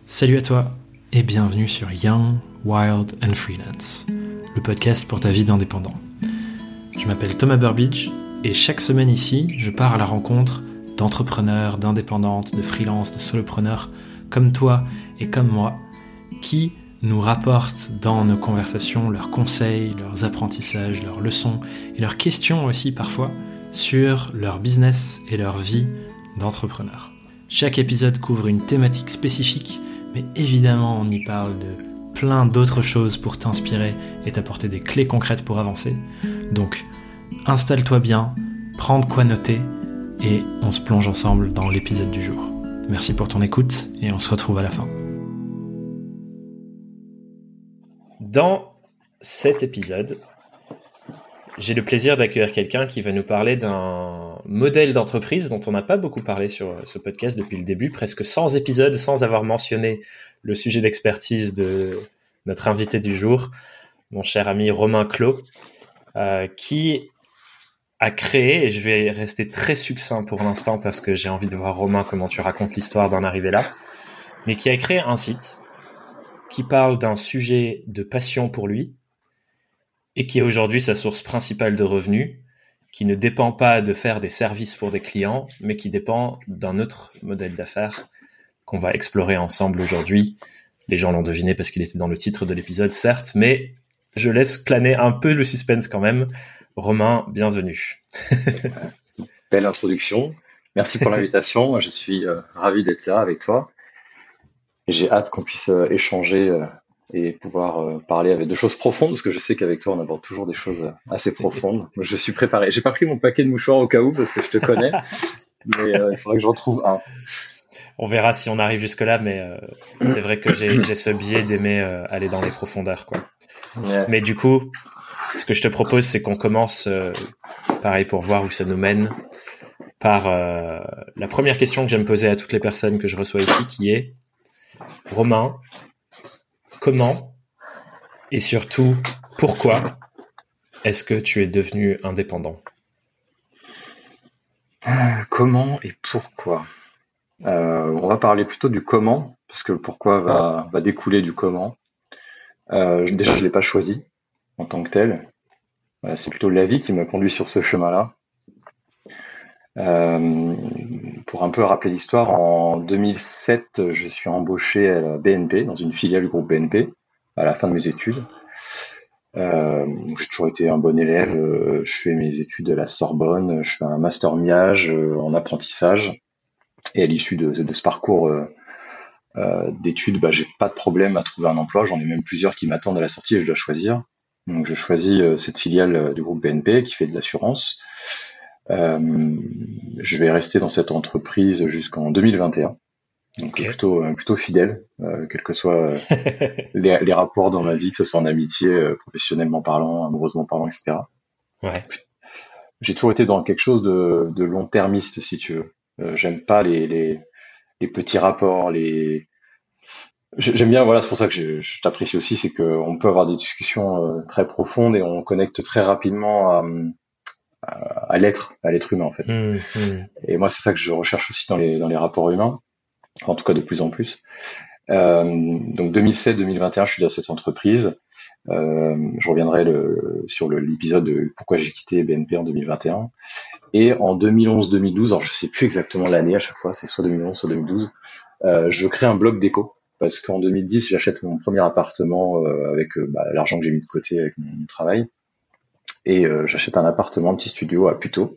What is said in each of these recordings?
Salut à toi et bienvenue sur Young, Wild and Freelance, le podcast pour ta vie d'indépendant. Je m'appelle Thomas Burbidge et chaque semaine ici, je pars à la rencontre d'entrepreneurs, d'indépendantes, de freelance, de solopreneurs comme toi et comme moi qui nous rapportent dans nos conversations leurs conseils, leurs apprentissages, leurs leçons et leurs questions aussi parfois sur leur business et leur vie d'entrepreneur. Chaque épisode couvre une thématique spécifique, mais évidemment on y parle de plein d'autres choses pour t'inspirer et t'apporter des clés concrètes pour avancer. Donc installe-toi bien, prends de quoi noter et on se plonge ensemble dans l'épisode du jour. Merci pour ton écoute et on se retrouve à la fin. Dans cet épisode, j'ai le plaisir d'accueillir quelqu'un qui va nous parler d'un modèle d'entreprise dont on n'a pas beaucoup parlé sur ce podcast depuis le début, presque 100 épisodes sans avoir mentionné le sujet d'expertise de notre invité du jour, mon cher ami Romain Clos, qui a créé, et je vais rester très succinct pour l'instant parce que j'ai envie de voir Romain comment tu racontes l'histoire d'en arriver là, mais qui a créé un site qui parle d'un sujet de passion pour lui, et qui est aujourd'hui sa source principale de revenus, qui ne dépend pas de faire des services pour des clients, mais qui dépend d'un autre modèle d'affaires qu'on va explorer ensemble aujourd'hui. Les gens l'ont deviné parce qu'il était dans le titre de l'épisode, certes, mais je laisse planer un peu le suspense quand même. Romain, bienvenue. Belle introduction. Merci pour l'invitation. Je suis ravi d'être là avec toi. J'ai hâte qu'on puisse échanger et pouvoir parler avec de choses profondes, parce que je sais qu'avec toi, on aborde toujours des choses assez profondes. Je suis préparé. J'ai pas pris mon paquet de mouchoirs au cas où, parce que je te connais, mais il faudrait que j'en trouve un. On verra si on arrive jusque-là, mais c'est vrai que j'ai ce biais d'aimer aller dans les profondeurs, quoi. Yeah. Mais du coup, ce que je te propose, c'est qu'on commence, pareil, pour voir où ça nous mène, par la première question que j'aime poser à toutes les personnes que je reçois ici, qui est: Romain, comment et surtout pourquoi est-ce que tu es devenu indépendant? Comment et pourquoi? On va parler plutôt du comment, parce que le pourquoi va découler du comment. Déjà, je l'ai pas choisi en tant que tel. C'est plutôt la vie qui m'a conduit sur ce chemin-là. Pour un peu rappeler l'histoire, en 2007, je suis embauché à la BNP, dans une filiale du groupe BNP, à la fin de mes études. J'ai toujours été un bon élève. Je fais mes études à la Sorbonne, je fais un master MIAGE en apprentissage. Et à l'issue de ce parcours d'études, j'ai pas de problème à trouver un emploi. J'en ai même plusieurs qui m'attendent à la sortie et je dois choisir. Donc je choisis cette filiale du groupe BNP qui fait de l'assurance. Je vais rester dans cette entreprise jusqu'en 2021. Donc okay. plutôt fidèle, quels que soient les rapports dans ma vie, que ce soit en amitié, professionnellement parlant, amoureusement parlant, etc. Ouais. J'ai toujours été dans quelque chose de long-termiste, si tu veux. J'aime pas les petits rapports, j'aime bien, voilà, c'est pour ça que je t'apprécie aussi, c'est qu'on peut avoir des discussions très profondes et on connecte très rapidement à l'être humain, en fait. Et moi, c'est ça que je recherche aussi dans les rapports humains, en tout cas de plus en plus. Donc 2007-2021, je suis dans cette entreprise. Je reviendrai sur l'épisode de pourquoi j'ai quitté BNP en 2021. Et en 2011-2012, alors je sais plus exactement l'année à chaque fois, c'est soit 2011 soit 2012, je crée un blog déco. Parce qu'en 2010, j'achète mon premier appartement avec l'argent que j'ai mis de côté avec mon travail. Et j'achète un appartement, un petit studio à Puteaux,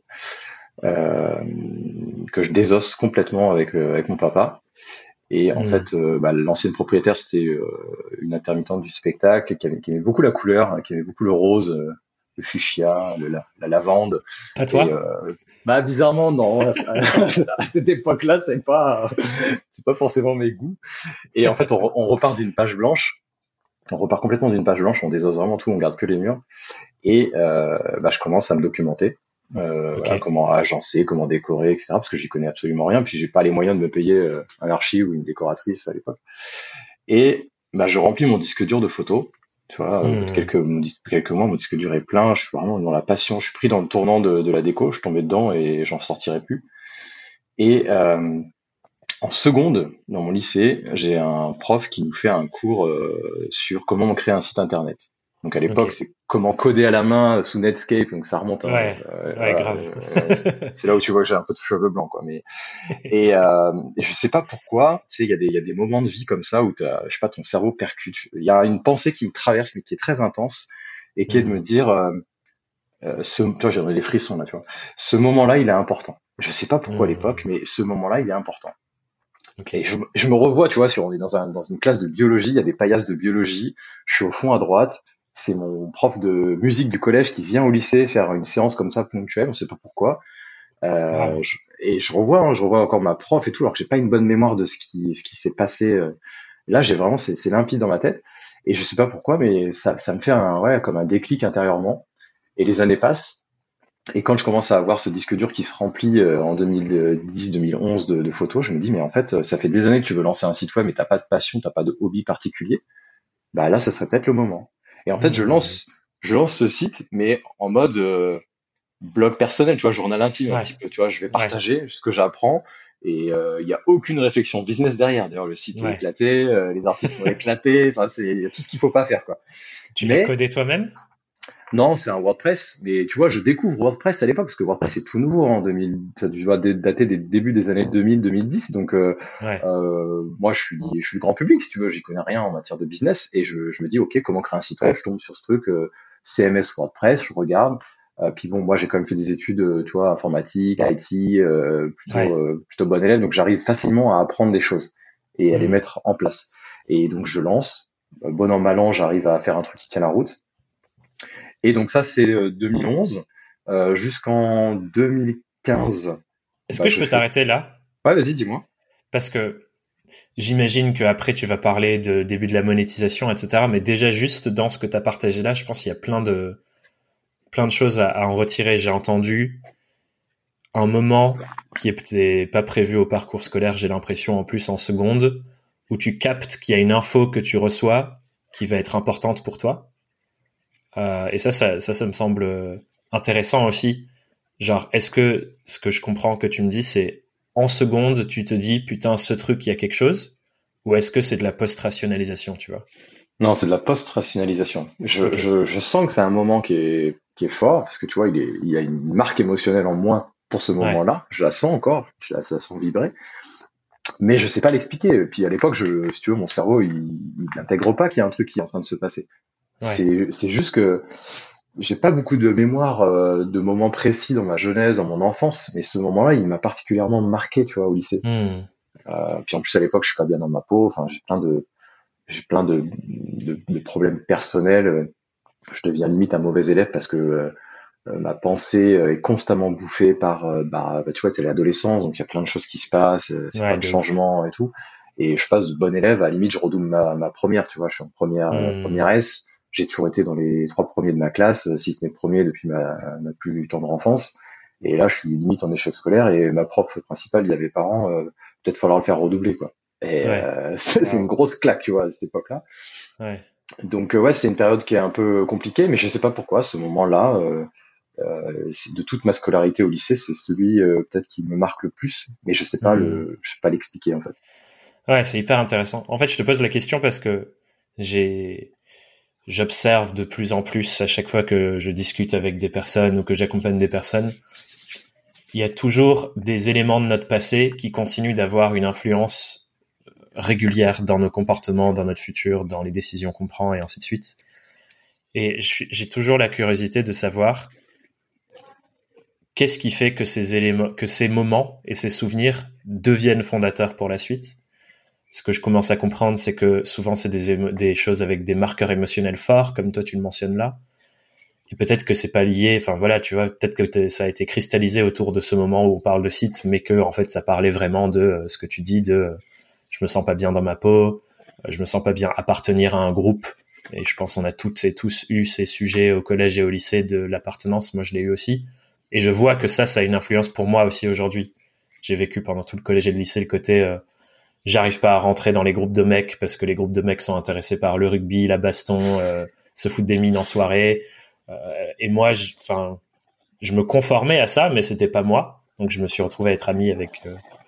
que je désosse complètement avec mon papa. Et en fait, l'ancienne propriétaire, c'était une intermittente du spectacle qui aimait beaucoup la couleur, qui aimait beaucoup le rose, le fuchsia, la lavande. Pas toi? Et, bizarrement, non. À cette époque-là, c'est pas forcément mes goûts. Et en fait, on repart d'une page blanche. On repart complètement d'une page blanche. On désosse vraiment tout. On garde que les murs. Et je commence à me documenter. Okay. Voilà, comment agencer, comment décorer, etc. Parce que j'y connais absolument rien. Puis j'ai pas les moyens de me payer un archi ou une décoratrice à l'époque. Et je remplis mon disque dur de photos. Tu vois, quelques mois, mon disque dur est plein. Je suis vraiment dans la passion. Je suis pris dans le tournant de la déco. Je suis tombé dedans et j'en sortirai plus. Et En seconde, dans mon lycée, j'ai un prof qui nous fait un cours sur comment créer un site internet. Donc à l'époque, Ok. c'est comment coder à la main sous Netscape, donc ça remonte. Ouais, ouais, Voilà, grave. c'est là où tu vois que j'ai un peu de cheveux blancs, quoi. Mais et je sais pas pourquoi, tu sais, il y a des moments de vie comme ça où t'as, je sais pas, ton cerveau percute. Il y a une pensée qui me traverse, mais qui est très intense et qui est de me Hmm. dire, tu vois, j'ai des frissons là, tu vois. Ce moment-là, il est important. Je sais pas pourquoi à l'époque, Hmm. mais ce moment-là, il est important. Ok. Et je me revois, tu vois, on est dans une classe de biologie, il y a des paillasses de biologie, je suis au fond à droite, c'est mon prof de musique du collège qui vient au lycée faire une séance comme ça ponctuelle, on sait pas pourquoi. Waouh. Et je revois encore ma prof et tout, alors que j'ai pas une bonne mémoire de ce qui s'est passé. Là, j'ai vraiment, c'est limpide dans ma tête, et je sais pas pourquoi, mais ça me fait ouais, comme un déclic intérieurement. Et les années passent, et quand je commence à avoir ce disque dur qui se remplit en 2010-2011 de photos, je me dis mais en fait ça fait des années que tu veux lancer un site web mais t'as pas de passion, t'as pas de hobby particulier. Bah là ça serait peut-être le moment. Et en fait Hmm. je lance ce site mais en mode blog personnel, tu vois, journal intime un Ouais, petit peu, tu vois, je vais ouais, partager ce que j'apprends et il y a aucune réflexion business derrière. D'ailleurs le site est ouais. éclaté, les articles sont éclatés, enfin c'est il y a tout ce qu'il faut pas faire quoi. Tu l'as Mais codé toi-même? non, c'est un WordPress, mais tu vois, je découvre WordPress à l'époque parce que WordPress c'est tout nouveau en 2000, ça doit dater des débuts des années 2000-2010. Donc Ouais. moi je suis le grand public si tu veux, j'y connais rien en matière de business et je me dis ok comment créer un site web, je tombe sur ce truc CMS WordPress, je regarde. Puis bon, moi j'ai quand même fait des études, tu vois, informatique, IT, Ouais. plutôt bon élève, donc j'arrive facilement à apprendre des choses et à les Hmm. mettre en place. Et donc je lance, bon an mal an, j'arrive à faire un truc qui tient la route. Et donc ça, c'est 2011 jusqu'en 2015. Est-ce Bah, que je je peux fais. t'arrêter là? Ouais, vas-y, dis-moi. Parce que j'imagine que après tu vas parler de début de la monétisation, etc. Mais déjà juste dans ce que tu as partagé là, je pense qu'il y a plein de choses à en retirer. J'ai entendu un moment qui était pas prévu au parcours scolaire, j'ai l'impression en plus en seconde, où tu captes qu'il y a une info que tu reçois qui va être importante pour toi. Et ça me semble intéressant aussi. Genre, est-ce que ce que je comprends que tu me dis, c'est en seconde, tu te dis, putain, ce truc, il y a quelque chose? Ou est-ce que c'est de la post-rationalisation, tu vois? Non, c'est de la post-rationalisation. Ok. Je sens que c'est un moment qui est fort, parce que tu vois, il y a une marque émotionnelle en moins pour ce Ouais. moment-là. Je la sens encore, je la sens vibrer, mais je sais pas l'expliquer. Et puis à l'époque, si tu veux, mon cerveau, il n'intègre pas qu'il y a un truc qui est en train de se passer. Ouais. C'est juste que j'ai pas beaucoup de mémoire de moments précis dans ma jeunesse, dans mon enfance, mais ce moment-là, il m'a particulièrement marqué, tu vois, au lycée. Hmm. Puis en plus à l'époque, je suis pas bien dans ma peau. Enfin, j'ai plein de problèmes personnels. Je deviens limite un mauvais élève parce que ma pensée est constamment bouffée par, tu vois, c'est l'adolescence, donc il y a plein de choses qui se passent, c'est Ouais, plein de de ouf. changements et tout. Et je passe de bon élève à limite, je redouble ma première, tu vois, je suis en première Hmm. S. J'ai toujours été dans les 3 premiers de ma classe, si ce n'est premier depuis ma plus tendre enfance. Et là, je suis limite en échec scolaire et ma prof principale dit à mes parents, peut-être falloir le faire redoubler, quoi. Et Ouais. c'est une Waouh. grosse claque, tu vois, à cette époque-là. Ouais. Donc ouais, c'est une période qui est un peu compliquée, mais je sais pas pourquoi, ce moment-là, de toute ma scolarité au lycée, c'est celui peut-être qui me marque le plus, mais Hmm. je sais pas l'expliquer en fait. Ouais, c'est hyper intéressant. En fait, je te pose la question parce que j'ai, j'observe de plus en plus à chaque fois que je discute avec des personnes ou que j'accompagne des personnes, il y a toujours des éléments de notre passé qui continuent d'avoir une influence régulière dans nos comportements, dans notre futur, dans les décisions qu'on prend et ainsi de suite. Et j'ai toujours la curiosité de savoir qu'est-ce qui fait que ces éléments, que ces moments et ces souvenirs deviennent fondateurs pour la suite. Ce que je commence à comprendre, c'est que souvent c'est des choses avec des marqueurs émotionnels forts, comme toi tu le mentionnes là. Et peut-être que c'est pas lié, enfin voilà, tu vois, peut-être que ça a été cristallisé autour de ce moment où on parle de site, mais que en fait ça parlait vraiment de ce que tu dis de je me sens pas bien dans ma peau, je me sens pas bien appartenir à un groupe. Et je pense qu'on a toutes et tous eu ces sujets au collège et au lycée de l'appartenance. Moi, je l'ai eu aussi. Et je vois que ça a une influence pour moi aussi aujourd'hui. J'ai vécu pendant tout le collège et le lycée le côté j'arrive pas à rentrer dans les groupes de mecs parce que les groupes de mecs sont intéressés par le rugby, la baston, se foutre des mines en soirée. Et moi, je me conformais à ça, mais c'était pas moi. Donc je me suis retrouvé à être ami avec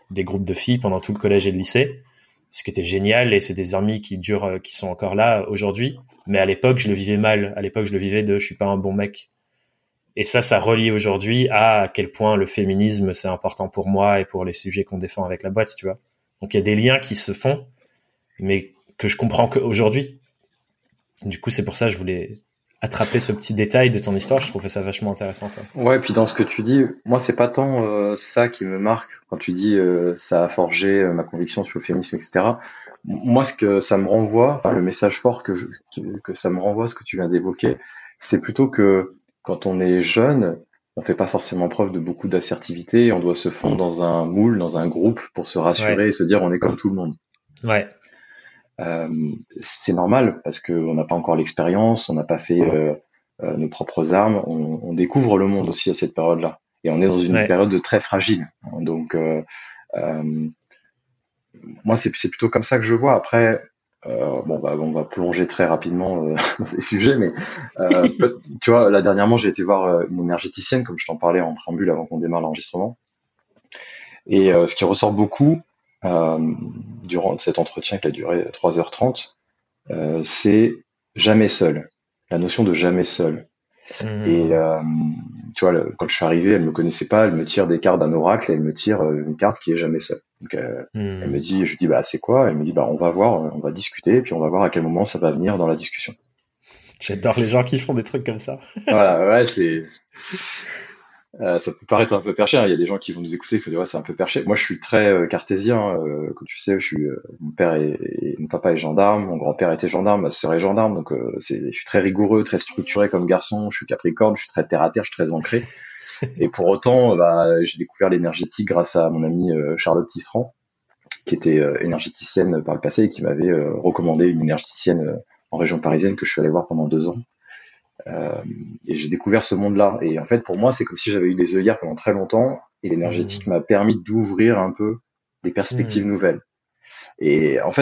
des groupes de filles pendant tout le collège et le lycée, ce qui était génial, et c'est des amis qui sont encore là aujourd'hui. Mais à l'époque, je le vivais mal. À l'époque, je le vivais je suis pas un bon mec. Et ça relie aujourd'hui à quel point le féminisme, c'est important pour moi et pour les sujets qu'on défend avec la boîte, tu vois. Donc, il y a des liens qui se font, mais que je comprends qu'aujourd'hui. Du coup, c'est pour ça que je voulais attraper ce petit détail de ton histoire. Je trouvais ça vachement intéressant, quoi. Ouais, puis dans ce que tu dis, moi c'est pas tant ça qui me marque quand tu dis ça a forgé ma conviction sur le féminisme, etc. Moi, ce que ça me renvoie, enfin le message fort que ça me renvoie, ce que tu viens d'évoquer, c'est plutôt que quand on est jeune, on fait pas forcément preuve de beaucoup d'assertivité, on doit se fondre dans un moule, dans un groupe pour se rassurer Ouais, et se dire on est comme tout le monde. ouais, Euh, c'est normal parce qu'on n'a pas encore l'expérience, on n'a pas fait nos propres armes, on découvre le monde aussi à cette période-là. Et on est dans une ouais. période de très fragile. Donc, euh, moi, c'est plutôt comme ça que je vois. Après, bon, on va plonger très rapidement dans des sujets, mais tu vois, là dernièrement, j'ai été voir une énergéticienne, comme je t'en parlais en préambule avant qu'on démarre l'enregistrement. Et ce qui ressort beaucoup durant cet entretien qui a duré 3h30, c'est jamais seul. La notion de jamais seul. Et Mmh. tu vois, quand je suis arrivé, elle me connaissait pas, elle me tire des cartes d'un oracle, et elle me tire une carte qui est jamais seule. Donc elle me Mmh. dit, je lui dis bah c'est quoi? Elle me dit bah on va voir, on va discuter, et puis on va voir à quel moment ça va venir dans la discussion. J'adore les gens qui font des trucs comme ça. Voilà, ouais, c'est ça peut paraître un peu perché, hein. Il y a des gens qui vont nous écouter qui vont dire ouais, c'est un peu perché. Moi, je suis très cartésien. Comme tu sais, mon père mon papa est gendarme, mon grand-père était gendarme, ma sœur est gendarme. Donc, je suis très rigoureux, très structuré comme garçon. Je suis Capricorne, je suis très terre à terre, je suis très ancré. Et pour autant, bah, j'ai découvert l'énergétique grâce à mon amie Charlotte Tisserand, qui était énergéticienne par le passé et qui m'avait recommandé une énergéticienne en région parisienne que je suis allé voir pendant 2 ans. Euh, et j'ai découvert ce monde-là. Et en fait, pour moi, c'est comme si j'avais eu des œillères pendant très longtemps, et l'énergétique Mmh. m'a permis d'ouvrir un peu des perspectives Mmh. nouvelles. Et en fait,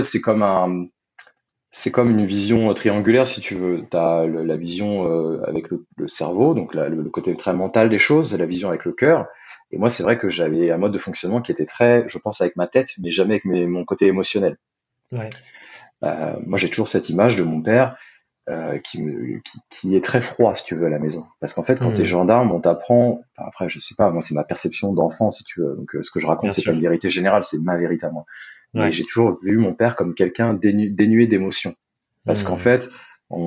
c'est comme une vision triangulaire, si tu veux. Tu as la vision avec le cerveau, donc le côté très mental des choses, la vision avec le cœur. Et moi, c'est vrai que j'avais un mode de fonctionnement qui était très, je pense, avec ma tête, mais jamais avec mon côté émotionnel. Ouais. Moi, j'ai toujours cette image de mon père qui est très froid, si tu veux, à la maison. Parce qu'en fait, quand t'es Mmh. gendarme, on t'apprend, enfin, après, je sais pas, moi, c'est ma perception d'enfant, si tu veux. Donc, ce que je raconte, Bien c'est pas une sûr. vérité générale, c'est ma vérité à moi. Mais Ouais. j'ai toujours vu mon père comme quelqu'un dénué d'émotion. Parce qu'en Mmh. fait,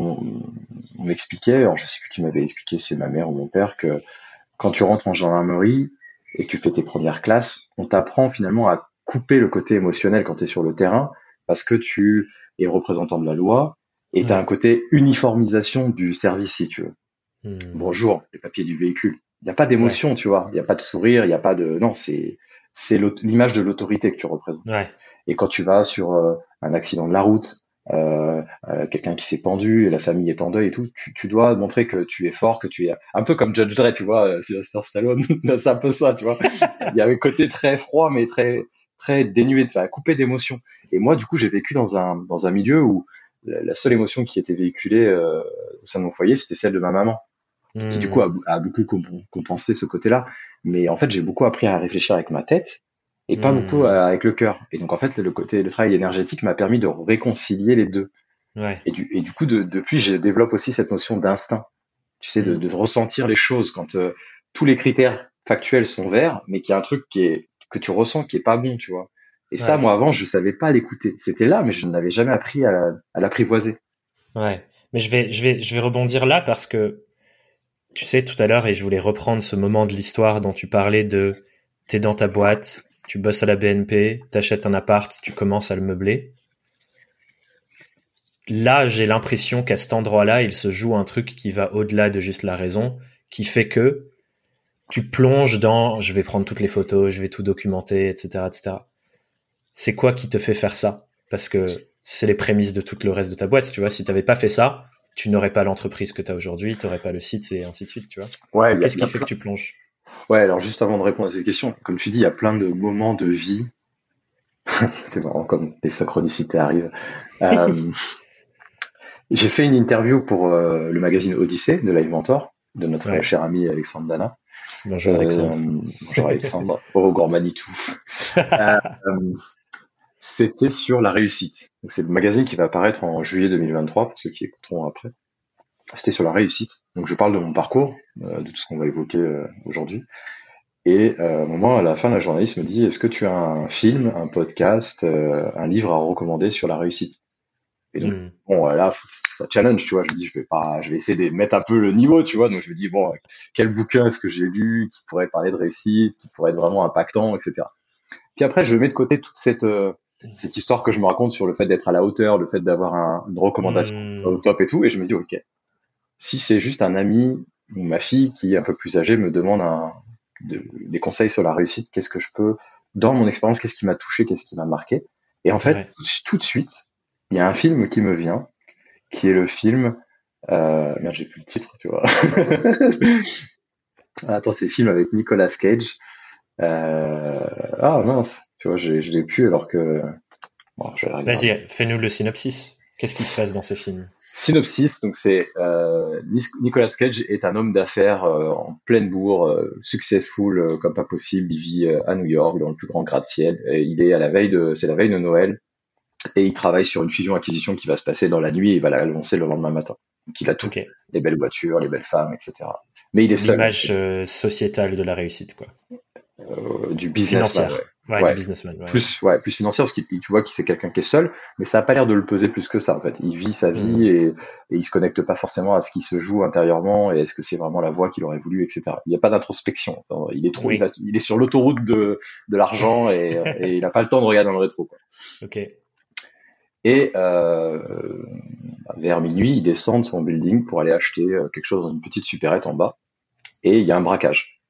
on m'expliquait, alors je sais plus qui m'avait expliqué, c'est ma mère ou mon père, que quand tu rentres en gendarmerie et que tu fais tes premières classes, on t'apprend finalement à couper le côté émotionnel quand tu es sur le terrain, parce que tu es représentant de la loi et tu as un Ouais. côté uniformisation du service, si tu veux. Mmh. Bonjour, les papiers du véhicule. Il n'y a pas Ouais. d'émotion, tu vois. Il n'y a pas de sourire, il n'y a pas de... Non, c'est l'image de l'autorité que tu représentes. Ouais. Et quand tu vas sur un accident de la route, quelqu'un qui s'est pendu, et la famille est en deuil et tout, tu dois montrer que tu es fort, que tu es un peu comme Judge Dredd, tu vois, Sylvester Stallone, c'est un peu ça, tu vois. Il y a un côté très froid, mais très dénué, enfin, coupé d'émotion. Et moi, du coup, j'ai vécu dans un milieu où la seule émotion qui était véhiculée au sein de mon foyer, c'était celle de ma maman, qui du coup Mmh. a beaucoup compensé ce côté-là. Mais en fait, j'ai beaucoup appris à réfléchir avec ma tête et pas beaucoup Mmh. avec le cœur. Et donc en fait, le travail énergétique m'a permis de réconcilier les deux. Ouais. Et du coup, depuis, je développe aussi cette notion d'instinct. Tu sais, Mmh. de ressentir les choses quand tous les critères factuels sont verts, mais qu'il y a un truc que tu ressens qui est pas bon, tu vois. Et ça, Ouais. moi, avant, je savais pas l'écouter. C'était là, mais je n'avais jamais appris à l'apprivoiser. Ouais. Mais je vais rebondir là parce que, tu sais, tout à l'heure, et je voulais reprendre ce moment de l'histoire dont tu parlais de t'es dans ta boîte, tu bosses à la BNP, t'achètes un appart, tu commences à le meubler. Là, j'ai l'impression qu'à cet endroit-là, il se joue un truc qui va au-delà de juste la raison, qui fait que tu plonges dans je vais prendre toutes les photos, je vais tout documenter, etc., etc. C'est quoi qui te fait faire ça? Parce que c'est les prémices de tout le reste de ta boîte, tu vois. Si t'avais pas fait ça, tu n'aurais pas l'entreprise que tu as aujourd'hui, tu n'aurais pas le site et ainsi de suite, tu vois. Ouais, Donc, qu'est-ce il y a qui fait que plein. tu plonges? Ouais, alors juste avant de répondre à cette question, comme tu dis, il y a plein de moments de vie. C'est marrant comme les synchronicités arrivent. Euh, j'ai fait une interview pour le magazine Odyssée de Live Mentor, de notre Ouais. cher ami Alexandre Dana. Bonjour Alexandre. Bonjour Alexandre. Oh, Gourmanitou. Euh, C'était sur la réussite. Donc, c'est le magazine qui va apparaître en juillet 2023, pour ceux qui écouteront après. C'était sur la réussite. Donc je parle de mon parcours, de tout ce qu'on va évoquer aujourd'hui. Et à un moment, à la fin, la journaliste me dit, est-ce que tu as un film, un podcast, un livre à recommander sur la réussite? Et donc, bon, là, ça challenge, tu vois. Je me dis, je vais essayer de mettre un peu le niveau, tu vois. Donc je me dis, bon, quel bouquin est-ce que j'ai lu qui pourrait parler de réussite, qui pourrait être vraiment impactant, etc. Puis après, je mets de côté toute cette histoire que je me raconte sur le fait d'être à la hauteur, le fait d'avoir une recommandation au top et tout. Et je me dis, ok, si c'est juste un ami ou ma fille qui est un peu plus âgée me demande des conseils sur la réussite, qu'est-ce que je peux, dans mon expérience, qu'est-ce qui m'a touché, qu'est-ce qui m'a marqué? Et en fait, tout de suite, il y a un film qui me vient, qui est le film, merde, j'ai plus le titre, tu vois. Attends, c'est le film avec Nicolas Cage. Ah mince, tu vois, je l'ai plus alors que. Bon, je vais regarder. Vas-y, fais-nous le synopsis. Qu'est-ce qui se passe dans ce film? Synopsis, donc c'est Nicolas Cage est un homme d'affaires en pleine bourre, successful comme pas possible. Il vit à New York dans le plus grand gratte-ciel. Et il est c'est la veille de Noël et il travaille sur une fusion-acquisition qui va se passer dans la nuit et il va la lancer le lendemain matin. Donc il a tout, les belles voitures, les belles femmes, etc. Mais il est seul. L'image sociétale de la réussite, quoi. Du businessman. Ouais, du businessman. Ouais. Plus financier parce que tu vois que c'est quelqu'un qui est seul, mais ça a pas l'air de le peser plus que ça en fait. Il vit sa vie et il se connecte pas forcément à ce qui se joue intérieurement et est-ce que c'est vraiment la voie qu'il aurait voulu, etc. Il n'y a pas d'introspection. Il est trop, il est sur l'autoroute de l'argent et il a pas le temps de regarder dans le rétro, quoi. Ok. Et vers minuit, il descend de son building pour aller acheter quelque chose dans une petite supérette en bas et il y a un braquage.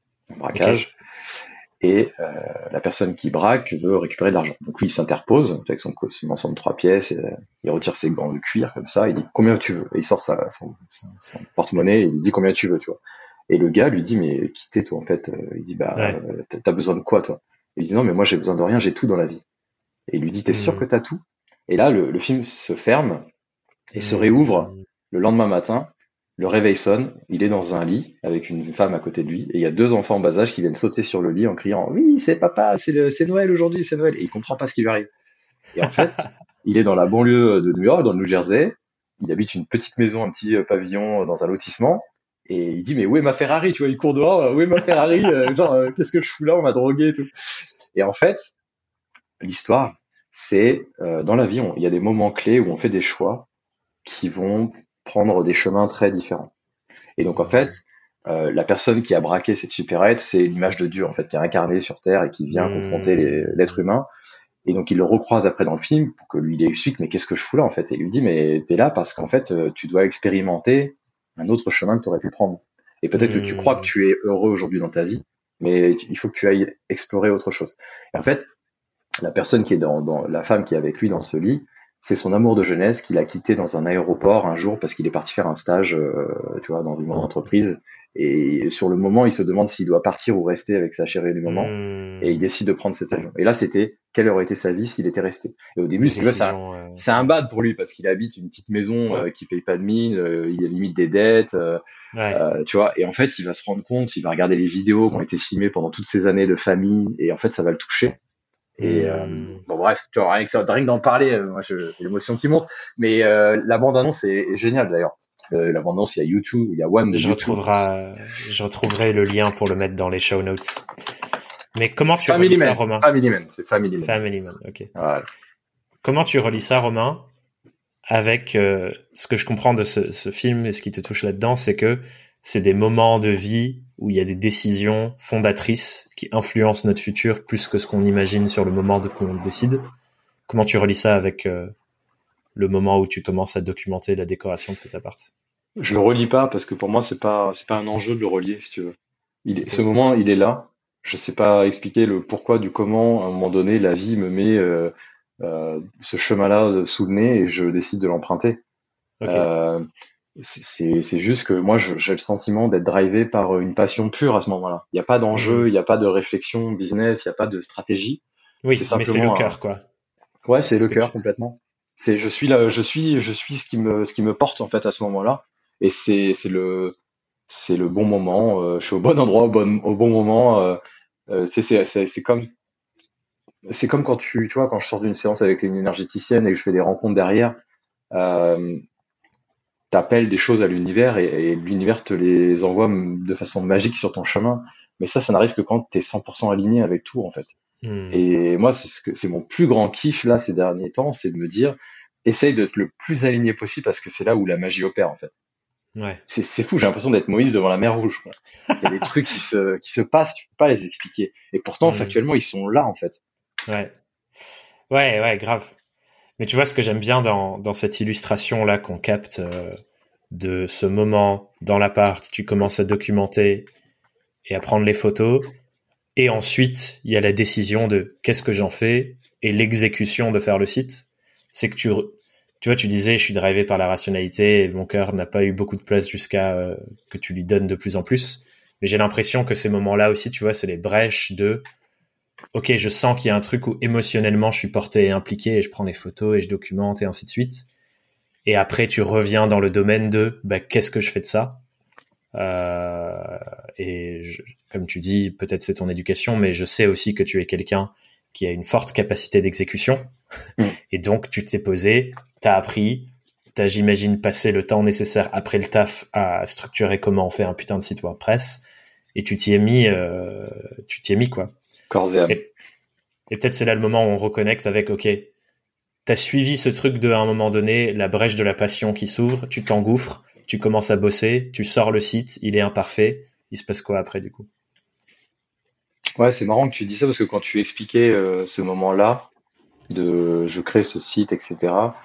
Et la personne qui braque veut récupérer de l'argent. Donc lui, il s'interpose avec son ensemble de 3 pièces, et, il retire ses gants de cuir comme ça, il dit combien tu veux, et il sort son porte-monnaie, et il dit combien tu veux, tu vois. Et le gars lui dit mais qui t'es toi en fait? Il dit t'as besoin de quoi toi? Il dit non mais moi j'ai besoin de rien, j'ai tout dans la vie. Et il lui dit t'es sûr que t'as tout? Et là le film se ferme et se réouvre le lendemain matin. Le réveil sonne, il est dans un lit avec une femme à côté de lui et il y a 2 enfants en bas âge qui viennent sauter sur le lit en criant oui c'est papa, c'est Noël aujourd'hui, c'est Noël, et il comprend pas ce qui lui arrive. Et en fait, il est dans la banlieue de New York, dans le New Jersey, il habite une petite maison, un petit pavillon dans un lotissement et il dit mais où est ma Ferrari, tu vois, il court dehors, où est ma Ferrari, qu'est-ce que je fous là, on m'a drogué et tout. Et en fait, l'histoire c'est dans la vie, il y a des moments clés où on fait des choix qui vont prendre des chemins très différents. Et donc en fait, la personne qui a braqué cette supérette, c'est l'image de Dieu en fait qui est incarnée sur Terre et qui vient confronter l'être humain. Et donc il le recroise après dans le film pour que lui il explique mais qu'est-ce que je fous là en fait. Et il lui dit mais t'es là parce qu'en fait tu dois expérimenter un autre chemin que tu aurais pu prendre. Et peut-être que tu crois que tu es heureux aujourd'hui dans ta vie, mais il faut que tu ailles explorer autre chose. Et en fait, la personne qui est dans la femme qui est avec lui dans ce lit, c'est son amour de jeunesse qu'il a quitté dans un aéroport un jour parce qu'il est parti faire un stage, tu vois, dans une grande entreprise. Et sur le moment, il se demande s'il doit partir ou rester avec sa chérie du moment. Et il décide de prendre cet avion. Et là, c'était quelle aurait été sa vie s'il était resté. Et au début, c'est un bad pour lui parce qu'il habite une petite maison qui paye pas de mine, il a limite des dettes, tu vois. Et en fait, il va se rendre compte, il va regarder les vidéos qui ont été filmées pendant toutes ces années de famille, et en fait, ça va le toucher. Et bon bref, tu vois, rien que d'en parler, moi j'ai l'émotion qui monte. Mais la bande annonce est géniale d'ailleurs. La bande annonce, il y a YouTube, il y a One de YouTube. Je retrouverai le lien pour le mettre dans les show notes. Mais comment tu relis ça, Romain? Family Man, c'est Family Man. Family Man, ok. Ouais. Comment tu relis ça, Romain, avec ce que je comprends de ce film et ce qui te touche là-dedans, c'est que c'est des moments de vie où il y a des décisions fondatrices qui influencent notre futur plus que ce qu'on imagine sur le moment qu'on décide. Comment tu relis ça avec le moment où tu commences à documenter la décoration de cet appart? Je le relis pas parce que pour moi c'est pas un enjeu de le relier, si tu veux. Ce moment il est là. Je sais pas expliquer le pourquoi du comment. À un moment donné, la vie me met ce chemin-là sous le nez et je décide de l'emprunter. C'est juste que moi j'ai le sentiment d'être drivé par une passion pure à ce moment-là. Il n'y a pas d'enjeu, il n'y a pas de réflexion business, il n'y a pas de stratégie. Oui, mais c'est le cœur, quoi. Ouais, c'est le cœur complètement. Je suis ce qui me porte en fait à ce moment-là. Et c'est c'est le bon moment, je suis au bon endroit au bon moment. C'est comme quand tu vois, quand je sors d'une séance avec une énergéticienne et que je fais des rencontres derrière, euh, t'appelles des choses à l'univers et l'univers te les envoie de façon magique sur ton chemin. Mais ça n'arrive que quand t'es 100% aligné avec tout, en fait. Hmm. Et moi, c'est mon plus grand kiff, là, ces derniers temps, c'est de me dire, essaye d'être le plus aligné possible parce que c'est là où la magie opère, en fait. Ouais. C'est fou, j'ai l'impression d'être Moïse devant la mer Rouge, quoi. Il y a des trucs qui se passent, tu peux pas les expliquer. Et pourtant, Hmm. factuellement, ils sont là, en fait. Ouais. Ouais, ouais, grave. Mais tu vois, ce que j'aime bien dans cette illustration-là qu'on capte de ce moment dans l'appart, tu commences à documenter et à prendre les photos. Et ensuite, il y a la décision de qu'est-ce que j'en fais et l'exécution de faire le site. C'est que tu vois, tu disais, je suis drivé par la rationalité et mon cœur n'a pas eu beaucoup de place jusqu'à que tu lui donnes de plus en plus. Mais j'ai l'impression que ces moments-là aussi, tu vois, c'est les brèches de ok, je sens qu'il y a un truc où émotionnellement je suis porté et impliqué et je prends des photos et je documente et ainsi de suite. Et après, tu reviens dans le domaine de bah, qu'est-ce que je fais de ça euh, et comme tu dis, peut-être c'est ton éducation, mais je sais aussi que tu es quelqu'un qui a une forte capacité d'exécution. Mm. Et donc, tu t'es posé, t'as appris, t'as, j'imagine, passé le temps nécessaire après le taf à structurer comment on fait un putain de site WordPress. Et tu t'y es mis, quoi. Corps et âme. Et, et peut-être c'est là le moment où on reconnecte avec, ok, t'as suivi ce truc de, à un moment donné, la brèche de la passion qui s'ouvre, tu t'engouffres, tu commences à bosser, tu sors le site, il est imparfait. Il se passe quoi après, du coup? Ouais, c'est marrant que tu dis ça parce que quand tu expliquais ce moment-là de je crée ce site, etc.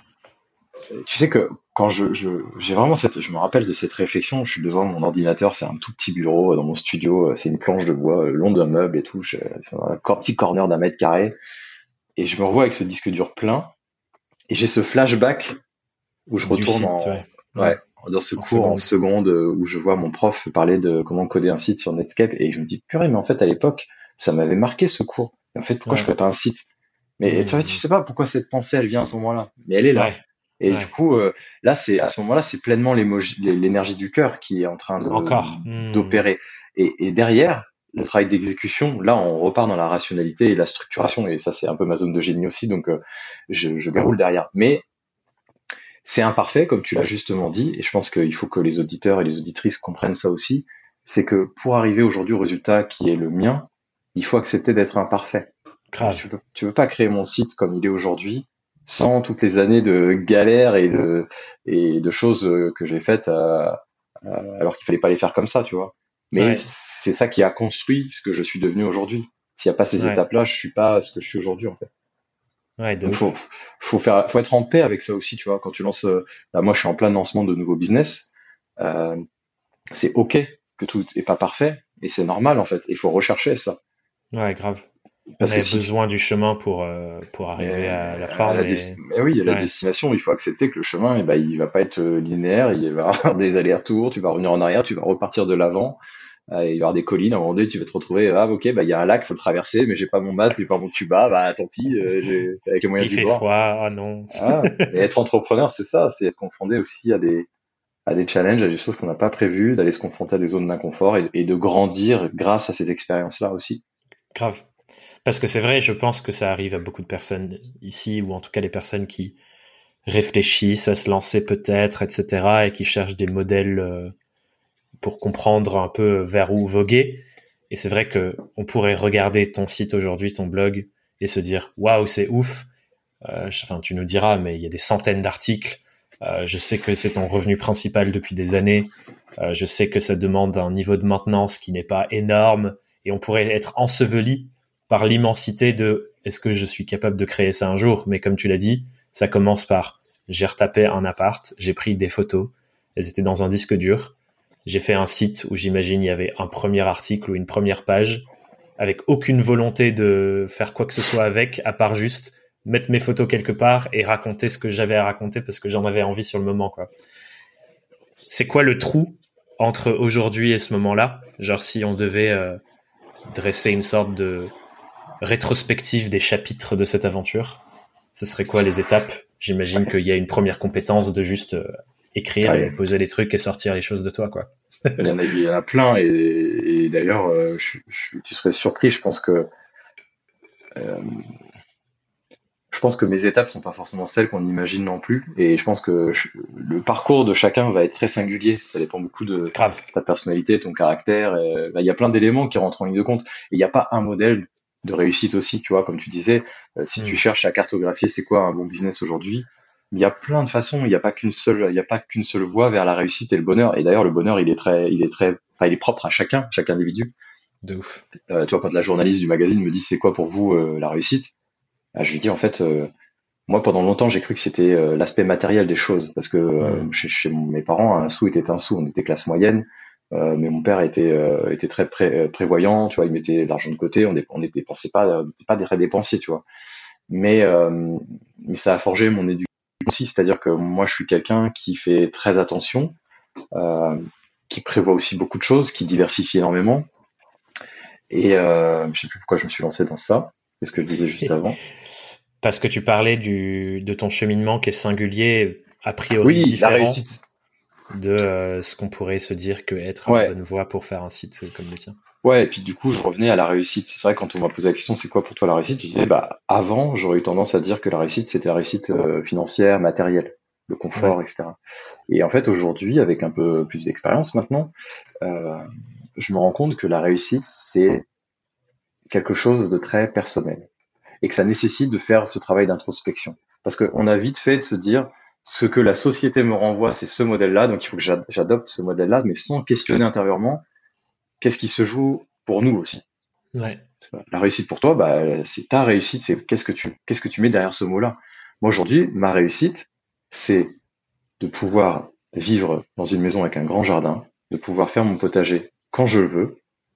Tu sais que quand j'ai vraiment je me rappelle de cette réflexion. Je suis devant mon ordinateur, c'est un tout petit bureau dans mon studio, c'est une planche de bois le long d'un meuble et tout, un petit corner d'1 mètre carré, et je me revois avec ce disque dur plein, et j'ai ce flashback où je Du retourne site, ouais. ouais, Mm. dans ce En cours en seconde. seconde où je vois mon prof parler de comment coder un site sur Netscape, et je me dis purée, mais en fait à l'époque ça m'avait marqué ce cours. Et en fait, pourquoi je Ouais. ferais pas un site? Mais tu Mm. sais pas pourquoi cette pensée elle vient à ce moment-là, mais elle est là. Ouais. Et du Ouais. coup, là, c'est à ce moment-là, c'est pleinement l'énergie du cœur qui est en train Encore. Mm. d'opérer. Et derrière, le travail d'exécution, là, on repart dans la rationalité et la structuration. Et ça, c'est un peu ma zone de génie aussi, donc je déroule derrière. Mais c'est imparfait, comme tu l'as justement dit, et je pense qu'il faut que les auditeurs et les auditrices comprennent ça aussi. C'est que pour arriver aujourd'hui au résultat qui est le mien, il faut accepter d'être imparfait. Grave. Tu peux pas créer mon site comme il est aujourd'hui sans toutes les années de galères et de choses que j'ai faites alors qu'il fallait pas les faire comme ça, tu vois. Mais Ouais. c'est ça qui a construit ce que je suis devenu aujourd'hui. S'il n'y a pas ces Ouais. étapes-là, je suis pas ce que je suis aujourd'hui, en fait. Ouais, de Donc ouf. faut être en paix avec ça aussi, tu vois. Quand tu lances, là, moi je suis en plein lancement de nouveaux business. Euh, c'est ok que tout est pas parfait, et c'est normal en fait. Il faut rechercher ça, Ouais, grave. On parce que avait si tu besoin du chemin pour arriver à la fin, mais mais oui, à la ouais. destination, il faut accepter que le chemin, eh ben, il va pas être linéaire, il va avoir des allers-retours, tu vas revenir en arrière, tu vas repartir de l'avant, il va y avoir des collines, à un moment donné, tu vas te retrouver, ah ok, bah il y a un lac, faut le traverser, mais j'ai pas mon masque, j'ai pas mon tuba, bah tant pis, j'ai avec les moyens Il du fait bord. froid, ah non. Ah, mais être entrepreneur, c'est ça, c'est être confronté aussi à des challenges, à des choses qu'on n'a pas prévues, d'aller se confronter à des zones d'inconfort et de grandir grâce à ces expériences-là aussi. Grave. Parce que c'est vrai, je pense que ça arrive à beaucoup de personnes ici, ou en tout cas les personnes qui réfléchissent à se lancer peut-être, etc., et qui cherchent des modèles pour comprendre un peu vers où voguer. Et c'est vrai que on pourrait regarder ton site aujourd'hui, ton blog, et se dire waouh, c'est ouf. Enfin, tu nous diras, mais il y a des centaines d'articles. Je sais que c'est ton revenu principal depuis des années. Je sais que ça demande un niveau de maintenance qui n'est pas énorme, et on pourrait être enseveli par l'immensité de est-ce que je suis capable de créer ça un jour. Mais comme tu l'as dit, ça commence par j'ai retapé un appart, j'ai pris des photos, elles étaient dans un disque dur, j'ai fait un site où j'imagine il y avait un premier article ou une première page avec aucune volonté de faire quoi que ce soit avec, à part juste mettre mes photos quelque part et raconter ce que j'avais à raconter parce que j'en avais envie sur le moment, quoi. C'est quoi le trou entre aujourd'hui et ce moment-là? Genre si on devait dresser une sorte de rétrospective des chapitres de cette aventure, ce serait quoi les étapes? J'imagine qu'il y a une première compétence de juste écrire et poser des trucs et sortir les choses de toi, quoi. Il y en a plein et d'ailleurs, tu serais surpris. Je pense que mes étapes sont pas forcément celles qu'on imagine non plus. Et je pense que le parcours de chacun va être très singulier. Ça dépend beaucoup de Grave. ta personnalité, ton caractère. Il y a plein d'éléments qui rentrent en ligne de compte. Et il n'y a pas un modèle de réussite aussi, tu vois, comme tu disais. Si tu cherches à cartographier c'est quoi un bon business aujourd'hui, il y a plein de façons. Il n'y a pas qu'une seule voie vers la réussite et le bonheur. Et d'ailleurs, le bonheur, enfin, il est propre à chaque individu. De ouf. Tu vois, quand la journaliste du magazine me dit c'est quoi pour vous la réussite, je lui dis en fait, moi pendant longtemps j'ai cru que c'était l'aspect matériel des choses parce que chez mes parents un sou était un sou, on était classe moyenne, mais mon père était très prévoyant, tu vois, il mettait l'argent de côté, on dépensait pas, on n'était pas des vrais dépensiers, tu vois. Mais mais ça a forgé mon éducation aussi, c'est-à-dire que moi je suis quelqu'un qui fait très attention, euh, qui prévoit aussi beaucoup de choses, qui diversifie énormément. Et je sais plus pourquoi je me suis lancé dans ça. C'est ce que je disais juste avant. Parce que tu parlais de ton cheminement qui est singulier, a priori Oui, la différent réussite. de ce qu'on pourrait se dire que être la Ouais, bonne voie pour faire un site comme le tien. ouais. Et puis du coup, je revenais à la réussite. C'est vrai quand on m'a posé la question, c'est quoi pour toi la réussite? Je disais, bah avant, j'aurais eu tendance à dire que la réussite, c'était la réussite financière, matérielle, le confort, Ouais. etc. Et en fait, aujourd'hui, avec un peu plus d'expérience maintenant, euh, je me rends compte que la réussite, c'est quelque chose de très personnel. Et que ça nécessite de faire ce travail d'introspection. Parce qu'on a vite fait de se dire, ce que la société me renvoie, c'est ce modèle-là, donc il faut que j'adopte ce modèle-là, mais sans questionner intérieurement qu'est-ce qui se joue pour nous aussi. Ouais. La réussite pour toi, bah, c'est ta réussite, c'est qu'est-ce que tu mets derrière ce mot-là. Moi aujourd'hui, ma réussite, c'est de pouvoir vivre dans une maison avec un grand jardin, de pouvoir faire mon potager quand je le veux,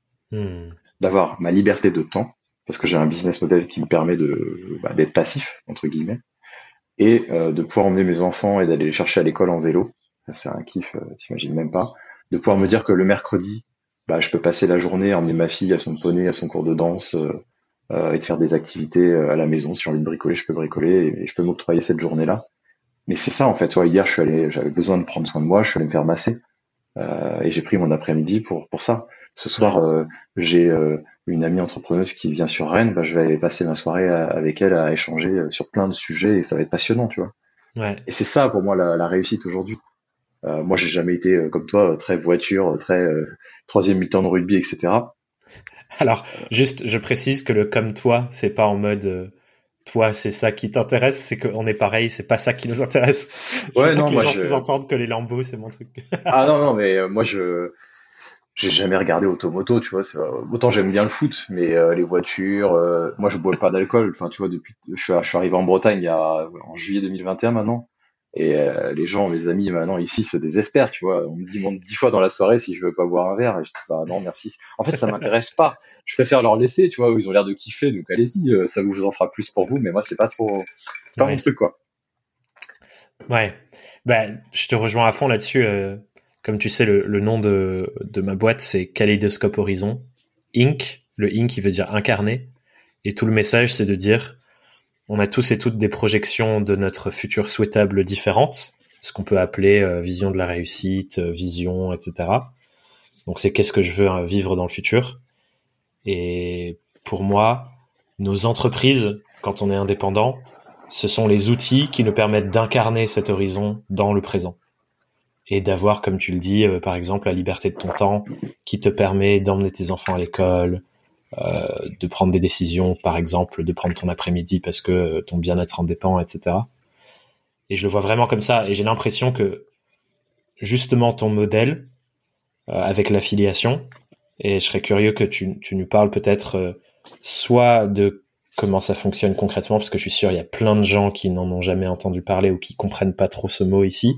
Hmm. d'avoir ma liberté de temps, parce que j'ai un business model qui me permet d'être passif, entre guillemets, et de pouvoir emmener mes enfants et d'aller les chercher à l'école en vélo. C'est un kiff, t'imagines même pas. De pouvoir me dire que le mercredi, bah, je peux passer la journée à emmener ma fille à son poney, à son cours de danse, et de faire des activités à la maison. Si j'ai envie de bricoler, je peux bricoler et je peux m'octroyer cette journée-là. Mais c'est ça en fait. Ouais, hier, j'avais besoin de prendre soin de moi, je suis allé me faire masser. Et j'ai pris mon après-midi pour ça. Ce soir, Ouais. j'ai une amie entrepreneuse qui vient sur Rennes. Bah, je vais aller passer ma soirée avec elle à échanger sur plein de sujets et ça va être passionnant, tu vois. Ouais. Et c'est ça pour moi la réussite aujourd'hui. Moi, j'ai jamais été comme toi très voiture, très troisième mi-temps de rugby, etc. Alors, juste, je précise que le comme toi, c'est pas en mode toi, c'est ça qui t'intéresse, c'est qu'on est pareil, c'est pas ça qui nous intéresse. Je veux Ouais, pas non, que les moi gens je. sous-entendent que les Lambeaux, c'est mon truc. Ah non, non, mais moi je. J'ai jamais regardé Automoto, tu vois. Autant j'aime bien le foot, mais les voitures, moi je bois pas d'alcool. Enfin, tu vois, depuis, je suis arrivé en Bretagne en juillet 2021 maintenant, et les gens, mes amis maintenant ici se désespèrent, tu vois. On me demande 10 fois dans la soirée si je veux pas boire un verre, et je dis bah non merci. En fait, ça m'intéresse pas. Je préfère leur laisser, tu vois. Ils ont l'air de kiffer, donc allez-y, ça vous en fera plus pour vous, mais moi c'est pas mon Ouais. truc quoi. Ouais. Bah, je te rejoins à fond là-dessus. Comme tu sais, le nom de ma boîte, c'est Kaleidoscope Horizon Inc. Le Inc, qui veut dire incarné. Et tout le message, c'est de dire, on a tous et toutes des projections de notre futur souhaitable différentes, ce qu'on peut appeler vision de la réussite, vision, etc. Donc c'est qu'est-ce que je veux vivre dans le futur. Et pour moi, nos entreprises, quand on est indépendant, ce sont les outils qui nous permettent d'incarner cet horizon dans le présent. Et d'avoir, comme tu le dis, par exemple, la liberté de ton temps qui te permet d'emmener tes enfants à l'école, de prendre des décisions, par exemple, de prendre ton après-midi parce que ton bien-être en dépend, etc. Et je le vois vraiment comme ça. Et j'ai l'impression que, justement, ton modèle, avec l'affiliation, et je serais curieux que tu nous parles peut-être soit de comment ça fonctionne concrètement, parce que je suis sûr il y a plein de gens qui n'en ont jamais entendu parler ou qui comprennent pas trop ce mot ici,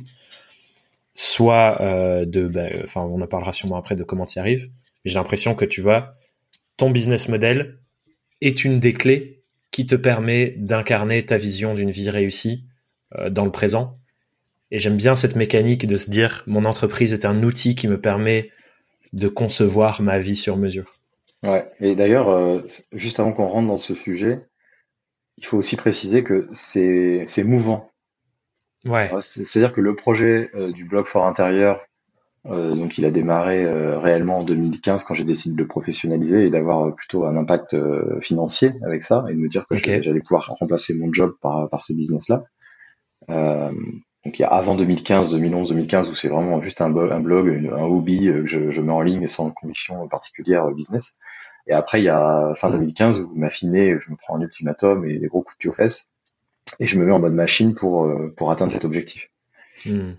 soit on en parlera sûrement après de comment tu y arrives. J'ai l'impression que tu vois, ton business model est une des clés qui te permet d'incarner ta vision d'une vie réussie dans le présent. Et j'aime bien cette mécanique de se dire, mon entreprise est un outil qui me permet de concevoir ma vie sur mesure. Ouais. Et d'ailleurs, juste avant qu'on rentre dans ce sujet, il faut aussi préciser que c'est mouvant. Ouais. C'est-à-dire que le projet du blog Fort Intérieur, donc il a démarré réellement en 2015 quand j'ai décidé de le professionnaliser et d'avoir plutôt un impact financier avec ça et de me dire que Ok. j'allais pouvoir remplacer mon job par ce business-là. Euh, donc il y a avant 2015, 2011, 2015 où c'est vraiment juste un blog, un hobby que je mets en ligne sans conviction particulière business. Et après il y a fin 2015 où m'affiner, je me prends un ultimatum et des gros coups de pied aux fesses et je me mets en mode machine pour atteindre cet objectif. Hmm.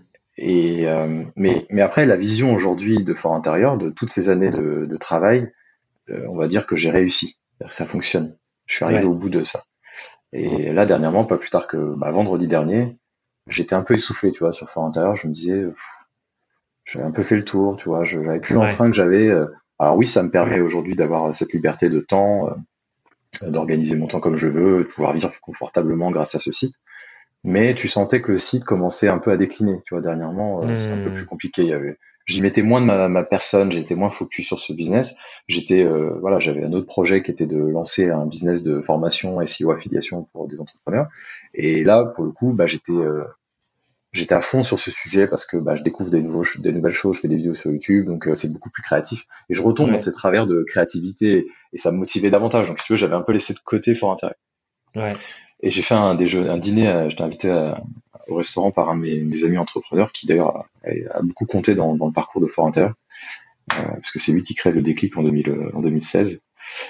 Mais après, la vision aujourd'hui de Fort Intérieur, de toutes ces années de travail, on va dire que j'ai réussi. C'est-à-dire que ça fonctionne. Je suis arrivé Ouais. au bout de ça. Et là, dernièrement, pas plus tard que vendredi dernier, j'étais un peu essoufflé, tu vois, sur Fort Intérieur. Je me disais, j'avais un peu fait le tour, tu vois, j'avais plus Ouais. l'entrain que j'avais. Alors oui, ça me permet aujourd'hui d'avoir cette liberté de temps, d'organiser mon temps comme je veux, de pouvoir vivre confortablement grâce à ce site. Mais tu sentais que le site commençait un peu à décliner. Tu vois, dernièrement, c'était un peu plus Hmm. compliqué. J'y mettais moins de ma personne, j'étais moins focus sur ce business. Voilà, j'avais un autre projet qui était de lancer un business de formation SEO affiliation pour des entrepreneurs. Et là, pour le coup, j'étais à fond sur ce sujet parce que je découvre des nouvelles choses, je fais des vidéos sur YouTube, donc c'est beaucoup plus créatif. Et je retombe dans Ouais. ces travers de créativité et ça me motivait davantage. Donc si tu veux, j'avais un peu laissé de côté Fort Intérêt. Ouais. Et j'ai fait un dîner, j'étais invité au restaurant par un de mes amis entrepreneurs qui d'ailleurs a beaucoup compté dans le parcours de Fort Intérieur, parce que c'est lui qui crée le déclic en 2016.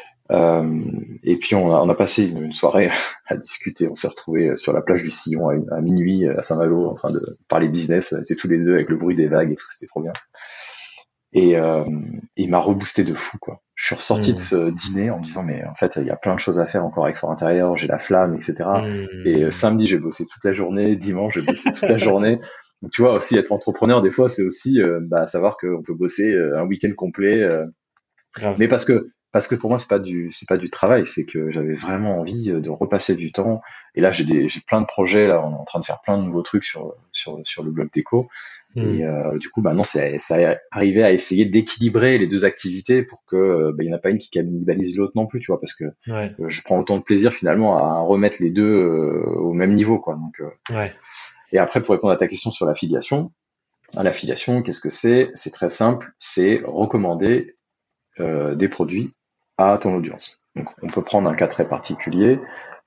Et puis on a passé une soirée à discuter. On s'est retrouvés sur la plage du Sillon à minuit à Saint-Malo en train de parler business. On était tous les deux avec le bruit des vagues et tout, c'était trop bien. Et il m'a reboosté de fou, quoi. Je suis ressorti de Hmm. ce dîner en me disant mais en fait il y a plein de choses à faire encore avec Fort Intérieur, j'ai la flamme, etc. Et Hmm. samedi j'ai bossé toute la journée, dimanche j'ai bossé toute la journée. Donc tu vois aussi être entrepreneur des fois c'est aussi savoir qu'on peut bosser un week-end complet, mais Grave. parce que pour moi c'est pas du travail, c'est que j'avais vraiment envie de repasser du temps. Et là j'ai plein de projets, là on est en train de faire plein de nouveaux trucs sur le blog déco. Et Hmm. du coup, non, ça arrivé à essayer d'équilibrer les deux activités pour que il y en a pas une qui cannibalise l'autre non plus, tu vois, parce que Ouais. je prends autant de plaisir finalement à remettre les deux au même niveau, quoi. Donc, Ouais. et après, pour répondre à ta question sur l'affiliation, l'affiliation, qu'est-ce que c'est? C'est très simple, c'est recommander des produits à ton audience. Donc, on peut prendre un cas très particulier.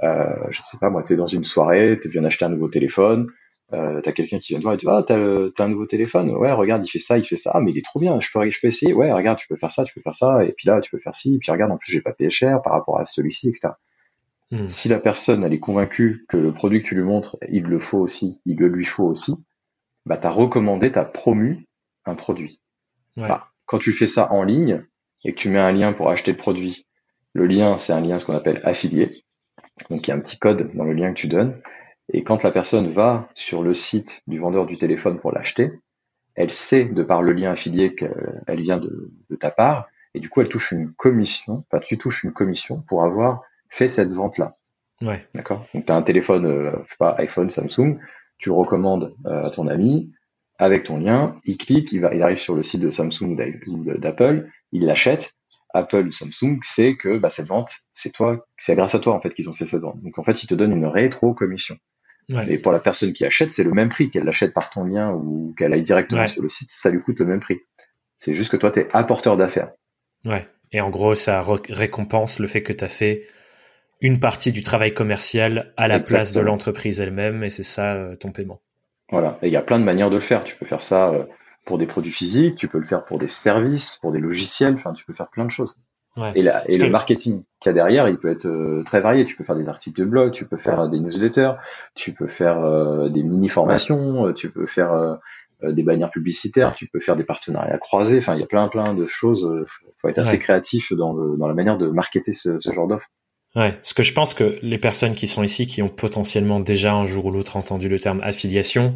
Je sais pas, moi, t'es dans une soirée, t'es viens d'acheter un nouveau téléphone, t'as quelqu'un qui vient te voir et tu dis, ah, t'as un nouveau téléphone? Ouais, regarde, il fait ça, ah, mais il est trop bien, je peux essayer? Ouais, regarde, tu peux faire ça, et puis là, tu peux faire ci, et puis regarde, en plus, j'ai pas payé cher par rapport à celui-ci, etc. Hmm. Si la personne, elle est convaincue que le produit que tu lui montres, il le faut aussi, il le lui faut aussi, t'as recommandé, t'as promu un produit. Ouais. Quand tu fais ça en ligne et que tu mets un lien pour acheter le produit, le lien, c'est un lien ce qu'on appelle affilié. Donc, il y a un petit code dans le lien que tu donnes. Et quand la personne va sur le site du vendeur du téléphone pour l'acheter, elle sait, de par le lien affilié, qu'elle vient de ta part. Et du coup, elle touche une commission. Enfin, tu touches une commission pour avoir fait cette vente-là. Ouais. D'accord? Donc, tu as un téléphone, je sais pas, iPhone, Samsung. Tu le recommandes à ton ami avec ton lien. Il clique, il arrive sur le site de Samsung ou d'Apple. Il l'achète. Apple ou Samsung sait que cette vente, c'est grâce à toi en fait qu'ils ont fait cette vente. Donc en fait, ils te donnent une rétro-commission. Ouais. Mais pour la personne qui achète, c'est le même prix, qu'elle l'achète par ton lien ou qu'elle aille directement Ouais. sur le site, ça lui coûte le même prix. C'est juste que toi, tu es apporteur d'affaires. Ouais. Et en gros, ça récompense le fait que tu as fait une partie du travail commercial à la place de Exactement. l'entreprise elle-même, et c'est ça ton paiement. Voilà. Et il y a plein de manières de le faire. Tu peux faire ça pour des produits physiques, tu peux le faire pour des services, pour des logiciels, enfin, tu peux faire plein de choses. Ouais. Et Parce le que, marketing qu'il y a derrière, il peut être très varié. Tu peux faire des articles de blog, tu peux faire des newsletters, tu peux faire des mini-formations, tu peux faire des bannières publicitaires, tu peux faire des partenariats croisés. Enfin, il y a plein de choses. Faut être assez ouais. créatif dans la manière de marketer ce genre d'offre. Ouais. Parce que je pense que les personnes qui sont ici, qui ont potentiellement déjà un jour ou l'autre entendu le terme affiliation,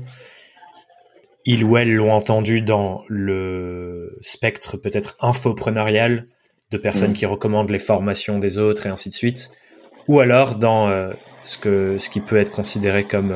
ils ou elles l'ont entendu dans le spectre peut-être infopreneurial de personnes Mm. qui recommandent les formations des autres et ainsi de suite, ou alors dans ce qui peut être considéré comme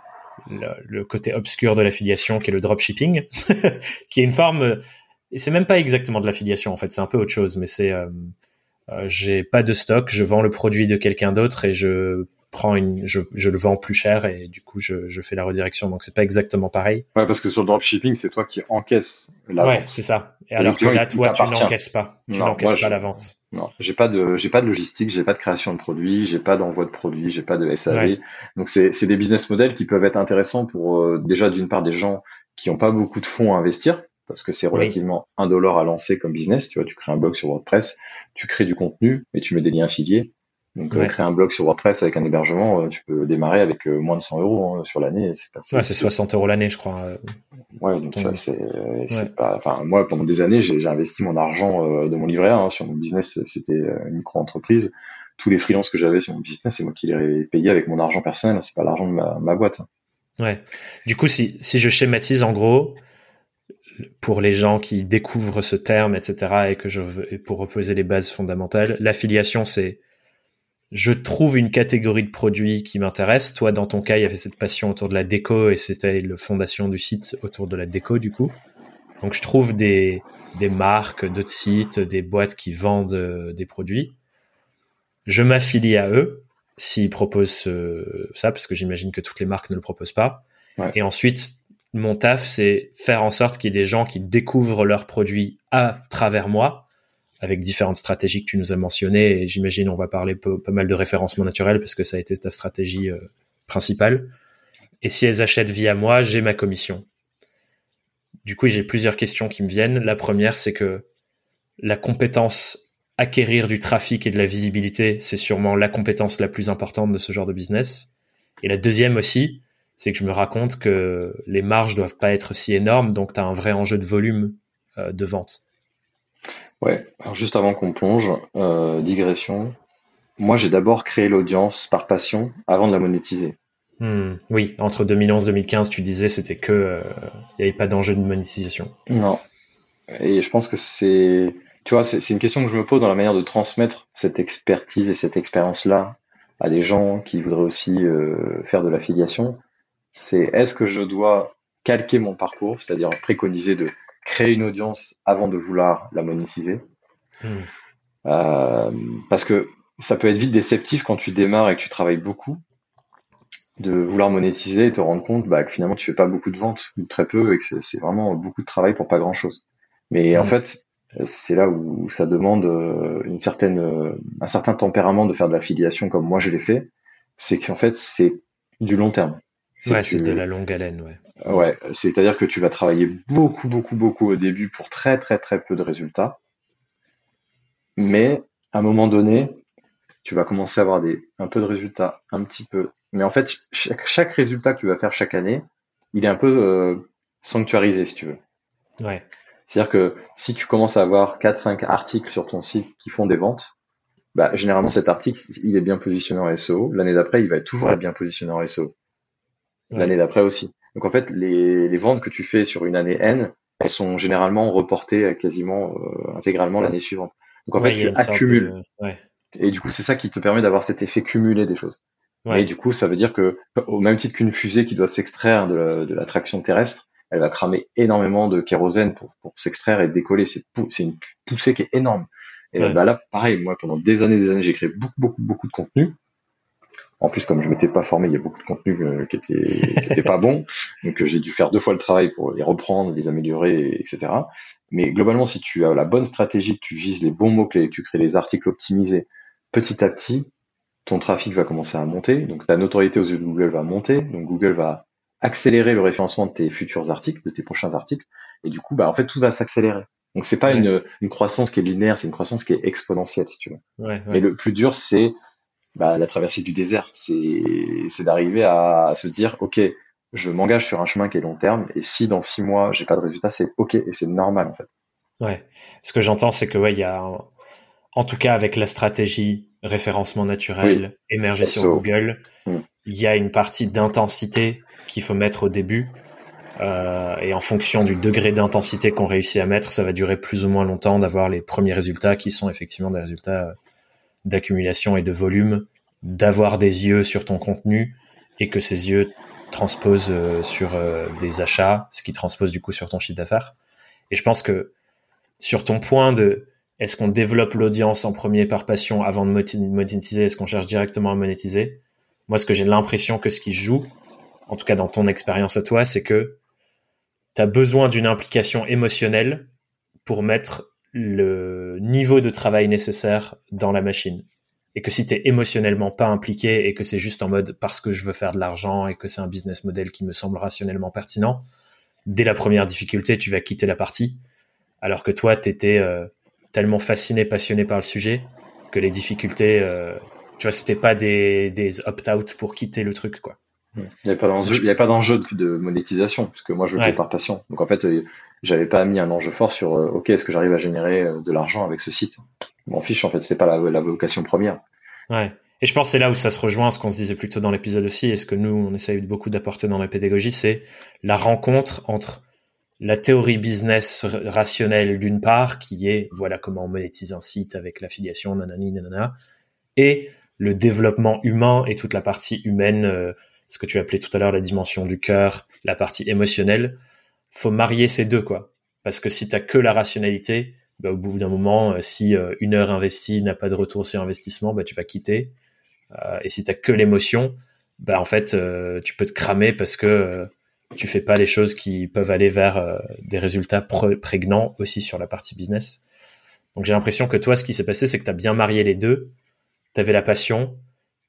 le côté obscur de l'affiliation, qui est le dropshipping, qui est une forme, et c'est même pas exactement de l'affiliation en fait, c'est un peu autre chose, mais c'est j'ai pas de stock, je vends le produit de quelqu'un d'autre et je je le vends plus cher et du coup je fais la redirection. Donc c'est pas exactement pareil. Ouais, parce que sur le dropshipping, c'est toi qui encaisses la Ouais, vente. c'est ça. Et Et le alors que client, là, il toi, tu t'appartient. n'encaisses pas. Tu Non, moi, n'encaisses pas la vente. non, j'ai pas de logistique, j'ai pas de création de produits, j'ai pas d'envoi de produits, j'ai pas de SAV. Ouais, Donc c'est des business models qui peuvent être intéressants pour déjà d'une part des gens qui ont pas beaucoup de fonds à investir parce que c'est oui, relativement $1 à lancer comme business. Tu vois, tu crées un blog sur WordPress, tu crées du contenu et tu mets des liens affiliés. Donc ouais. créer un blog sur WordPress avec un hébergement, tu peux démarrer avec moins de 100 euros sur l'année. C'est pas, Ouais, c'est 60 € l'année, je crois. Ouais, donc ça Ton... Ouais, c'est pas. Enfin, moi pendant des années, j'ai investi mon argent de mon livret A sur mon business. C'était une micro-entreprise. Tous les freelances que j'avais sur mon business, c'est moi qui les payais avec mon argent personnel. C'est pas l'argent de ma boîte. ouais. Du coup, si je schématise en gros, pour les gens qui découvrent ce terme, etc., et pour reposer les bases fondamentales, l'affiliation, c'est je trouve une catégorie de produits qui m'intéresse. Toi, dans ton cas, il y avait cette passion autour de la déco et c'était la fondation du site autour de la déco, du coup. Donc, je trouve des marques, d'autres sites, des boîtes qui vendent des produits. Je m'affilie à eux s'ils proposent ça, parce que j'imagine que toutes les marques ne le proposent pas. Ouais, Et ensuite, mon taf, c'est faire en sorte qu'il y ait des gens qui découvrent leurs produits à travers moi, avec différentes stratégies que tu nous as mentionnées. Et j'imagine on va parler pas mal de référencement naturel, parce que ça a été ta stratégie principale. Et si elles achètent via moi, j'ai ma commission. Du coup, j'ai plusieurs questions qui me viennent. La première, c'est que la compétence acquérir du trafic et de la visibilité, c'est sûrement la compétence la plus importante de ce genre de business. Et la deuxième aussi, c'est que je me raconte que les marges doivent pas être si énormes, donc tu as un vrai enjeu de volume de vente. ouais. Alors juste avant qu'on plonge, digression. Moi, j'ai d'abord créé l'audience par passion avant de la monétiser. Oui, entre 2011 et 2015, tu disais c'était que il n'y avait pas d'enjeu de monétisation. Non. Et je pense que tu vois, c'est une question que je me pose dans la manière de transmettre cette expertise et cette expérience-là à des gens qui voudraient aussi faire de l'affiliation. C'est est-ce que je dois calquer mon parcours, c'est-à-dire préconiser de créer une audience avant de vouloir la monétiser, Hmm. euh, parce que ça peut être vite déceptif quand tu démarres et que tu travailles beaucoup de vouloir monétiser et te rendre compte que finalement tu fais pas beaucoup de ventes ou très peu et que c'est vraiment beaucoup de travail pour pas grand-chose. Mais en Hmm. fait, c'est là où ça demande un certain tempérament de faire de l'affiliation comme moi je l'ai fait. C'est qu'en fait c'est du long terme. C'est que Ouais, c'est de la longue haleine, ouais. Hmm. ouais, c'est-à-dire que tu vas travailler beaucoup, beaucoup, beaucoup au début pour très, très, très peu de résultats. Mais à un moment donné, tu vas commencer à avoir un peu de résultats, un petit peu. Mais en fait, chaque résultat que tu vas faire chaque année, il est un peu sanctuarisé, si tu veux. Ouais, C'est-à-dire que si tu commences à avoir 4-5 articles sur ton site qui font des ventes, généralement cet article, il est bien positionné en SEO. L'année d'après, il va toujours être bien positionné en SEO. L'année ouais. d'après aussi. Donc en fait, les ventes que tu fais sur une année N, elles sont généralement reportées quasiment intégralement l'année suivante. Donc en fait, Ouais, il y a tu une sorte accumules. de... Ouais, Et du coup, c'est ça qui te permet d'avoir cet effet cumulé des choses. Mais ouais, du coup, ça veut dire que, au même titre qu'une fusée qui doit s'extraire de la traction terrestre, elle va cramer énormément de kérosène pour s'extraire et décoller. C'est une poussée qui est énorme. Et ouais, là, pareil, moi, pendant des années, j'ai créé beaucoup, beaucoup, beaucoup de contenu. En plus, comme je m'étais pas formé, il y a beaucoup de contenus qui étaient pas bons. Donc, j'ai dû faire 2 fois le travail pour les reprendre, les améliorer, etc. Mais globalement, si tu as la bonne stratégie, que tu vises les bons mots-clés, que tu crées les articles optimisés, petit à petit, ton trafic va commencer à monter, donc ta notoriété aux yeux de Google va monter, donc Google va accélérer le référencement de tes futurs articles, de tes prochains articles, et du coup, en fait, tout va s'accélérer. Donc c'est pas ouais, une croissance qui est linéaire, c'est une croissance qui est exponentielle, si tu veux. ouais, Mais ouais. le plus dur, c'est la traversée du désert, c'est d'arriver à se dire, ok, je m'engage sur un chemin qui est long terme, et si dans 6 mois j'ai pas de résultat, c'est ok et c'est normal en fait. Ouais. Ce que j'entends, c'est que ouais, il y a en tout cas avec la stratégie référencement Oui, naturel émergé sur SEO. Google, Hmm. il y a une partie d'intensité qu'il faut mettre au début. Et en fonction du degré d'intensité qu'on réussit à mettre, ça va durer plus ou moins longtemps d'avoir les premiers résultats qui sont effectivement des résultats d'accumulation et de volume, d'avoir des yeux sur ton contenu et que ces yeux transposent sur des achats, ce qui transpose du coup sur ton chiffre d'affaires. Et je pense que sur ton point de est-ce qu'on développe l'audience en premier par passion avant de monétiser, est-ce qu'on cherche directement à monétiser, Moi, ce que j'ai l'impression que ce qui joue, en tout cas dans ton expérience à toi, c'est que tu as besoin d'une implication émotionnelle pour mettre le niveau de travail nécessaire dans la machine. Et que si t'es émotionnellement pas impliqué et que c'est juste en mode parce que je veux faire de l'argent et que c'est un business model qui me semble rationnellement pertinent, dès la première difficulté, tu vas quitter la partie. Alors que toi, t'étais tellement fasciné, passionné par le sujet que les difficultés, tu vois, c'était pas des opt-out pour quitter le truc, quoi. Il n'y avait pas d'enjeu de monétisation, parce que moi je le faisais par passion. Donc en fait, j'avais pas mis un enjeu fort sur OK, est-ce que j'arrive à générer de l'argent avec ce site? Je m'en fiche en fait, c'est pas la vocation première. Ouais. Et je pense que c'est là où ça se rejoint, ce qu'on se disait plus tôt dans l'épisode aussi, et ce que nous, on essaye beaucoup d'apporter dans la pédagogie, c'est la rencontre entre la théorie business rationnelle d'une part, qui est voilà comment on monétise un site avec l'affiliation, nanani, nanana, et le développement humain et toute la partie humaine, ce que tu appelais tout à l'heure la dimension du cœur, la partie émotionnelle. Faut marier ces deux, quoi. Parce que si t'as que la rationalité, bah, au bout d'un moment, si une heure investie n'a pas de retour sur investissement, bah, tu vas quitter. Et si t'as que l'émotion, bah, en fait, tu peux te cramer parce que tu fais pas les choses qui peuvent aller vers des résultats prégnants aussi sur la partie business. Donc j'ai l'impression que toi, ce qui s'est passé, c'est que t'as bien marié les deux. T'avais la passion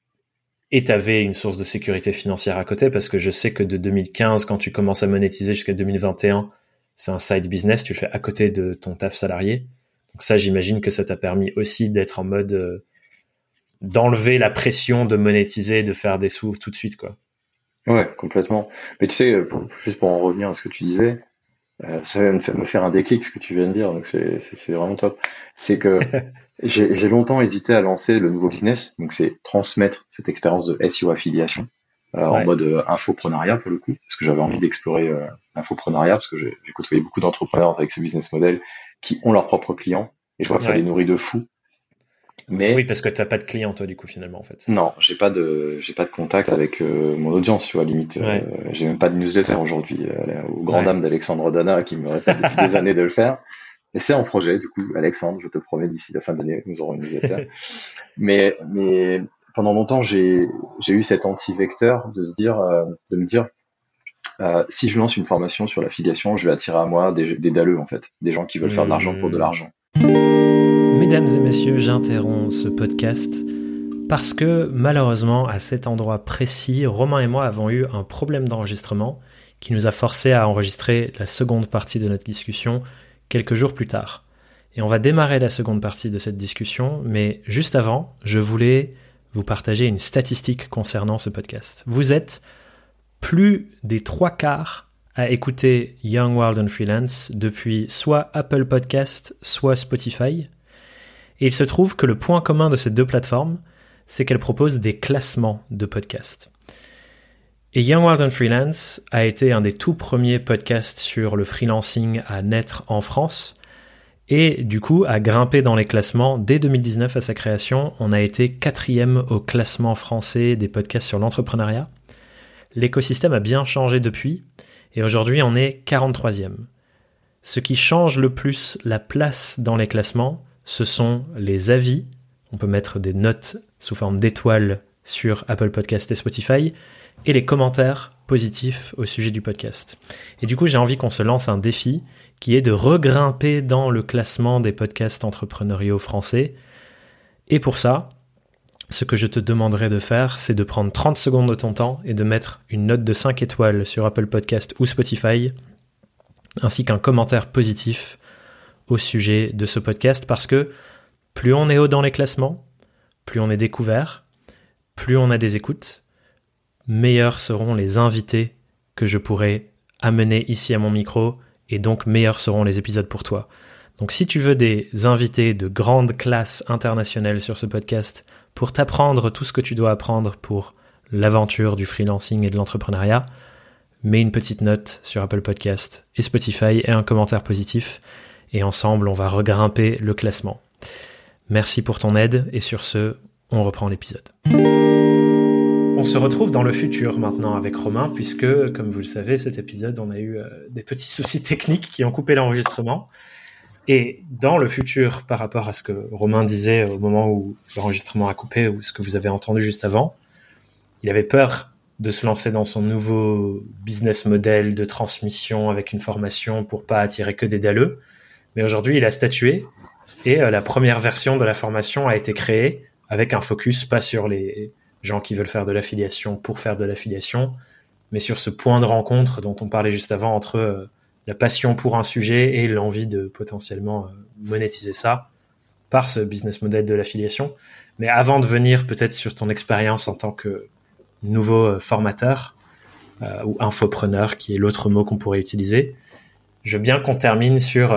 et t'avais une source de sécurité financière à côté, parce que je sais que de 2015, quand tu commences à monétiser jusqu'à 2021, c'est un side business, tu le fais à côté de ton taf salarié. Donc ça, j'imagine que ça t'a permis aussi d'être en mode d'enlever la pression de monétiser, de faire des sous tout de suite, quoi. Ouais, complètement. Mais tu sais, juste pour en revenir à ce que tu disais, ça va me faire un déclic ce que tu viens de dire, donc c'est vraiment top. C'est que j'ai longtemps hésité à lancer le nouveau business, donc c'est transmettre cette expérience de SEO affiliation en mode infoprenariat pour le coup, parce que j'avais envie d'explorer l'infoprenariat, parce que j'ai côtoyé beaucoup d'entrepreneurs avec ce business model qui ont leurs propres clients, et je vois que ça les nourrit de fou. Mais oui, parce que t'as pas de clients, toi, du coup, finalement, en fait. non, j'ai pas de contact avec mon audience, tu vois, limite. J'ai même pas de newsletter aujourd'hui, au grand dam d'Alexandre Dana qui me répète depuis des années de le faire. Et c'est en projet, du coup, Alexandre, je te promets, d'ici la fin de l'année, nous aurons une newsletter. mais pendant longtemps, j'ai eu cet anti-vecteur de me dire, si je lance une formation sur l'affiliation, je vais attirer à moi des dalleux, en fait, des gens qui veulent faire de l'argent pour de l'argent. Mesdames et messieurs, j'interromps ce podcast parce que malheureusement, à cet endroit précis, Romain et moi avons eu un problème d'enregistrement qui nous a forcé à enregistrer la seconde partie de notre discussion quelques jours plus tard. Et on va démarrer la seconde partie de cette discussion, mais juste avant, je voulais vous partager une statistique concernant ce podcast. Vous êtes plus des 3/4 à écouter Young Wild and Freelance depuis soit Apple Podcast, soit Spotify. Et il se trouve que le point commun de ces deux plateformes, c'est qu'elles proposent des classements de podcasts. Et Young Wild and Freelance a été un des tout premiers podcasts sur le freelancing à naître en France, et du coup a grimpé dans les classements dès 2019 à sa création. On a été 4e au classement français des podcasts sur l'entrepreneuriat. L'écosystème a bien changé depuis, et aujourd'hui on est 43e. Ce qui change le plus la place dans les classements, ce sont les avis. On peut mettre des notes sous forme d'étoiles sur Apple Podcast et Spotify, et les commentaires positifs au sujet du podcast. Et du coup, j'ai envie qu'on se lance un défi qui est de regrimper dans le classement des podcasts entrepreneuriaux français. Et pour ça, ce que je te demanderai de faire, c'est de prendre 30 secondes de ton temps et de mettre une note de 5 étoiles sur Apple Podcast ou Spotify, ainsi qu'un commentaire positif au sujet de ce podcast, parce que plus on est haut dans les classements, plus on est découvert, plus on a des écoutes, meilleurs seront les invités que je pourrai amener ici à mon micro, et donc meilleurs seront les épisodes pour toi. Donc si tu veux des invités de grande classe internationale sur ce podcast pour t'apprendre tout ce que tu dois apprendre pour l'aventure du freelancing et de l'entrepreneuriat, mets une petite note sur Apple Podcast et Spotify et un commentaire positif, et ensemble on va regrimper le classement. Merci pour ton aide, et sur ce, on reprend l'épisode. On se retrouve dans le futur maintenant avec Romain, puisque, comme vous le savez, cet épisode, on a eu des petits soucis techniques qui ont coupé l'enregistrement. Et dans le futur, par rapport à ce que Romain disait au moment où l'enregistrement a coupé, ou ce que vous avez entendu juste avant, il avait peur de se lancer dans son nouveau business model de transmission avec une formation pour pas attirer que des dalleux. Mais aujourd'hui, il a statué et la première version de la formation a été créée avec un focus pas sur les gens qui veulent faire de l'affiliation pour faire de l'affiliation, mais sur ce point de rencontre dont on parlait juste avant entre la passion pour un sujet et l'envie de potentiellement monétiser ça par ce business model de l'affiliation. Mais avant de venir peut-être sur ton expérience en tant que nouveau formateur ou infopreneur, qui est l'autre mot qu'on pourrait utiliser, je veux bien qu'on termine sur...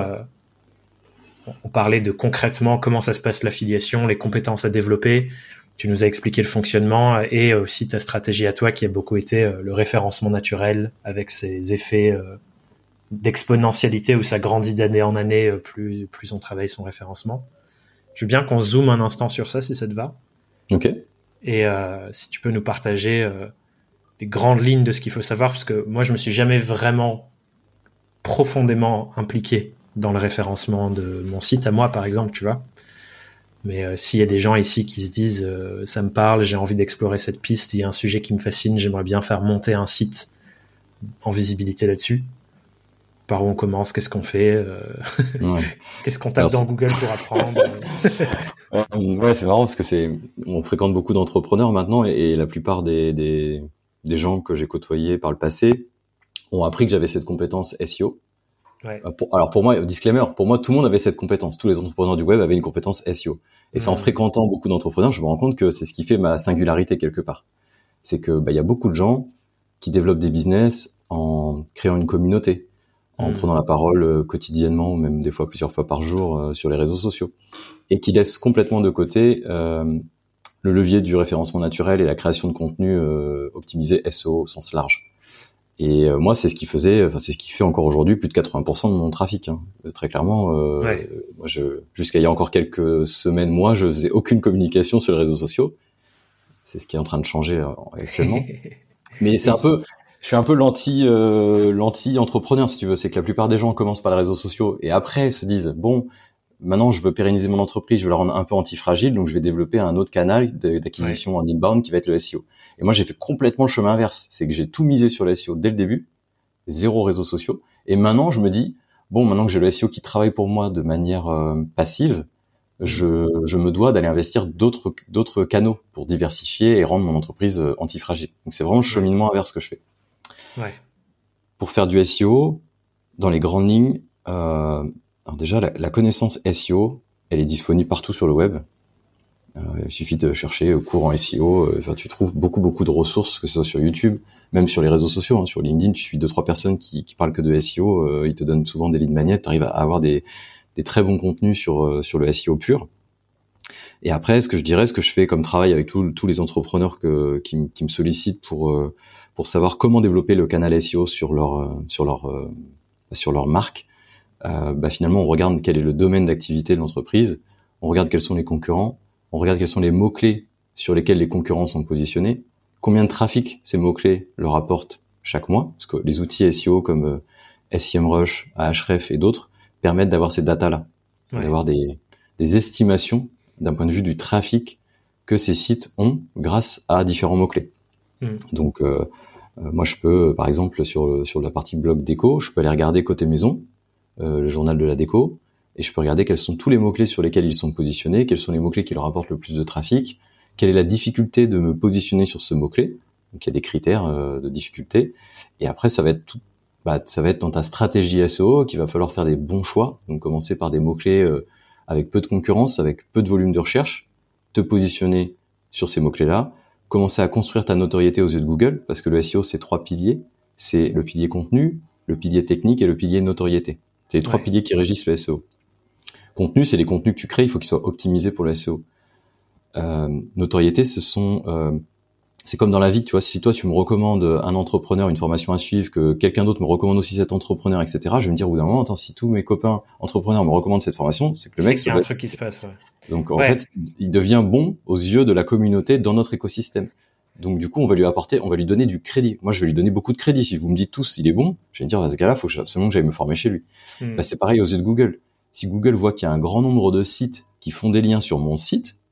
on parlait de concrètement comment ça se passe l'affiliation, les compétences à développer. Tu nous as expliqué le fonctionnement et aussi ta stratégie à toi qui a beaucoup été le référencement naturel avec ses effets d'exponentialité où ça grandit d'année en année plus on travaille son référencement. Je veux bien qu'on zoome un instant sur ça si ça te va. Ok. Et si tu peux nous partager les grandes lignes de ce qu'il faut savoir, parce que moi je me suis jamais vraiment profondément impliqué dans le référencement de mon site à moi par exemple, tu vois. Mais s'il y a des gens ici qui se disent ça me parle, j'ai envie d'explorer cette piste, il y a un sujet qui me fascine, j'aimerais bien faire monter un site en visibilité là-dessus. Par où on commence, qu'est-ce qu'on fait, Ouais. qu'est-ce qu'on tape dans Google pour apprendre. Ouais, c'est marrant parce que on fréquente beaucoup d'entrepreneurs maintenant et la plupart des gens que j'ai côtoyés par le passé ont appris que j'avais cette compétence SEO. Ouais. Alors pour moi, disclaimer, pour moi tout le monde avait cette compétence. Tous les entrepreneurs du web avaient une compétence SEO. Et c'est en fréquentant beaucoup d'entrepreneurs, je me rends compte que c'est ce qui fait ma singularité quelque part. C'est que il y a beaucoup de gens qui développent des business en créant une communauté, en prenant la parole quotidiennement ou même des fois plusieurs fois par jour sur les réseaux sociaux, et qui laissent complètement de côté le levier du référencement naturel et la création de contenu optimisé SEO au sens large. Et moi, c'est ce qui fait encore aujourd'hui plus de 80% de mon trafic. Hein. Très clairement, Ouais. moi, jusqu'à il y a encore quelques semaines, moi, je faisais aucune communication sur les réseaux sociaux. C'est ce qui est en train de changer actuellement. Mais je suis un peu l'anti-entrepreneur, si tu veux. C'est que la plupart des gens commencent par les réseaux sociaux et après se disent, bon, maintenant, je veux pérenniser mon entreprise, je veux la rendre un peu antifragile, donc je vais développer un autre canal d'acquisition en inbound qui va être le SEO. Et moi, j'ai fait complètement le chemin inverse. C'est que j'ai tout misé sur le SEO dès le début, 0 réseaux sociaux. Et maintenant, je me dis, bon, maintenant que j'ai le SEO qui travaille pour moi de manière passive, je me dois d'aller investir d'autres canaux pour diversifier et rendre mon entreprise antifragile. Donc, c'est vraiment le cheminement inverse que je fais. Ouais. Pour faire du SEO, dans les grandes lignes, alors déjà, la connaissance SEO, elle est disponible partout sur le web. Il suffit de chercher cours en SEO. Tu trouves beaucoup de ressources, que ce soit sur YouTube, même sur les réseaux sociaux. Hein. Sur LinkedIn, tu suis 2-3 personnes qui parlent que de SEO. Ils te donnent souvent des leads magnets. Tu arrives à avoir des très bons contenus sur le SEO pur. Et après, ce que je fais comme travail avec tous les entrepreneurs qui me sollicitent pour savoir comment développer le canal SEO sur leur marque. Finalement, on regarde quel est le domaine d'activité de l'entreprise, on regarde quels sont les concurrents, on regarde quels sont les mots-clés sur lesquels les concurrents sont positionnés, combien de trafic ces mots-clés leur apportent chaque mois, parce que les outils SEO comme SEMrush, Ahref et d'autres permettent d'avoir ces datas-là, d'avoir des estimations d'un point de vue du trafic que ces sites ont grâce à différents mots-clés. Donc, moi, je peux, par exemple, sur la partie blog déco, je peux aller regarder côté maison, le journal de la déco, et je peux regarder quels sont tous les mots-clés sur lesquels ils sont positionnés, quels sont les mots-clés qui leur apportent le plus de trafic, quelle est la difficulté de me positionner sur ce mot-clé. Donc il y a des critères de difficulté, et après ça va être dans ta stratégie SEO qu'il va falloir faire des bons choix, donc commencer par des mots-clés avec peu de concurrence, avec peu de volume de recherche, te positionner sur ces mots-clés-là, commencer à construire ta notoriété aux yeux de Google, parce que le SEO c'est 3 piliers, c'est le pilier contenu, le pilier technique et le pilier notoriété. C'est les 3 piliers qui régissent le SEO. Contenu, c'est les contenus que tu crées, il faut qu'ils soient optimisés pour le SEO. Notoriété, c'est comme dans la vie, tu vois, si toi tu me recommandes un entrepreneur, une formation à suivre, que quelqu'un d'autre me recommande aussi cet entrepreneur, etc., je vais me dire au bout d'un moment, attends, si tous mes copains entrepreneurs me recommandent cette formation, c'est que le mec... C'est qu'il y a un truc qui se passe, ouais. Donc en fait, il devient bon aux yeux de la communauté dans notre écosystème. Donc du coup, on va lui donner du crédit. Moi, je vais lui donner beaucoup de crédit. Si vous me dites tous, il est bon, je vais me dire, dans ce cas-là, il faut absolument que j'aille me former chez lui. C'est pareil aux yeux de Google. Si Google voit qu'il y a un grand nombre de sites qui font des liens sur mon site,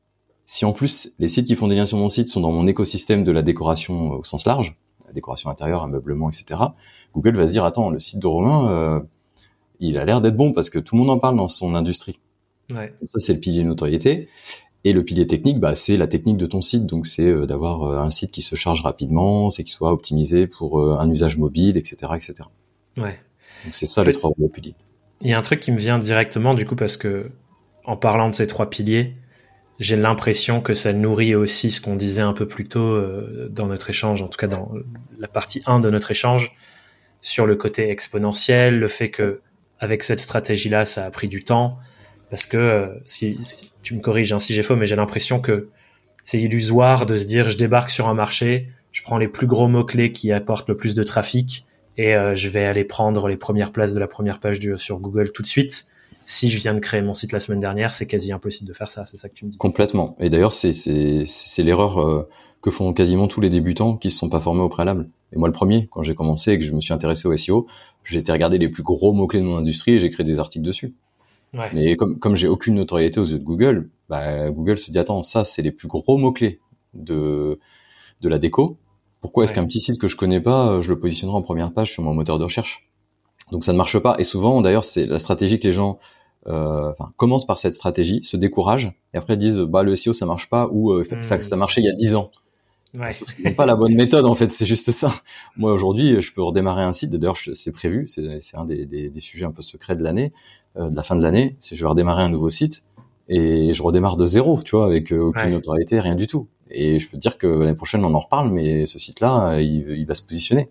Si en plus les sites qui font des liens sur mon site sont dans mon écosystème de la décoration au sens large, la décoration intérieure, ameublement, etc., Google va se dire attends, le site de Romain, il a l'air d'être bon parce que tout le monde en parle dans son industrie. Ouais. Donc ça, c'est le pilier notoriété. Et le pilier technique, c'est la technique de ton site. Donc c'est d'avoir un site qui se charge rapidement, c'est qu'il soit optimisé pour un usage mobile, etc., etc. Ouais. Donc c'est ça les 3 gros piliers. Il y a un truc qui me vient directement du coup parce que en parlant de ces 3 piliers, j'ai l'impression que ça nourrit aussi ce qu'on disait un peu plus tôt dans notre échange, en tout cas dans la partie 1 de notre échange, sur le côté exponentiel, le fait que avec cette stratégie-là, ça a pris du temps, parce que si tu me corriges si j'ai faux, mais j'ai l'impression que c'est illusoire de se dire je débarque sur un marché, je prends les plus gros mots-clés qui apportent le plus de trafic et je vais aller prendre les premières places de la première page sur Google tout de suite. Si je viens de créer mon site la semaine dernière, c'est quasi impossible de faire ça, c'est ça que tu me dis. Complètement. Et d'ailleurs, c'est l'erreur que font quasiment tous les débutants qui se sont pas formés au préalable. Et moi, le premier, quand j'ai commencé et que je me suis intéressé au SEO, j'ai été regarder les plus gros mots-clés de mon industrie et j'ai créé des articles dessus. Ouais. Mais comme j'ai aucune notoriété aux yeux de Google, Google se dit attends, ça c'est les plus gros mots-clés de la déco. Pourquoi est-ce qu'un petit site que je connais pas, je le positionnerai en première page sur mon moteur de recherche? Donc ça ne marche pas. Et souvent, d'ailleurs, c'est la stratégie que les gens commencent par cette stratégie, se découragent et après disent le SEO ça marche pas ou ça marchait il y a 10 ans. Ouais. C'est pas la bonne méthode en fait, c'est juste ça. Moi aujourd'hui, je peux redémarrer un site. D'ailleurs, c'est prévu, c'est un des sujets un peu secrets de l'année, de la fin de l'année. C'est je vais redémarrer un nouveau site et je redémarre de zéro, tu vois, avec aucune notoriété, rien du tout. Et je peux te dire que l'année prochaine on en reparle, mais ce site-là, il va se positionner.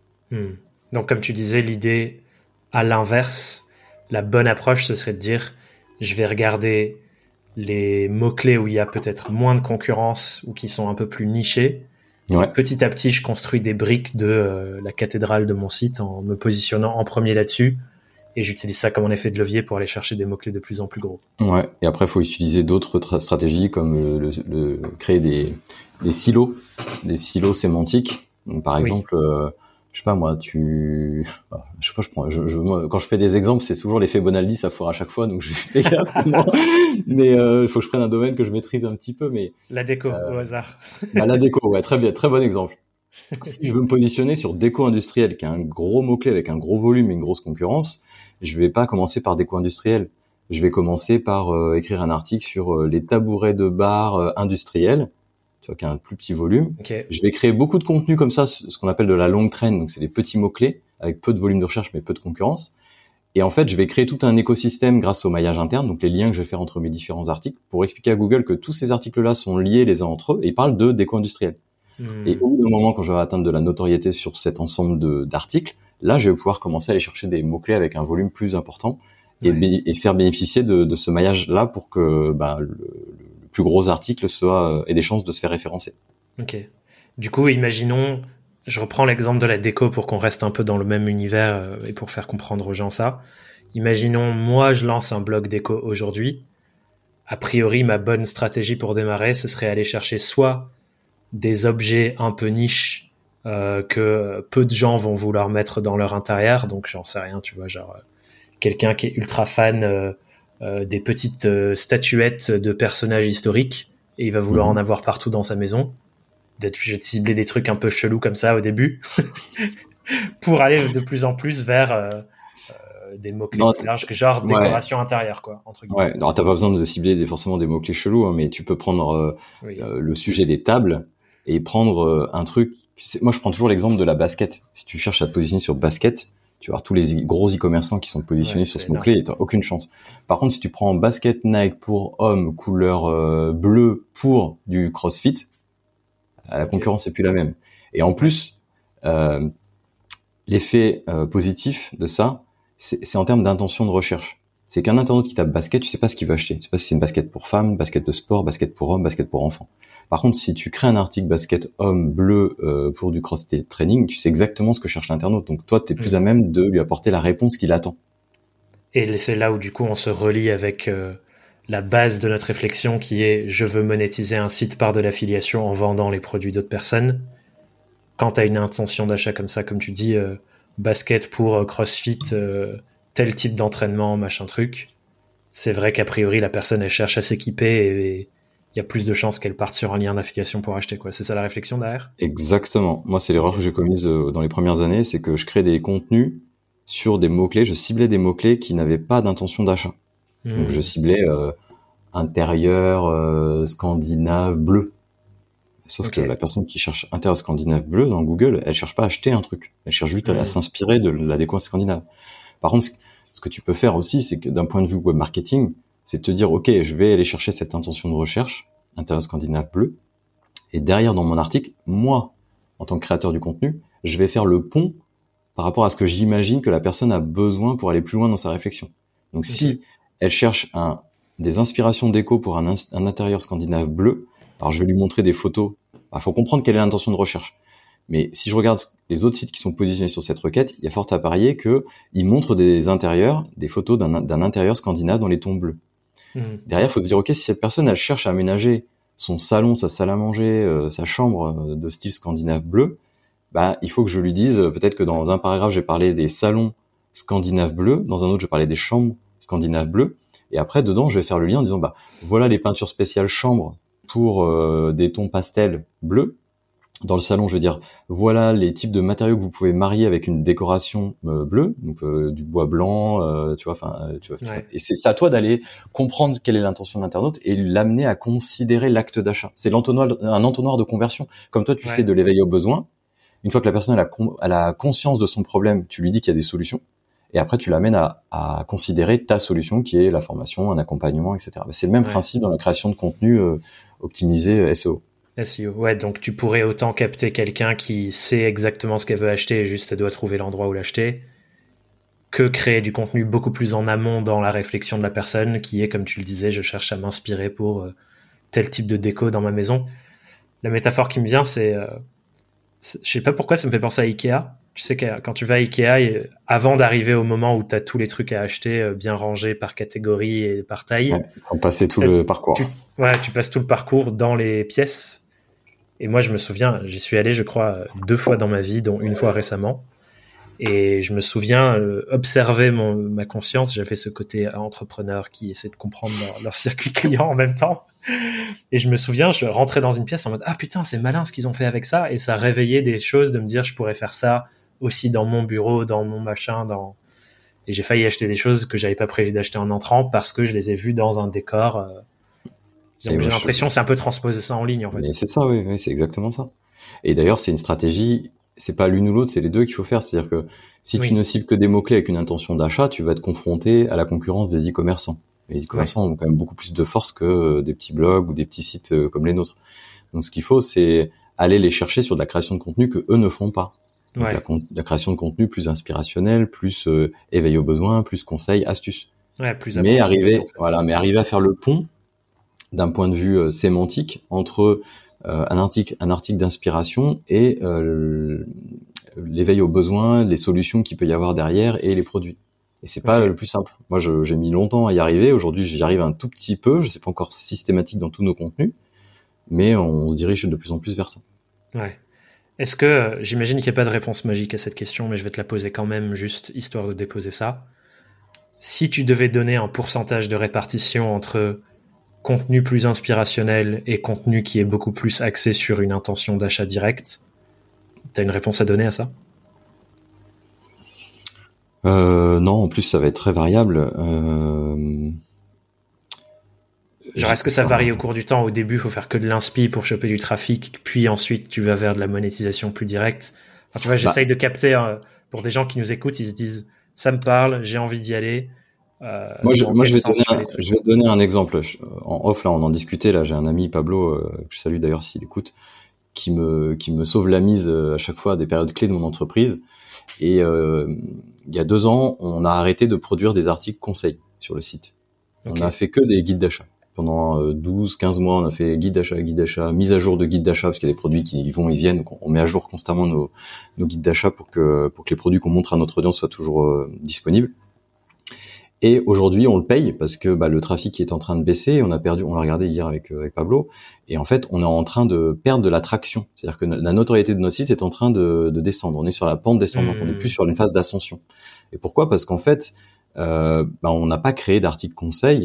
Donc comme tu disais, l'idée à l'inverse, la bonne approche, ce serait de dire je vais regarder les mots-clés où il y a peut-être moins de concurrence ou qui sont un peu plus nichés. Ouais. Petit à petit, je construis des briques de la cathédrale de mon site en me positionnant en premier là-dessus et j'utilise ça comme un effet de levier pour aller chercher des mots-clés de plus en plus gros. Ouais. Et après, il faut utiliser d'autres stratégies comme créer des silos sémantiques. Donc, par exemple, je sais pas moi, quand je fais des exemples, c'est toujours l'effet Bonaldi, ça foire à chaque fois, donc je fais gaffe. Mais il faut que je prenne un domaine que je maîtrise un petit peu. Mais la déco au hasard. La déco, ouais, très bien, très bon exemple. Si je veux me positionner sur déco industrielle, qui est un gros mot-clé avec un gros volume et une grosse concurrence, je vais pas commencer par déco industrielle. Je vais commencer par écrire un article sur les tabourets de bar industriels, tu vois, qui a un plus petit volume. Okay. Je vais créer beaucoup de contenu comme ça, ce qu'on appelle de la longue traîne, donc c'est des petits mots-clés avec peu de volume de recherche mais peu de concurrence. Et en fait, je vais créer tout un écosystème grâce au maillage interne, donc les liens que je vais faire entre mes différents articles, pour expliquer à Google que tous ces articles-là sont liés les uns entre eux et ils parlent de déco industrielle. Et au bout d'un moment, quand je vais atteindre de la notoriété sur cet ensemble d'articles, là, je vais pouvoir commencer à aller chercher des mots-clés avec un volume plus important et faire bénéficier de ce maillage-là pour que le plus gros article ait des chances de se faire référencer. Ok. Du coup, imaginons, je reprends l'exemple de la déco pour qu'on reste un peu dans le même univers et pour faire comprendre aux gens ça. Imaginons, moi, je lance un blog déco aujourd'hui. A priori, ma bonne stratégie pour démarrer, ce serait aller chercher soit des objets un peu niches que peu de gens vont vouloir mettre dans leur intérieur. Donc, j'en sais rien, tu vois, genre quelqu'un qui est ultra fan des petites statuettes de personnages historiques et il va vouloir en avoir partout dans sa maison. Je vais cibler des trucs un peu chelous comme ça au début pour aller de plus en plus vers des mots-clés plus larges, genre décoration intérieure, quoi, entre guillemets. Ouais, alors t'as pas besoin de cibler forcément des mots-clés chelous, hein, mais tu peux prendre le sujet des tables et prendre un truc. Moi, je prends toujours l'exemple de la basket. Si tu cherches à te positionner sur basket, tu vas voir tous les gros e-commerçants qui sont positionnés sur ce mot-clé et t'as aucune chance. Par contre, si tu prends basket Nike pour hommes, couleur bleue pour du CrossFit, la concurrence est plus la même. Et en plus, l'effet positif de ça, c'est en termes d'intention de recherche. C'est qu'un internaute qui tape basket, tu sais pas ce qu'il veut acheter. Tu sais pas si c'est une basket pour femmes, basket de sport, basket pour hommes, basket pour enfants. Par contre, si tu crées un article basket homme bleu pour du cross training, tu sais exactement ce que cherche l'internaute. Donc toi, tu es plus à même de lui apporter la réponse qu'il attend. Et c'est là où du coup on se relie avec la base de notre réflexion qui est je veux monétiser un site par de l'affiliation en vendant les produits d'autres personnes. Quand tu as une intention d'achat comme ça, comme tu dis, basket pour CrossFit, tel type d'entraînement, machin truc, c'est vrai qu'a priori la personne elle cherche à s'équiper il y a plus de chances qu'elle parte sur un lien d'affiliation pour acheter, quoi. C'est ça la réflexion derrière? Exactement. Moi, c'est l'erreur que j'ai commise dans les premières années, c'est que je crée des contenus sur des mots-clés, je ciblais des mots-clés qui n'avaient pas d'intention d'achat. Donc, je ciblais intérieur scandinave bleu. Sauf que la personne qui cherche intérieur scandinave bleu dans Google, elle cherche pas à acheter un truc. Elle cherche juste à s'inspirer de la déco scandinave. Par contre, ce que tu peux faire aussi, c'est que d'un point de vue web marketing, c'est de te dire, OK, je vais aller chercher cette intention de recherche, intérieur scandinave bleu. Et derrière, dans mon article, moi, en tant que créateur du contenu, je vais faire le pont par rapport à ce que j'imagine que la personne a besoin pour aller plus loin dans sa réflexion. Donc, si elle cherche des inspirations déco pour un intérieur scandinave bleu, alors je vais lui montrer des photos. Faut comprendre quelle est l'intention de recherche. Mais si je regarde les autres sites qui sont positionnés sur cette requête, il y a fort à parier qu'ils montrent des intérieurs, des photos d'un intérieur scandinave dans les tons bleus. Derrière, il faut se dire, OK, si cette personne, elle cherche à aménager son salon, sa salle à manger, sa chambre de style scandinave bleu, il faut que je lui dise, peut-être que dans un paragraphe, j'ai parlé des salons scandinaves bleus, dans un autre, je parlais des chambres scandinaves bleues, et après, dedans, je vais faire le lien en disant, voilà les peintures spéciales chambres pour des tons pastels bleus. Dans le salon, je veux dire, voilà les types de matériaux que vous pouvez marier avec une décoration bleue, donc du bois blanc, tu vois. Et c'est à toi d'aller comprendre quelle est l'intention de l'internaute et l'amener à considérer l'acte d'achat. C'est un entonnoir de conversion. Comme toi, tu fais de l'éveil au besoin. Une fois que la personne elle a conscience de son problème, tu lui dis qu'il y a des solutions. Et après, tu l'amènes à considérer ta solution, qui est la formation, un accompagnement, etc. C'est le même principe dans la création de contenu optimisé SEO. SEO, ouais, donc tu pourrais autant capter quelqu'un qui sait exactement ce qu'elle veut acheter et juste elle doit trouver l'endroit où l'acheter, que créer du contenu beaucoup plus en amont dans la réflexion de la personne, qui est, comme tu le disais, je cherche à m'inspirer pour tel type de déco dans ma maison. La métaphore qui me vient, je sais pas pourquoi ça me fait penser à Ikea. Tu sais que quand tu vas à Ikea, avant d'arriver au moment où tu as tous les trucs à acheter bien rangés par catégorie et par taille, faut passer tout le parcours. Tu passes tout le parcours dans les pièces. Et moi, je me souviens, j'y suis allé, je crois, 2 fois dans ma vie, dont une fois récemment. Et je me souviens observer ma conscience. J'avais ce côté entrepreneur qui essaie de comprendre leur circuit client en même temps. Et je me souviens, je rentrais dans une pièce en mode « Ah putain, c'est malin ce qu'ils ont fait avec ça !» Et ça réveillait des choses de me dire « Je pourrais faire ça aussi dans mon bureau, dans mon machin. » Et j'ai failli acheter des choses que j'avais pas prévu d'acheter en entrant parce que je les ai vues dans un décor. J'ai l'impression que c'est un peu transposer ça en ligne, en fait. Mais c'est ça, oui, c'est exactement ça. Et d'ailleurs, c'est une stratégie, c'est pas l'une ou l'autre, c'est les deux qu'il faut faire. C'est-à-dire que si tu ne cibles que des mots-clés avec une intention d'achat, tu vas te confronter à la concurrence des e-commerçants. Les e-commerçants ont quand même beaucoup plus de force que des petits blogs ou des petits sites comme les nôtres. Donc, ce qu'il faut, c'est aller les chercher sur de la création de contenu que eux ne font pas. Donc, la création de contenu plus inspirationnel, plus éveil aux besoins, plus conseils, astuces. Ouais, plus mais arriver à faire le pont d'un point de vue sémantique entre un article d'inspiration et l'éveil aux besoins, les solutions qu'il peut y avoir derrière et les produits. Et c'est pas le plus simple. Moi, j'ai mis longtemps à y arriver. Aujourd'hui, j'y arrive un tout petit peu. Je sais pas encore systématique dans tous nos contenus, mais on se dirige de plus en plus vers ça. Ouais. Est-ce que, j'imagine qu'il n'y a pas de réponse magique à cette question, mais je vais te la poser quand même, juste histoire de déposer ça. Si tu devais donner un pourcentage de répartition entre contenu plus inspirationnel et contenu qui est beaucoup plus axé sur une intention d'achat direct, t'as une réponse à donner à ça? Non, en plus ça va être très variable. Genre, est-ce que ça varie au cours du temps? Au début, il faut faire que de l'inspi pour choper du trafic, puis ensuite tu vas vers de la monétisation plus directe. Enfin, tu vois, j'essaye de capter pour des gens qui nous écoutent, ils se disent ça me parle, j'ai envie d'y aller. Moi, je vais te donner un exemple. En off, là, on en discutait. Là, j'ai un ami, Pablo, que je salue d'ailleurs s'il écoute, qui me sauve la mise à chaque fois à des périodes clés de mon entreprise. Et il y a 2 ans, on a arrêté de produire des articles conseils sur le site. On a fait que des guides d'achat. Pendant 12-15 mois, on a fait guide d'achat, mise à jour de guide d'achat, parce qu'il y a des produits qui vont, ils viennent. Donc on met à jour constamment nos guides d'achat pour que les produits qu'on montre à notre audience soient toujours disponibles. Et aujourd'hui, on le paye parce que le trafic est en train de baisser. On l'a regardé hier avec Pablo. Et en fait, on est en train de perdre de la traction. C'est-à-dire que la notoriété de notre site est en train de descendre. On est sur la pente descendante. On n'est plus sur une phase d'ascension. Et pourquoi? Parce qu'en fait, on n'a pas créé d'articles conseils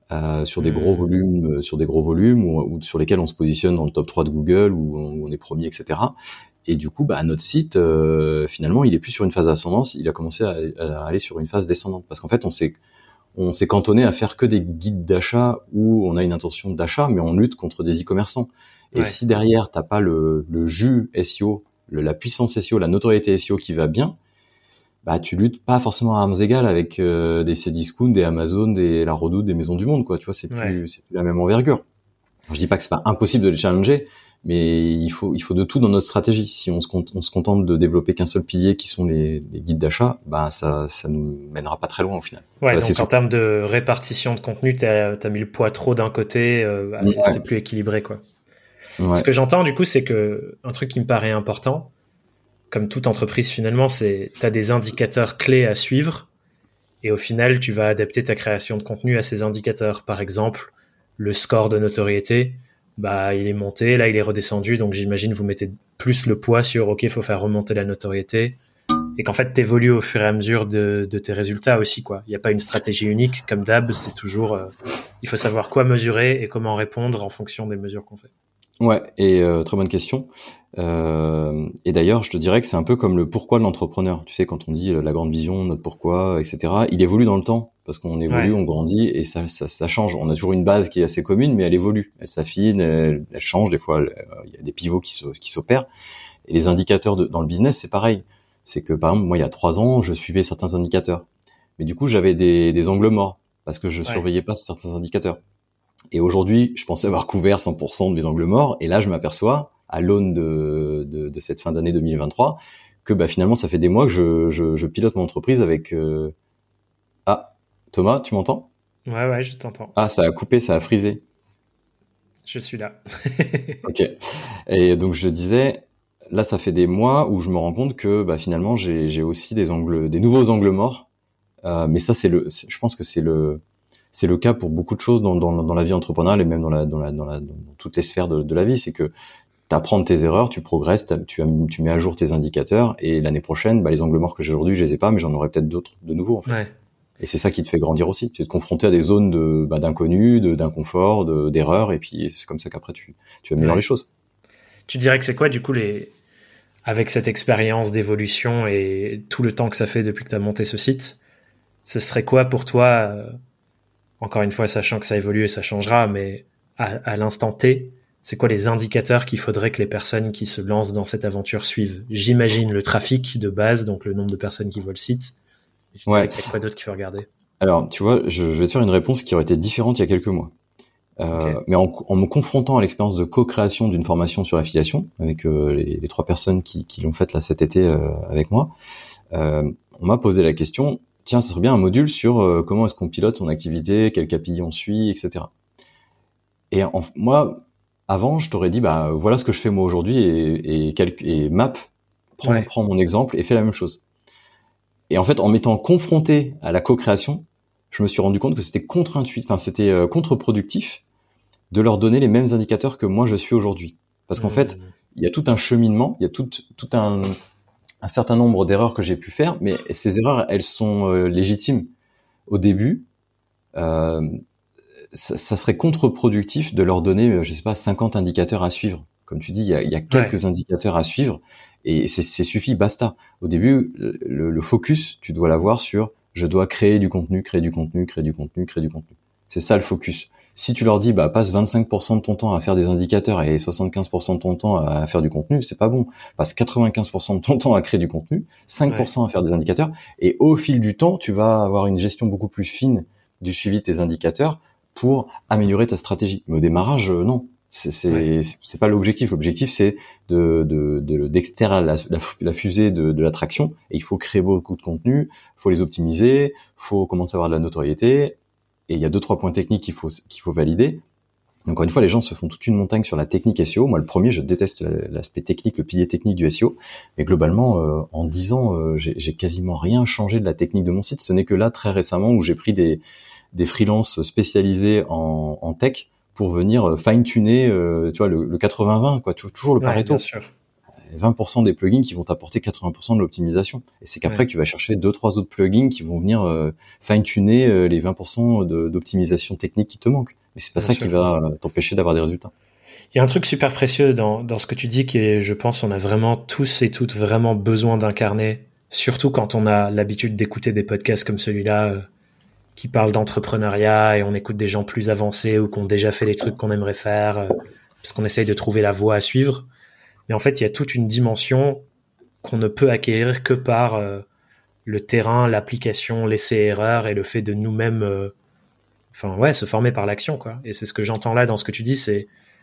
sur des gros volumes ou sur lesquels on se positionne dans le top 3 de Google où on est premier, etc. Et du coup, notre site, finalement, il est plus sur une phase d'ascendance, il a commencé à aller sur une phase descendante. Parce qu'en fait, on s'est cantonné à faire que des guides d'achat où on a une intention d'achat, mais on lutte contre des e-commerçants. Et si derrière, t'as pas le jus SEO, la puissance SEO, la notoriété SEO qui va bien, tu luttes pas forcément à armes égales avec des Cdiscount, des Amazon, la Redoute, des Maisons du Monde, quoi. Tu vois, c'est plus la même envergure. Alors, je dis pas que c'est pas impossible de les challenger, mais il faut de tout dans notre stratégie. Si on se contente de développer qu'un seul pilier qui sont les guides d'achat, ça nous mènera pas très loin au final. Ouais, donc en termes de répartition de contenu, t'as mis le poids trop d'un côté, c'était plus équilibré, quoi. Ouais. Ce que j'entends du coup, c'est que un truc qui me paraît important, comme toute entreprise finalement, c'est t'as des indicateurs clés à suivre et au final, tu vas adapter ta création de contenu à ces indicateurs. Par exemple, le score de notoriété, il est monté, là il est redescendu, donc j'imagine vous mettez plus le poids sur OK, faut faire remonter la notoriété et qu'en fait t'évolues au fur et à mesure de tes résultats aussi, quoi. Il n'y a pas une stratégie unique comme d'hab, c'est toujours il faut savoir quoi mesurer et comment répondre en fonction des mesures qu'on fait. Ouais, et très bonne question. Et d'ailleurs, je te dirais que c'est un peu comme le pourquoi de l'entrepreneur. Tu sais, quand on dit la grande vision, notre pourquoi, etc., il évolue dans le temps parce qu'on évolue, on grandit et ça change. On a toujours une base qui est assez commune, mais elle évolue, elle s'affine, elle change. Des fois, il y a des pivots qui s'opèrent. Et les indicateurs dans le business, c'est pareil. C'est que par exemple, moi, il y a 3 ans, je suivais certains indicateurs, mais du coup, j'avais des angles morts parce que je surveillais pas certains indicateurs. Et aujourd'hui, je pensais avoir couvert 100% de mes angles morts. Et là, je m'aperçois, à l'aune de cette fin d'année 2023, que finalement, ça fait des mois que je pilote mon entreprise avec... Ah, Thomas, tu m'entends ? Ouais, je t'entends. Ah, ça a coupé, ça a frisé. Je suis là. Ok. Et donc, je disais, là, ça fait des mois où je me rends compte que finalement, j'ai aussi des nouveaux angles morts. Mais ça, je pense que c'est le cas pour beaucoup de choses dans la vie entrepreneuriale et même dans toutes les sphères de la vie. C'est que t'apprends de tes erreurs, tu progresses, tu mets à jour tes indicateurs et l'année prochaine, les angles morts que j'ai aujourd'hui, je les ai pas, mais j'en aurai peut-être d'autres de nouveaux en fait. Ouais. Et c'est ça qui te fait grandir aussi. Tu es confronté à des zones d'inconnu, d'inconfort, d'erreurs, et puis c'est comme ça qu'après tu améliores les choses. Tu dirais que c'est quoi du coup avec cette expérience d'évolution et tout le temps que ça fait depuis que tu as monté ce site, ce serait quoi pour toi, encore une fois, sachant que ça évolue et ça changera, mais à l'instant T, c'est quoi les indicateurs qu'il faudrait que les personnes qui se lancent dans cette aventure suivent ? J'imagine le trafic de base, donc le nombre de personnes qui voient le site. Et tu dirais qu'il y a quoi d'autre qu'il faut regarder ? Alors, tu vois, je vais te faire une réponse qui aurait été différente il y a quelques mois. Mais en me confrontant à l'expérience de co-création d'une formation sur l'affiliation, avec les 3 personnes qui l'ont faite là cet été avec moi, on m'a posé la question... Tiens, ça serait bien un module sur comment est-ce qu'on pilote son activité, quel KPI on suit, etc. Et moi, avant, je t'aurais dit, voilà ce que je fais moi aujourd'hui et Map, prends mon exemple et fais la même chose. Et en fait, en m'étant confronté à la co-création, je me suis rendu compte que c'était c'était contre-productif de leur donner les mêmes indicateurs que moi je suis aujourd'hui. Parce qu'en fait, il y a tout un cheminement, il y a tout un certain nombre d'erreurs que j'ai pu faire, mais ces erreurs, elles sont légitimes. Au début, ça serait contre-productif de leur donner, 50 indicateurs à suivre. Comme tu dis, il y a quelques indicateurs à suivre et c'est suffit, basta. Au début, le focus, tu dois l'avoir sur je dois créer du contenu. C'est ça le focus. Si tu leur dis, passe 25% de ton temps à faire des indicateurs et 75% de ton temps à faire du contenu, c'est pas bon. Passe 95% de ton temps à créer du contenu, 5% à faire des indicateurs, et au fil du temps, tu vas avoir une gestion beaucoup plus fine du suivi de tes indicateurs pour améliorer ta stratégie. Mais au démarrage, non. C'est pas l'objectif. L'objectif, c'est d'extraire la fusée de l'attraction, et il faut créer beaucoup de contenu, faut les optimiser, faut commencer à avoir de la notoriété. Et il y a 2-3 points techniques qu'il faut valider. Encore une fois, les gens se font toute une montagne sur la technique SEO. Moi, le premier, je déteste l'aspect technique, le pilier technique du SEO. Mais globalement, en 10 ans, j'ai quasiment rien changé de la technique de mon site. Ce n'est que là, très récemment, où j'ai pris des freelances spécialisés en tech pour venir fine-tuner, tu vois, le 80-20, quoi, toujours le Pareto. Bien sûr. 20% des plugins qui vont t'apporter 80% de l'optimisation. Et c'est qu'après que tu vas chercher 2-3 autres plugins qui vont venir fine-tuner les 20% d'optimisation technique qui te manquent. Mais c'est pas ça qui va t'empêcher d'avoir des résultats. Il y a un truc super précieux dans ce que tu dis qui est, je pense, on a vraiment tous et toutes vraiment besoin d'incarner, surtout quand on a l'habitude d'écouter des podcasts comme celui-là qui parlent d'entrepreneuriat et on écoute des gens plus avancés ou qui ont déjà fait les trucs qu'on aimerait faire parce qu'on essaye de trouver la voie à suivre. Mais en fait, il y a toute une dimension qu'on ne peut acquérir que par le terrain, l'application, l'essai-erreur et le fait de nous-mêmes se former par l'action, quoi. Et c'est ce que j'entends là dans ce que tu dis, c'est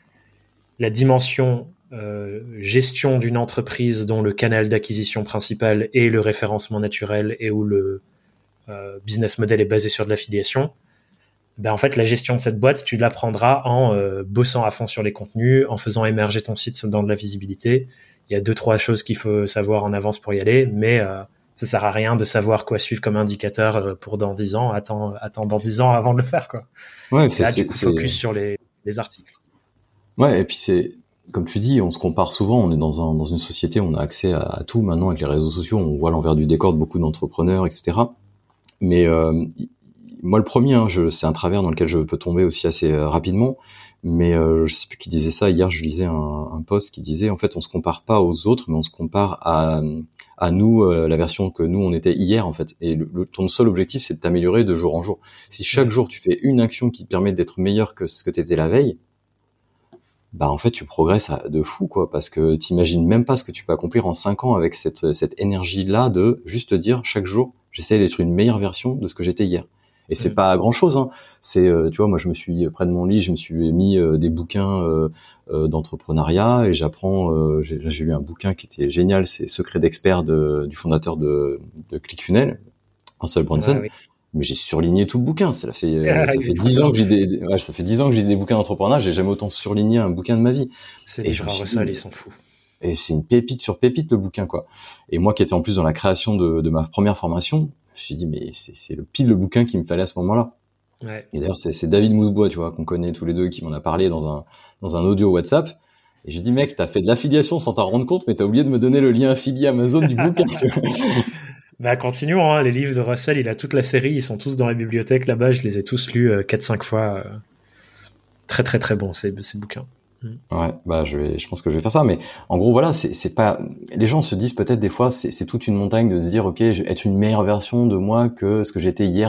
la dimension gestion d'une entreprise dont le canal d'acquisition principal est le référencement naturel et où le business model est basé sur de l'affiliation. Ben en fait, la gestion de cette boîte, tu l'apprendras en bossant à fond sur les contenus, en faisant émerger ton site dans de la visibilité. Il y a 2-3 choses qu'il faut savoir en avance pour y aller, mais ça sert à rien de savoir quoi suivre comme indicateur pour dans 10 ans. Attends dans 10 ans avant de le faire, quoi. Ouais, là, du coup, focus sur les articles. Ouais, et puis c'est, comme tu dis, on se compare souvent, on est dans une société où on a accès à tout maintenant avec les réseaux sociaux, on voit l'envers du décor de beaucoup d'entrepreneurs, etc. Mais moi le premier, c'est un travers dans lequel je peux tomber aussi assez rapidement, mais je sais plus qui disait ça, hier je lisais un post qui disait, en fait on se compare pas aux autres, mais on se compare à nous, la version que nous on était hier en fait, et ton seul objectif c'est de t'améliorer de jour en jour. Si chaque jour tu fais une action qui te permet d'être meilleur que ce que t'étais la veille, bah en fait tu progresses de fou, quoi, parce que t'imagines même pas ce que tu peux accomplir en 5 ans avec cette énergie là de juste te dire chaque jour j'essaie d'être une meilleure version de ce que j'étais hier. Et c'est pas grand chose, hein. C'est tu vois, moi je me suis près de mon lit, je me suis mis des bouquins d'entrepreneuriat et j'apprends j'ai lu un bouquin qui était génial, c'est Secret d'expert du fondateur de ClickFunnels, Russell Brunson. Oui. Mais j'ai surligné tout le bouquin. Ça fait 10 ans que ça fait 10 ans que j'ai des bouquins d'entrepreneuriat. J'ai jamais autant surligné un bouquin de ma vie. C'est les gens Russell, ils sont fous. Et c'est une pépite sur pépite, le bouquin, quoi. Et moi, qui étais en plus dans la création de ma première formation, je me suis dit, mais c'est pile le bouquin qu'il me fallait à ce moment-là. Ouais. Et d'ailleurs, c'est David Mousebois, tu vois, qu'on connaît tous les deux, qui m'en a parlé dans un audio WhatsApp. Et je dis, mec, t'as fait de l'affiliation sans t'en rendre compte, mais t'as oublié de me donner le lien affilié Amazon du bouquin, tu vois. Bah, continuons, hein. Les livres de Russell, il a toute la série, ils sont tous dans la bibliothèque là-bas, je les ai tous lus 4-5 fois. Très très très bon ces bouquins. Ouais, bah je pense que je vais faire ça, mais en gros voilà, c'est pas, les gens se disent peut-être des fois c'est toute une montagne de se dire ok, je vais être une meilleure version de moi que ce que j'étais hier,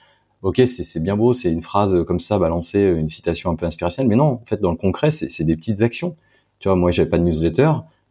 c'est bien beau, c'est une phrase comme ça balancée, une citation un peu inspirationnelle, mais non, en fait dans le concret c'est des petites actions. Tu vois, moi j'avais pas de newsletter,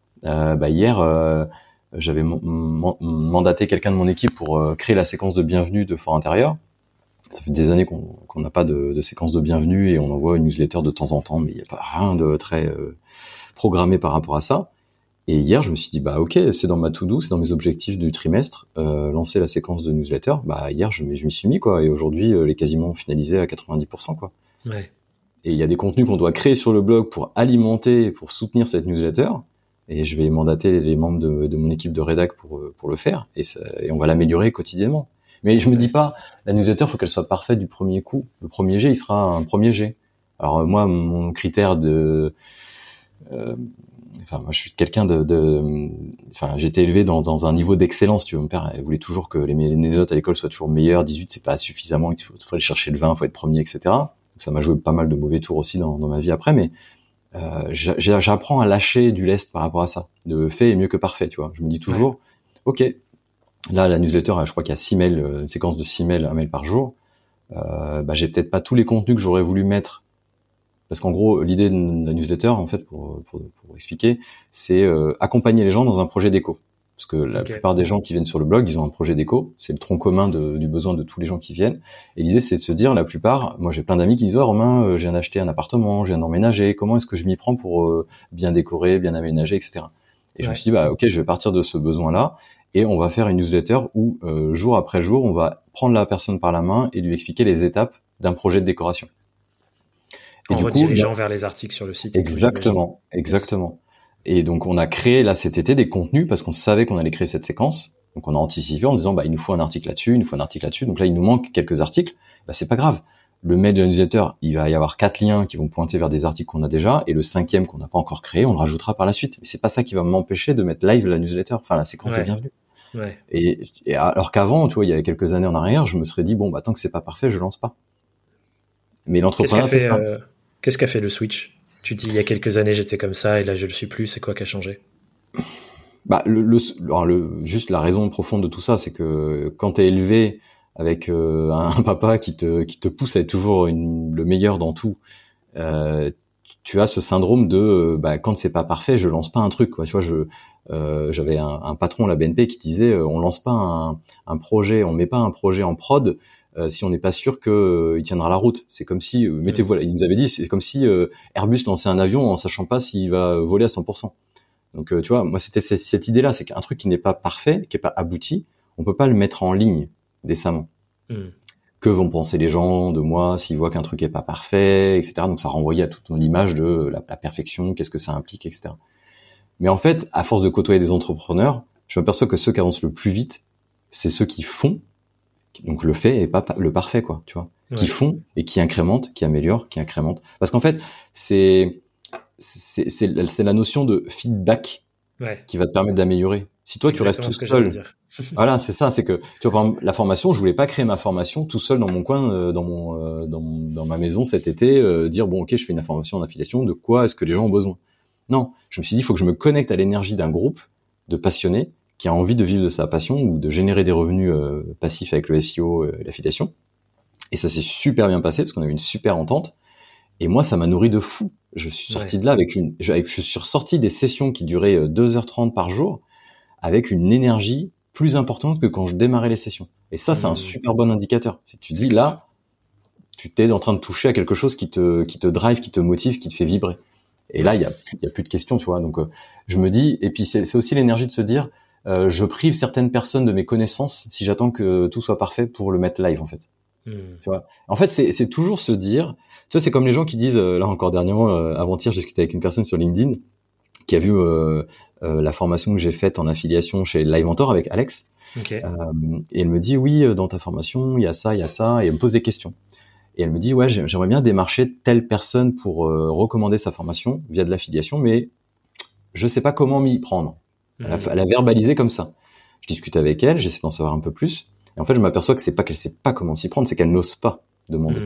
hier j'avais mandaté quelqu'un de mon équipe pour créer la séquence de bienvenue de Fort Intérieur. Ça fait des années qu'on n'a pas de séquence de bienvenue et on envoie une newsletter de temps en temps, mais il n'y a pas rien de très programmé par rapport à ça. Et hier, je me suis dit, bah ok, c'est dans ma to-do, c'est dans mes objectifs du trimestre, lancer la séquence de newsletter. Bah hier, je m'y suis mis, quoi. Et aujourd'hui, elle est quasiment finalisée à 90%, quoi. Ouais. Et il y a des contenus qu'on doit créer sur le blog pour alimenter, pour soutenir cette newsletter. Et je vais mandater les membres de mon équipe de rédac pour le faire. Et on va l'améliorer quotidiennement. Mais je me dis pas, la newsletter, faut qu'elle soit parfaite du premier coup. Le premier jet, il sera un premier jet. Alors moi, mon critère moi, je suis quelqu'un j'ai été élevé dans un niveau d'excellence. Tu vois, mon père voulait toujours que les notes à l'école soient toujours meilleures. 18, c'est pas suffisamment. Il faut aller chercher le 20, faut être premier, etc. Donc ça m'a joué pas mal de mauvais tours aussi dans ma vie après. Mais j'apprends à lâcher du lest par rapport à ça. De fait est mieux que parfait. Tu vois, je me dis toujours, ok. Là, la newsletter, je crois qu'il y a 6 mails, une séquence de 6 mails, un mail par jour. J'ai peut-être pas tous les contenus que j'aurais voulu mettre. Parce qu'en gros, l'idée de la newsletter, en fait, pour expliquer, c'est accompagner les gens dans un projet d'éco. Parce que la plupart des gens qui viennent sur le blog, ils ont un projet d'éco. C'est le tronc commun du besoin de tous les gens qui viennent. Et l'idée, c'est de se dire, la plupart, moi j'ai plein d'amis qui disent, oh Romain, je viens d'acheter un appartement, je viens d'emménager, comment est-ce que je m'y prends pour bien décorer, bien aménager, etc. Et je me suis dit, bah ok, je vais partir de ce besoin-là. Et on va faire une newsletter où, jour après jour, on va prendre la personne par la main et lui expliquer les étapes d'un projet de décoration. En redirigeant vers les articles sur le site. Exactement. Et donc, on a créé là cet été des contenus parce qu'on savait qu'on allait créer cette séquence. Donc, on a anticipé en disant, bah, il nous faut un article là-dessus, il nous faut un article là-dessus. Donc là, il nous manque quelques articles. Bah, c'est pas grave. le mail de la newsletter, il va y avoir 4 liens qui vont pointer vers des articles qu'on a déjà, et le 5e qu'on n'a pas encore créé, on le rajoutera par la suite. Mais c'est pas ça qui va m'empêcher de mettre live la newsletter, enfin la séquence de bienvenue. Ouais. Et alors qu'avant, tu vois, il y a quelques années en arrière, je me serais dit, bon, bah, tant que c'est pas parfait, je lance pas. Mais l'entrepreneur, c'est ça. Qu'est-ce qu'a fait le switch? Tu dis, il y a quelques années, j'étais comme ça, et là, je le suis plus. C'est quoi qui a changé? Bah, juste la raison profonde de tout ça, c'est que quand t'es élevé avec un papa qui te pousse à être toujours le meilleur dans tout, tu as ce syndrome de bah, quand c'est pas parfait, je lance pas un truc, quoi. Tu vois, j'avais un patron à la BNP qui disait on lance pas un projet, on met pas un projet en prod si on n'est pas sûr que il tiendra la route. C'est comme si mettez-vous, il nous avait dit, c'est comme si Airbus lançait un avion en sachant pas s'il va voler à 100%. Donc tu vois, moi c'était cette idée-là, c'est qu'un truc qui n'est pas parfait, qui est pas abouti, on peut pas le mettre en ligne décemment. Que vont penser les gens de moi s'ils voient qu'un truc est pas parfait, etc. Donc ça renvoyait à toute l'image de la perfection, qu'est-ce que ça implique, etc. Mais en fait, à force de côtoyer des entrepreneurs, je m'aperçois que ceux qui avancent le plus vite, c'est ceux qui font, donc le fait et pas le parfait, quoi, tu vois, qui font et qui incrémentent, qui améliorent, qui incrémentent. Parce qu'en fait, c'est la notion de feedback qui va te permettre d'améliorer. Si toi, tu restes tout seul, voilà, c'est ça, c'est que, tu vois, par exemple, la formation, je voulais pas créer ma formation tout seul dans mon coin, dans ma maison cet été, dire, bon, ok, je fais une formation en affiliation, de quoi est-ce que les gens ont besoin? Non, je me suis dit, il faut que je me connecte à l'énergie d'un groupe de passionnés qui a envie de vivre de sa passion ou de générer des revenus passifs avec le SEO et l'affiliation. Et ça s'est super bien passé parce qu'on a eu une super entente. Et moi, ça m'a nourri de fou. Je suis sorti de là je suis ressorti des sessions qui duraient 2h30 par jour avec une énergie plus importante que quand je démarrais les sessions. Et ça, c'est un super bon indicateur. Si tu dis là, tu t'es en train de toucher à quelque chose qui te drive, qui te motive, qui te fait vibrer. Et là, il y a plus de questions, tu vois. Donc, je me dis, et puis c'est aussi l'énergie de se dire, je prive certaines personnes de mes connaissances si j'attends que tout soit parfait pour le mettre live, en fait. Tu vois. En fait, c'est toujours se dire, tu vois, c'est comme les gens qui disent, là encore dernièrement, avant-hier, je discutais avec une personne sur LinkedIn qui a vu la formation que j'ai faite en affiliation chez Live Mentor avec Alex. Okay. Et elle me dit, oui, dans ta formation, il y a ça, et elle me pose des questions. Et elle me dit, ouais, j'aimerais bien démarcher telle personne pour recommander sa formation via de l'affiliation, mais je sais pas comment m'y prendre. Elle a verbalisé comme ça. Je discute avec elle, j'essaie d'en savoir un peu plus. Et en fait, je m'aperçois que c'est pas qu'elle sait pas comment s'y prendre, c'est qu'elle n'ose pas demander.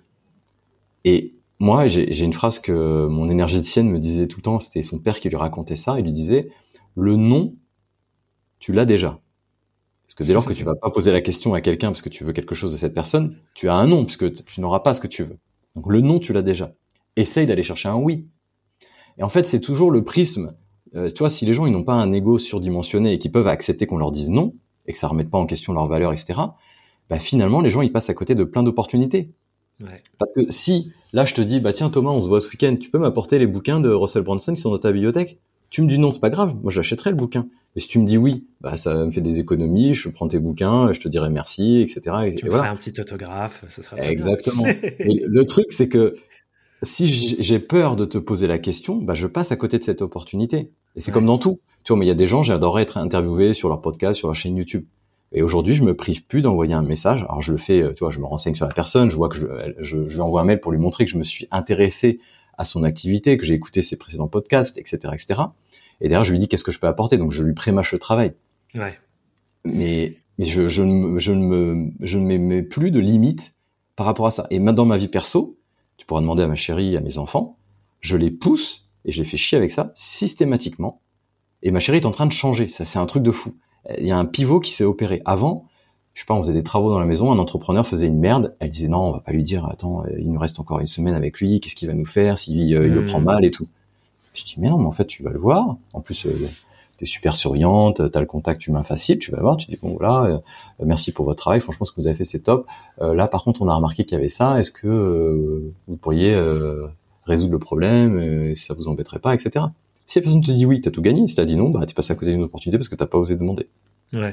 Et moi, j'ai une phrase que mon énergéticienne me disait tout le temps, c'était son père qui lui racontait ça, il lui disait, le non, tu l'as déjà. Parce que dès lors que tu vas pas poser la question à quelqu'un parce que tu veux quelque chose de cette personne, tu as un non, puisque tu n'auras pas ce que tu veux. Donc le non, tu l'as déjà. Essaye d'aller chercher un oui. Et en fait, c'est toujours le prisme. Tu vois, si les gens ils n'ont pas un ego surdimensionné et qu'ils peuvent accepter qu'on leur dise non, et que ça remette pas en question leurs valeurs, etc., bah finalement, les gens, ils passent à côté de plein d'opportunités. Ouais. Parce que si, là, je te dis, bah tiens, Thomas, on se voit ce week-end, tu peux m'apporter les bouquins de Russell Brunson qui sont dans ta bibliothèque? Tu me dis non, c'est pas grave, moi j'achèterai le bouquin. Mais si tu me dis oui, bah ça me fait des économies, je prends tes bouquins, je te dirai merci, etc. Tu me ferais un petit autographe, ça sera très exactement. Et le truc, c'est que si j'ai peur de te poser la question, bah je passe à côté de cette opportunité. Et c'est comme dans tout. Tu vois, mais il y a des gens, j'adorerais être interviewé sur leur podcast, sur leur chaîne YouTube. Et aujourd'hui, je me prive plus d'envoyer un message. Alors je le fais, tu vois, je me renseigne sur la personne, je vois que je lui envoie un mail pour lui montrer que je me suis intéressé à son activité, que j'ai écouté ses précédents podcasts, etc., etc. Et derrière, je lui dis qu'est-ce que je peux apporter. Donc, je lui prémâche le travail. Ouais. Mais je ne me mets plus de limites par rapport à ça. Et maintenant, dans ma vie perso, tu pourras demander à ma chérie, à mes enfants, je les pousse et je les fais chier avec ça systématiquement. Et ma chérie est en train de changer. Ça, c'est un truc de fou. Il y a un pivot qui s'est opéré. Avant, je sais pas, on faisait des travaux dans la maison, un entrepreneur faisait une merde, elle disait non, on va pas lui dire, attends, il nous reste encore une semaine avec lui, qu'est-ce qu'il va nous faire s'il il le prend mal et tout. Je dis mais non, mais en fait tu vas le voir. En plus t'es super souriante, t'as le contact humain facile, tu vas le voir, tu dis bon voilà, merci pour votre travail, franchement ce que vous avez fait c'est top. Là par contre on a remarqué qu'il y avait ça, est-ce que vous pourriez résoudre le problème, ça vous embêterait pas, etc. Si la personne te dit oui, t'as tout gagné. Si t'as dit non, bah t'es passé à côté d'une opportunité parce que t'as pas osé demander. Ouais.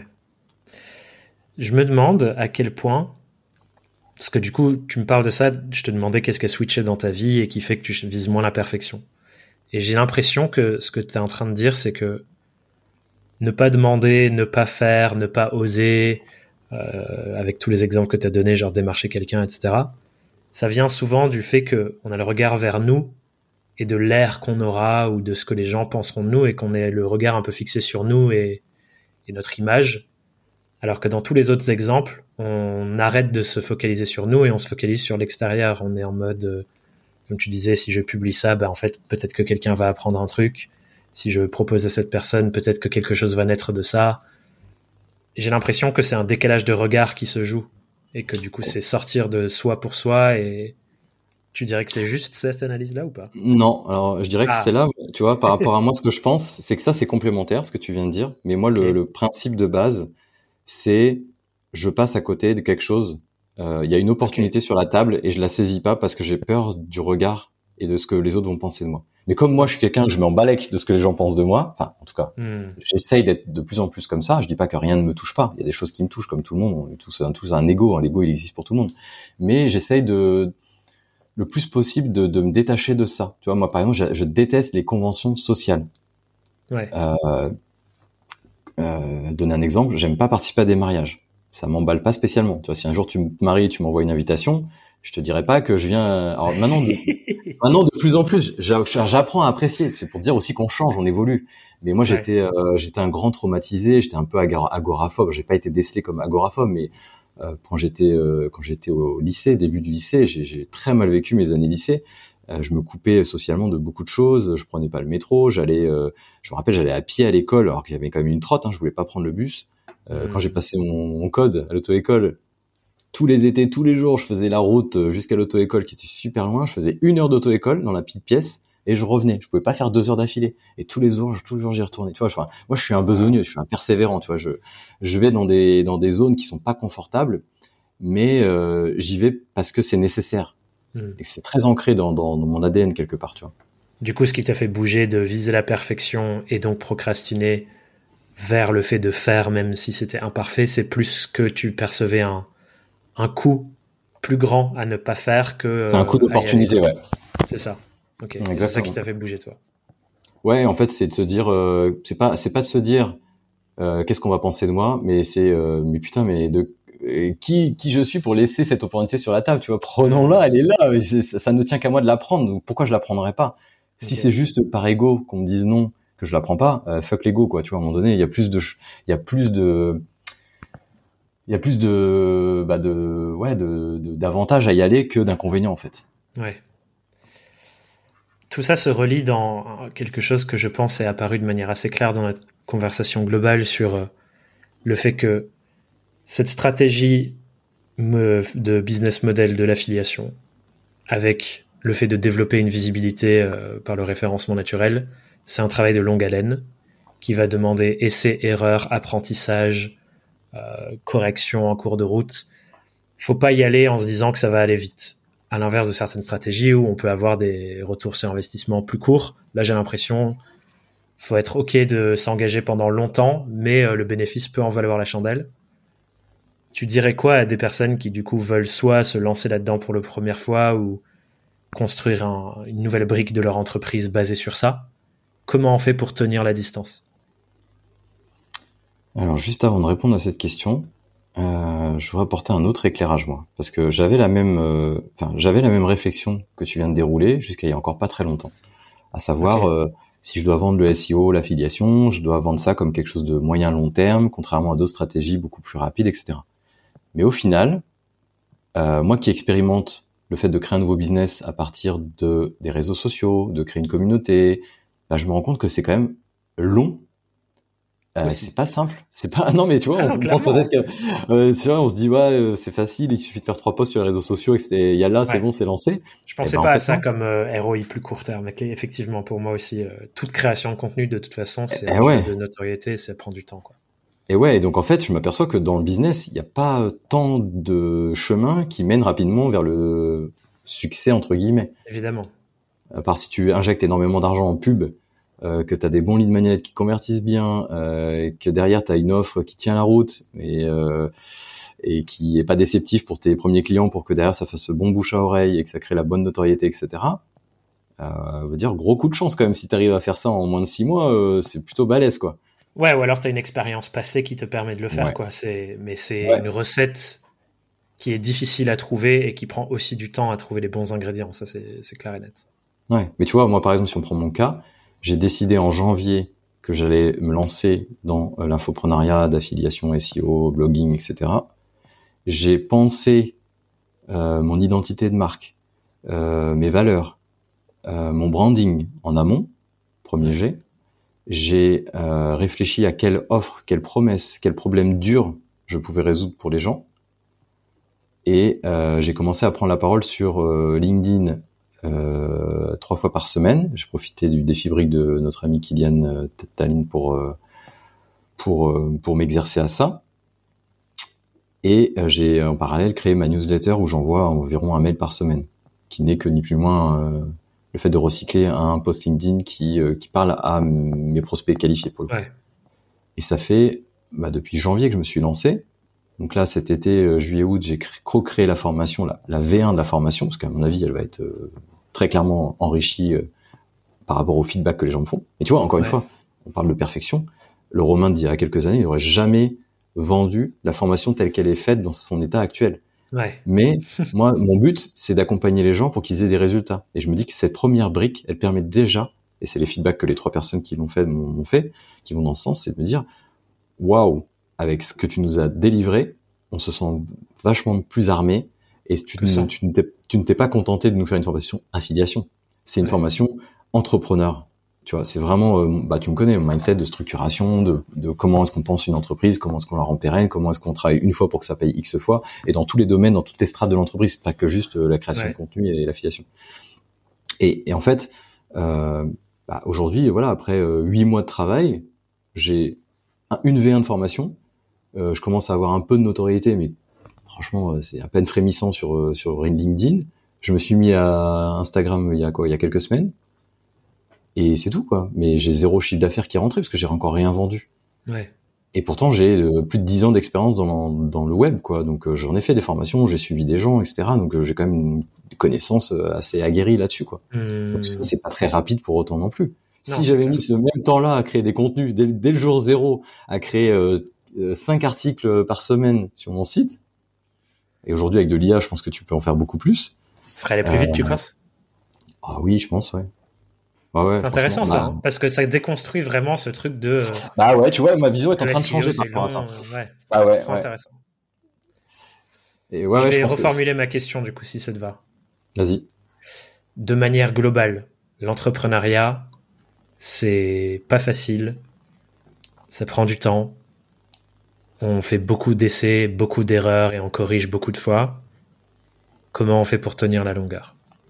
Je me demande à quel point, parce que du coup, tu me parles de ça, je te demandais qu'est-ce qui a switché dans ta vie et qui fait que tu vises moins la perfection. Et j'ai l'impression que ce que tu es en train de dire, c'est que ne pas demander, ne pas faire, ne pas oser, avec tous les exemples que tu as donnés, genre démarcher quelqu'un, etc., ça vient souvent du fait que on a le regard vers nous et de l'air qu'on aura ou de ce que les gens penseront de nous et qu'on ait le regard un peu fixé sur nous et notre image. Alors que dans tous les autres exemples, on arrête de se focaliser sur nous et on se focalise sur l'extérieur. On est en mode, comme tu disais, si je publie ça, en fait, peut-être que quelqu'un va apprendre un truc. Si je propose à cette personne, peut-être que quelque chose va naître de ça. Et j'ai l'impression que c'est un décalage de regard qui se joue et que du coup, c'est sortir de soi pour soi. Et tu dirais que c'est juste cette analyse-là ou pas? Non, alors je dirais que c'est là, tu vois, par rapport à moi, ce que je pense, c'est que ça, c'est complémentaire, ce que tu viens de dire. Mais moi, Okay. le principe de base, c'est je passe à côté de quelque chose. Il y a une opportunité sur la table et je la saisis pas parce que j'ai peur du regard et de ce que les autres vont penser de moi. Mais comme moi, je suis quelqu'un, je m'en balèque de ce que les gens pensent de moi. Enfin, en tout cas, j'essaye d'être de plus en plus comme ça. Je dis pas que rien ne me touche pas. Il y a des choses qui me touchent, comme tout le monde. On est tous un ego. L'ego, il existe pour tout le monde. Mais j'essaye le plus possible de me détacher de ça. Tu vois, moi, par exemple, je déteste les conventions sociales. Ouais. Donner un exemple, j'aime pas participer à des mariages. Ça m'emballe pas spécialement. Tu vois, si un jour tu me maries, tu m'envoies une invitation, je te dirais pas que je viens. Alors maintenant, de plus en plus, j'apprends à apprécier. C'est pour dire aussi qu'on change, on évolue. Mais moi, j'étais un grand traumatisé. J'étais un peu agoraphobe. J'ai pas été décelé comme agoraphobe, mais quand j'étais au lycée, début du lycée, j'ai très mal vécu mes années lycée. Je me coupais socialement de beaucoup de choses. Je prenais pas le métro. Je me rappelle, j'allais à pied à l'école, alors qu'il y avait quand même une trotte. Je voulais pas prendre le bus. Quand j'ai passé mon code à l'auto-école, tous les étés, tous les jours, je faisais la route jusqu'à l'auto-école qui était super loin. Je faisais 1 heure d'auto-école dans la petite pièce et je revenais. Je pouvais pas faire 2 heures d'affilée. Et tous les jours, j'y retournais. Tu vois, moi, je suis un besogneux, je suis un persévérant. Tu vois, je vais dans des zones qui sont pas confortables, mais j'y vais parce que c'est nécessaire. Et c'est très ancré dans mon ADN quelque part, tu vois. Du coup, ce qui t'a fait bouger de viser la perfection et donc procrastiner vers le fait de faire, même si c'était imparfait, c'est plus que tu percevais un coût plus grand à ne pas faire que... C'est un coup d'opportunité, ouais. C'est ça. Ok. C'est ça qui t'a fait bouger, toi. Ouais, en fait, c'est de se dire... c'est pas de se dire qu'est-ce qu'on va penser de moi, mais c'est... mais putain, mais qui je suis pour laisser cette opportunité sur la table, tu vois, prenons-la, elle est là, ça ne tient qu'à moi de la prendre, donc pourquoi je la prendrais pas? Si c'est juste par ego qu'on me dise non, que je la prends pas, fuck l'ego, quoi, tu vois, à un moment donné, il y a plus d'avantages à y aller que d'inconvénients, en fait. Ouais. Tout ça se relie dans quelque chose que je pense est apparu de manière assez claire dans notre conversation globale sur le fait que cette stratégie de business model de l'affiliation, avec le fait de développer une visibilité par le référencement naturel, c'est un travail de longue haleine qui va demander essais, erreurs, apprentissage, correction en cours de route. Faut pas y aller en se disant que ça va aller vite. À l'inverse de certaines stratégies où on peut avoir des retours sur investissement plus courts, là j'ai l'impression faut être ok de s'engager pendant longtemps, mais le bénéfice peut en valoir la chandelle. Tu dirais quoi à des personnes qui du coup veulent soit se lancer là-dedans pour la première fois ou construire une nouvelle brique de leur entreprise basée sur ça? Comment on fait pour tenir la distance? Alors juste avant de répondre à cette question, je voudrais apporter un autre éclairage, moi, parce que j'avais la même réflexion que tu viens de dérouler jusqu'à il y a encore pas très longtemps, à savoir si je dois vendre le SEO, l'affiliation, je dois vendre ça comme quelque chose de moyen long terme, contrairement à d'autres stratégies beaucoup plus rapides, etc. Mais au final, moi qui expérimente le fait de créer un nouveau business à partir des réseaux sociaux, de créer une communauté, je me rends compte que c'est quand même long. C'est pas simple. C'est pas. Non, mais tu vois, on pense peut-être que tu vois, on se dit c'est facile, il suffit de faire 3 posts sur les réseaux sociaux et il y a là, c'est bon, c'est lancé. Je pensais pas à ça comme ROI plus court terme. Mais effectivement, pour moi aussi, toute création de contenu, de toute façon, c'est un jeu de notoriété, ça prend du temps, quoi. Et donc en fait, je m'aperçois que dans le business, il n'y a pas tant de chemins qui mènent rapidement vers le succès entre guillemets. Évidemment. À part si tu injectes énormément d'argent en pub, que tu as des bons leads magnet qui convertissent bien, que derrière tu as une offre qui tient la route et qui est pas déceptif pour tes premiers clients pour que derrière ça fasse bon bouche à oreille et que ça crée la bonne notoriété, etc. Veut dire gros coup de chance quand même si tu arrives à faire ça en moins de 6 mois, c'est plutôt balèze, quoi. Ouais, ou alors tu as une expérience passée qui te permet de le faire, quoi. Mais c'est une recette qui est difficile à trouver et qui prend aussi du temps à trouver les bons ingrédients. Ça, c'est clair et net. Ouais, mais tu vois, moi par exemple, si on prend mon cas, j'ai décidé en janvier que j'allais me lancer dans l'infoprenariat d'affiliation SEO, blogging, etc. J'ai pensé mon identité de marque, mes valeurs, mon branding en amont, premier jet. J'ai réfléchi à quelle offre, quelle promesse, quel problème dur je pouvais résoudre pour les gens. Et j'ai commencé à prendre la parole sur LinkedIn 3 fois par semaine. J'ai profité du défi brique de notre ami Kylian Tallinn pour m'exercer à ça. Et j'ai en parallèle créé ma newsletter où j'envoie environ un mail par semaine, qui n'est que ni plus ni moins le fait de recycler un post LinkedIn qui parle à mes prospects qualifiés pour le coup. Ouais. Et ça fait depuis janvier que je me suis lancé. Donc là, cet été, juillet-août, j'ai co-créé la formation, la V1 de la formation, parce qu'à mon avis, elle va être très clairement enrichie par rapport au feedback que les gens me font. Et tu vois, encore une fois, on parle de perfection. Le Romain d'il y a quelques années, il n'aurait jamais vendu la formation telle qu'elle est faite dans son état actuel. Ouais. Mais moi, mon but, c'est d'accompagner les gens pour qu'ils aient des résultats. Et je me dis que cette première brique, elle permet déjà, et c'est les feedbacks que les 3 personnes qui l'ont fait m'ont fait, qui vont dans ce sens, c'est de me dire, waouh, avec ce que tu nous as délivré, on se sent vachement plus armé, et tu ne t'es pas contenté de nous faire une formation affiliation. C'est une formation entrepreneur. Tu vois, c'est vraiment, tu me connais, mon mindset de structuration, de comment est-ce qu'on pense une entreprise, comment est-ce qu'on la rend pérenne, comment est-ce qu'on travaille une fois pour que ça paye X fois, et dans tous les domaines, dans toutes les strates de l'entreprise, pas que juste la création de contenu et l'affiliation. Et en fait, aujourd'hui, voilà, après 8 mois de travail, j'ai une V1 de formation, je commence à avoir un peu de notoriété, mais franchement, c'est à peine frémissant sur LinkedIn. Je me suis mis à Instagram il y a quelques semaines. Et c'est tout, quoi. Mais j'ai 0 chiffre d'affaires qui est rentré parce que j'ai encore rien vendu. Ouais. Et pourtant, j'ai plus de 10 ans d'expérience dans le web, quoi. Donc, j'en ai fait des formations, j'ai suivi des gens, etc. Donc, j'ai quand même des connaissances assez aguerries là-dessus, quoi. Donc, c'est pas très rapide pour autant non plus. Non, si j'avais mis ce même temps-là à créer des contenus, dès le jour 0, à créer 5 articles par semaine sur mon site, et aujourd'hui, avec de l'IA, je pense que tu peux en faire beaucoup plus. Ça serait aller plus vite, tu penses? Ah oui, je pense, ouais. Ouais, c'est intéressant ça, parce que ça déconstruit vraiment ce truc de... ouais, tu vois, ma vision est en train de changer par rapport à ça. Ouais, trop intéressant. Et je vais reformuler ma question du coup, si ça te va. Vas-y. De manière globale, l'entrepreneuriat, c'est pas facile, ça prend du temps, on fait beaucoup d'essais, beaucoup d'erreurs et on corrige beaucoup de fois. Comment on fait pour tenir la longueur ?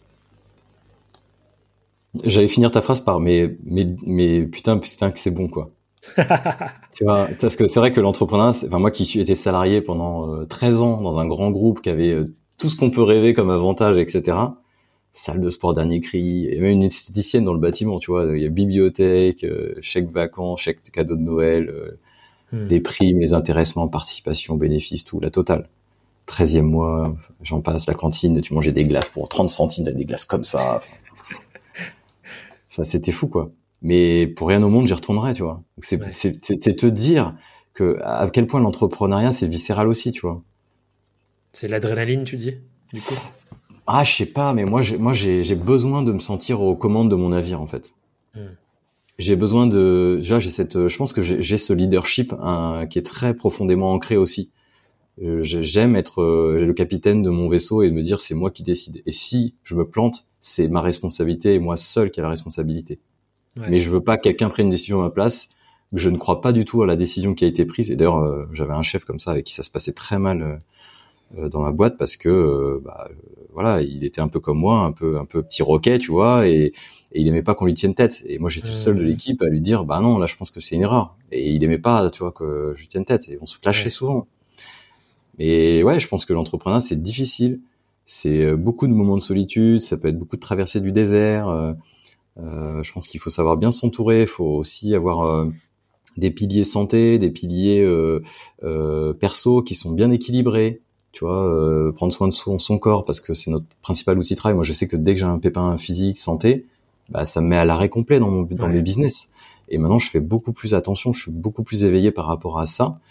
J'allais finir ta phrase par mais putain que c'est bon, quoi. Tu vois, parce que c'est vrai que l'entrepreneuriat, moi qui été salarié pendant 13 ans dans un grand groupe qui avait tout ce qu'on peut rêver comme avantage, etc. Salle de sport dernier cri, et même une esthéticienne dans le bâtiment, tu vois, il y a bibliothèque, chèque vacances, chèque cadeau de Noël, les primes, les intéressements, participation, bénéfices, tout, la totale. 13e mois, j'en passe, la cantine, tu mangeais des glaces pour 30 centimes, des glaces comme ça. Enfin, c'était fou, quoi. Mais pour rien au monde, j'y retournerais, tu vois. C'est te dire que à quel point l'entrepreneuriat, c'est viscéral aussi, tu vois. C'est l'adrénaline, tu dis, du coup. Ah, je sais pas, mais moi, j'ai besoin de me sentir aux commandes de mon navire, en fait. J'ai besoin déjà, je pense que j'ai ce leadership qui est très profondément ancré aussi. J'aime être le capitaine de mon vaisseau et me dire c'est moi qui décide. Et si je me plante, c'est ma responsabilité et moi seul qui a la responsabilité. Ouais. Mais je veux pas que quelqu'un prenne une décision à ma place. Je ne crois pas du tout à la décision qui a été prise. Et d'ailleurs, j'avais un chef comme ça avec qui ça se passait très mal dans ma boîte parce que voilà, il était un peu comme moi, un peu petit roquet, tu vois, et il aimait pas qu'on lui tienne tête. Et moi, j'étais le seul de l'équipe à lui dire non, là, je pense que c'est une erreur. Et il aimait pas, tu vois, que je lui tienne tête. Et on se clashait souvent. Et ouais, je pense que l'entrepreneuriat, c'est difficile. C'est beaucoup de moments de solitude. Ça peut être beaucoup de traversées du désert. Je pense qu'il faut savoir bien s'entourer. Il faut aussi avoir des piliers santé, des piliers perso qui sont bien équilibrés. Tu vois, prendre soin de son corps parce que c'est notre principal outil de travail. Moi, je sais que dès que j'ai un pépin physique, santé, ça me met à l'arrêt complet dans mes business. Et maintenant, je fais beaucoup plus attention. Je suis beaucoup plus éveillé par rapport à ça.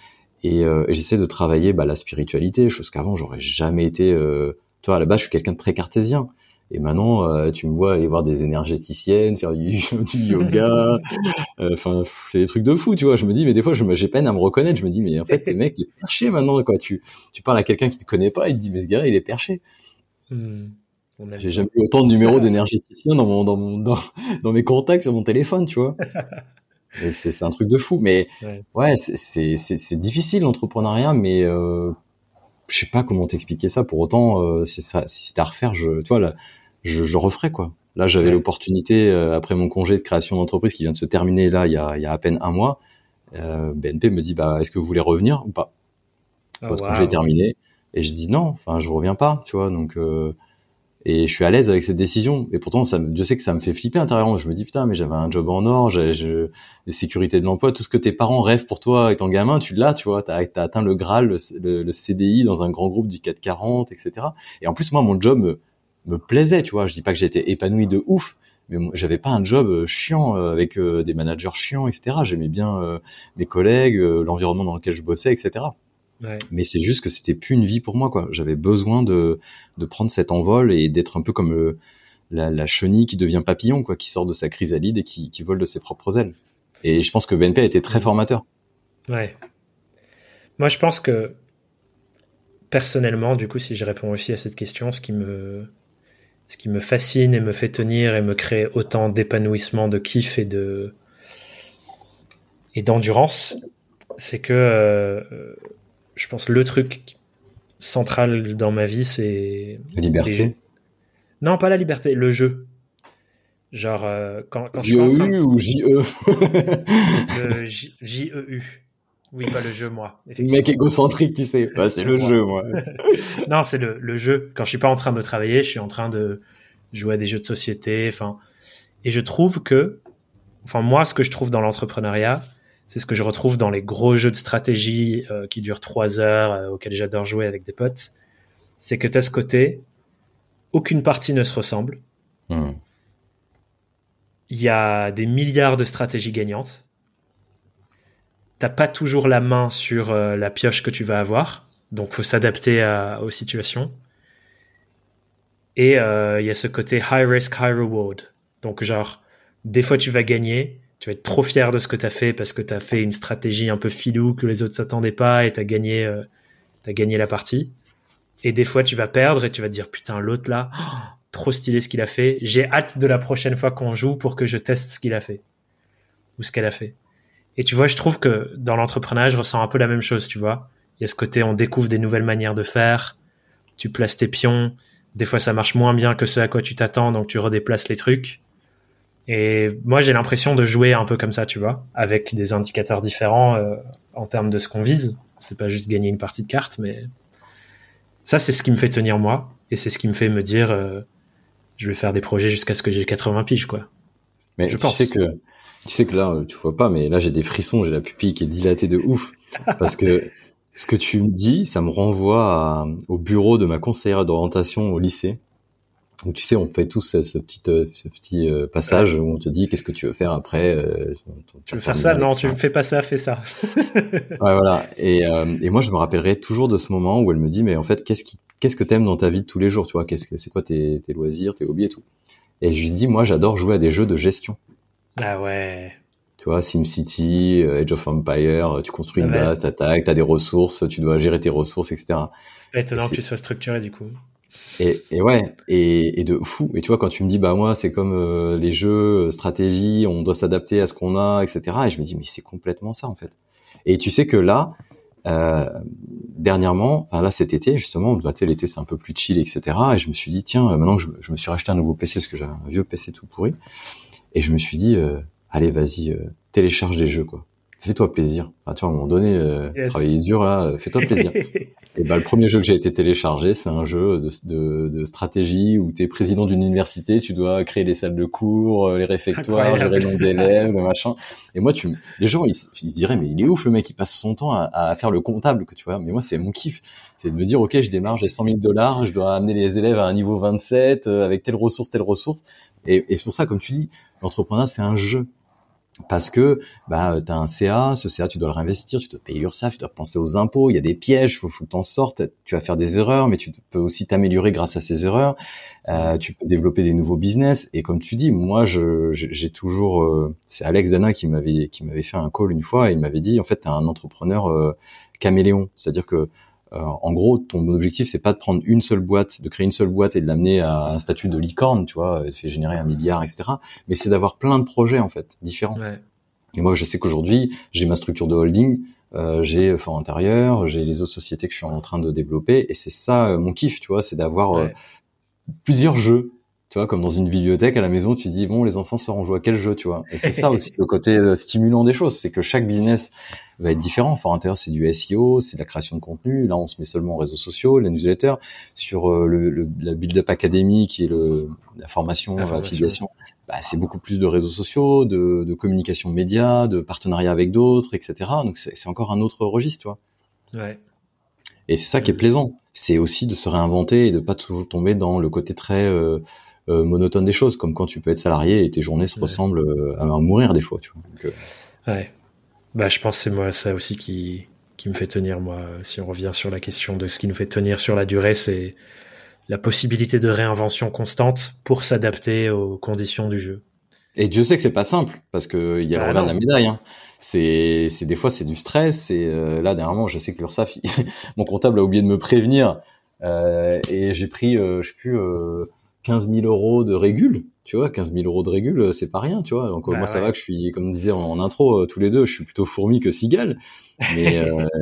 et j'essaie de travailler la spiritualité, chose qu'avant j'aurais jamais été. Toi, à la base, je suis quelqu'un de très cartésien. Et maintenant, tu me vois aller voir des énergéticiennes, faire du yoga. Enfin, c'est des trucs de fou, tu vois. Je me dis, mais des fois, j'ai peine à me reconnaître. Je me dis, mais en fait, t'es mec, il est perché maintenant, quoi. Tu parles à quelqu'un qui te connaît pas, il te dit, mais ce gars-là, il est perché. J'ai jamais eu autant de numéros d'énergéticiens dans mes contacts sur mon téléphone, tu vois. Et c'est un truc de fou. Mais ouais, c'est difficile l'entrepreneuriat, mais je sais pas comment t'expliquer ça. Pour autant, si c'était à refaire, tu vois, là, je referais, quoi. Là, j'avais l'opportunité, après mon congé de création d'entreprise qui vient de se terminer là, il y a à peine un mois, BNP me dit, est-ce que vous voulez revenir ou pas? Votre congé est terminé. Et je dis non, enfin, je reviens pas, tu vois, donc, et je suis à l'aise avec cette décision. Et pourtant, je sais que ça me fait flipper intérieurement. Je me dis, putain, mais j'avais un job en or, les sécurités de l'emploi, tout ce que tes parents rêvent pour toi étant gamin, tu l'as, tu vois, t'as atteint le Graal, le CDI dans un grand groupe du 440, etc. Et en plus, moi, mon job me plaisait, tu vois. Je dis pas que j'étais épanoui de ouf, mais j'avais pas un job chiant avec des managers chiants, etc. J'aimais bien mes collègues, l'environnement dans lequel je bossais, etc. Ouais. Mais c'est juste que c'était plus une vie pour moi, quoi. J'avais besoin de prendre cet envol et d'être un peu comme la chenille qui devient papillon, quoi, qui sort de sa chrysalide et qui vole de ses propres ailes. Et je pense que BNP a été très formateur. Ouais. Moi, je pense que personnellement, du coup, si je réponds aussi à cette question, ce qui me fascine et me fait tenir et me crée autant d'épanouissement, de kiff et d'endurance, c'est que je pense le truc central dans ma vie, c'est la liberté. Non, pas la liberté, le jeu. Genre quand je suis en train de... ou J-E Le J-E-U. Oui, pas le jeu, moi. Le mec égocentrique, tu sais. C'est le jeu, moi. Non, c'est le jeu. Quand je suis pas en train de travailler, je suis en train de jouer à des jeux de société. Et je trouve que, moi, ce que je trouve dans l'entrepreneuriat, c'est ce que je retrouve dans les gros jeux de stratégie qui durent 3 heures, auxquels j'adore jouer avec des potes. C'est que tu as ce côté, aucune partie ne se ressemble. Il y a des milliards de stratégies gagnantes. T'as pas toujours la main sur la pioche que tu vas avoir, donc faut s'adapter aux situations. Et il y a ce côté high risk, high reward. Donc genre, des fois tu vas gagner, tu vas être trop fier de ce que t'as fait parce que t'as fait une stratégie un peu filou que les autres s'attendaient pas et t'as gagné la partie. Et des fois tu vas perdre et tu vas te dire putain l'autre là, trop stylé ce qu'il a fait. J'ai hâte de la prochaine fois qu'on joue pour que je teste ce qu'il a fait ou ce qu'elle a fait. Et tu vois, je trouve que dans l'entrepreneuriat, je ressens un peu la même chose, tu vois. Il y a ce côté, on découvre des nouvelles manières de faire, tu places tes pions, des fois ça marche moins bien que ce à quoi tu t'attends, donc tu redéplaces les trucs. Et moi, j'ai l'impression de jouer un peu comme ça, tu vois, avec des indicateurs différents en termes de ce qu'on vise. C'est pas juste gagner une partie de cartes, mais ça, c'est ce qui me fait tenir moi, et c'est ce qui me fait me dire, je vais faire des projets jusqu'à ce que j'ai 80 piges, quoi. Mais je pense. Tu sais que là, tu vois pas, mais là, j'ai des frissons, j'ai la pupille qui est dilatée de ouf. Parce que ce que tu me dis, ça me renvoie au bureau de ma conseillère d'orientation au lycée. Où tu sais, on fait tous ce petit passage où on te dit qu'est-ce que tu veux faire après. Tu veux faire ça? Non, tu fais pas ça, fais ça. Ouais, voilà. Et moi, je me rappellerai toujours de ce moment où elle me dit, mais en fait, qu'est-ce que t'aimes dans ta vie de tous les jours, tu vois? C'est quoi tes loisirs, tes hobbies et tout? Et je lui dis, moi, j'adore jouer à des jeux de gestion. Ah ouais. Tu vois, SimCity, Age of Empires, tu construis une base, t'attaques, t'as des ressources, tu dois gérer tes ressources, etc. C'est pas étonnant que tu sois structuré, du coup. Et ouais, et de fou. Et tu vois, quand tu me dis, moi, c'est comme les jeux, stratégie, on doit s'adapter à ce qu'on a, etc. Et je me dis, mais c'est complètement ça, en fait. Et tu sais que là, dernièrement, là, cet été, justement, tu sais, l'été, c'est un peu plus chill, etc. Et je me suis dit, tiens, maintenant que je me suis racheté un nouveau PC, parce que j'avais un vieux PC tout pourri, et je me suis dit, allez, vas-y, télécharge des jeux, quoi. Fais-toi plaisir. Enfin, tu vois, à un moment donné, travailler dur, là, fais-toi plaisir. Et le premier jeu que j'ai été téléchargé, c'est un jeu de stratégie où t'es président d'une université, tu dois créer les salles de cours, les réfectoires, gérer le nombre d'élèves, le machin. Et moi, les gens, ils se diraient, mais il est ouf, le mec, il passe son temps à faire le comptable, que tu vois. Mais moi, c'est mon kiff. C'est de me dire, ok, je démarre, j'ai $100,000, je dois amener les élèves à un niveau 27, avec telle ressource. Et c'est pour ça, comme tu dis, l'entrepreneuriat, c'est un jeu. Parce que t'as un CA, ce CA tu dois le réinvestir, tu dois payer l'URSSAF, tu dois penser aux impôts, il y a des pièges, faut que t'en sortes, tu vas faire des erreurs, mais tu peux aussi t'améliorer grâce à ces erreurs. Tu peux développer des nouveaux business. Et comme tu dis, moi j'ai toujours, c'est Alex Dana qui m'avait fait un call une fois et il m'avait dit en fait t'es un entrepreneur caméléon, c'est-à-dire que en gros, ton objectif, c'est pas de prendre une seule boîte, de créer une seule boîte et de l'amener à un statut de licorne, tu vois, de faire générer 1 milliard, etc. Mais c'est d'avoir plein de projets, en fait, différents. Ouais. Et moi, je sais qu'aujourd'hui, j'ai ma structure de holding, j'ai Fort Intérieur, j'ai les autres sociétés que je suis en train de développer. Et c'est ça, mon kiff, tu vois, c'est d'avoir plusieurs jeux. Tu vois, comme dans une bibliothèque à la maison, tu dis, bon, les enfants sauront jouer à quel jeu, tu vois. Et c'est ça aussi, le côté stimulant des choses. C'est que chaque business va être différent. Fort Intérieur, c'est du SEO, c'est de la création de contenu. Là, on se met seulement aux réseaux sociaux, la newsletter. Sur la Build Up Academy, qui est la formation, l'affiliation, c'est beaucoup plus de réseaux sociaux, de communication média, de partenariat avec d'autres, etc. Donc, c'est encore un autre registre, tu vois. Ouais. Et c'est ça qui est plaisant. C'est aussi de se réinventer et de pas toujours tomber dans le côté très monotone des choses, comme quand tu peux être salarié et tes journées se ressemblent à mourir des fois, tu vois. Donc, ouais. Je pense que c'est moi ça aussi qui me fait tenir, moi. Si on revient sur la question de ce qui nous fait tenir sur la durée, c'est la possibilité de réinvention constante pour s'adapter aux conditions du jeu. Et Dieu sait que c'est pas simple, parce que il y a le revers de la médaille, hein. C'est des fois c'est du stress, et là dernièrement je sais que l'URSSAF, mon comptable a oublié de me prévenir, et j'ai pris 15 000 euros de régule, tu vois. 15 000 euros de régule, c'est pas rien, tu vois. Donc moi ça va, que je suis, comme on disait en intro, tous les deux, je suis plutôt fourmi que cigale, mais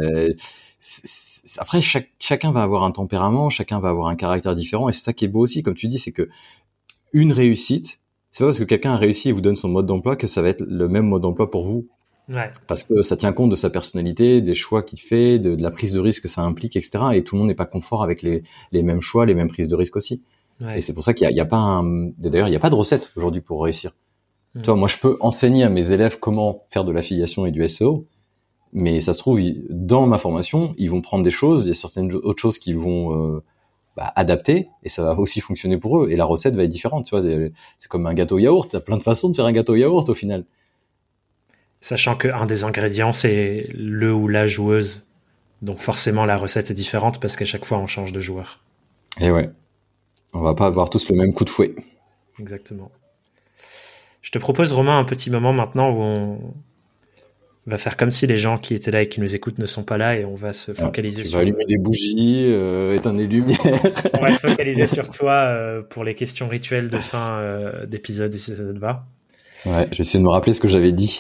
après chacun va avoir un tempérament, chacun va avoir un caractère différent, et c'est ça qui est beau aussi, comme tu dis, c'est que une réussite, c'est pas parce que quelqu'un a réussi et vous donne son mode d'emploi que ça va être le même mode d'emploi pour vous. Ouais. Parce que ça tient compte de sa personnalité, des choix qu'il fait, de la prise de risque que ça implique, etc. Et tout le monde n'est pas confort avec les mêmes choix, les mêmes prises de risque aussi. Ouais. Et c'est pour ça qu'il y a pas d'ailleurs, il n'y a pas de recette aujourd'hui pour réussir. Tu vois, moi, je peux enseigner à mes élèves comment faire de l'affiliation et du SEO, mais ça se trouve, dans ma formation, ils vont prendre des choses, il y a certaines autres choses qui vont adapter, et ça va aussi fonctionner pour eux, et la recette va être différente, tu vois. C'est comme un gâteau yaourt, t'as plein de façons de faire un gâteau yaourt au final. Sachant qu'un des ingrédients, c'est le ou la joueuse. Donc forcément, la recette est différente parce qu'à chaque fois, on change de joueur. Et ouais. On va pas avoir tous le même coup de fouet. Exactement. Je te propose, Romain, un petit moment maintenant où on va faire comme si les gens qui étaient là et qui nous écoutent ne sont pas là, et on va se focaliser sur... On va allumer des bougies, éteindre les lumières. On va se focaliser sur toi pour les questions rituelles de fin d'épisode, si ça te va. Ouais, je vais essayer de me rappeler ce que j'avais dit.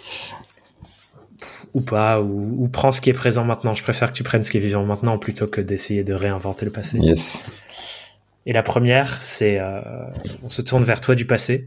Ou pas, ou prends ce qui est présent maintenant. Je préfère que tu prennes ce qui est vivant maintenant plutôt que d'essayer de réinventer le passé. Yes. Et la première, c'est on se tourne vers toi du passé.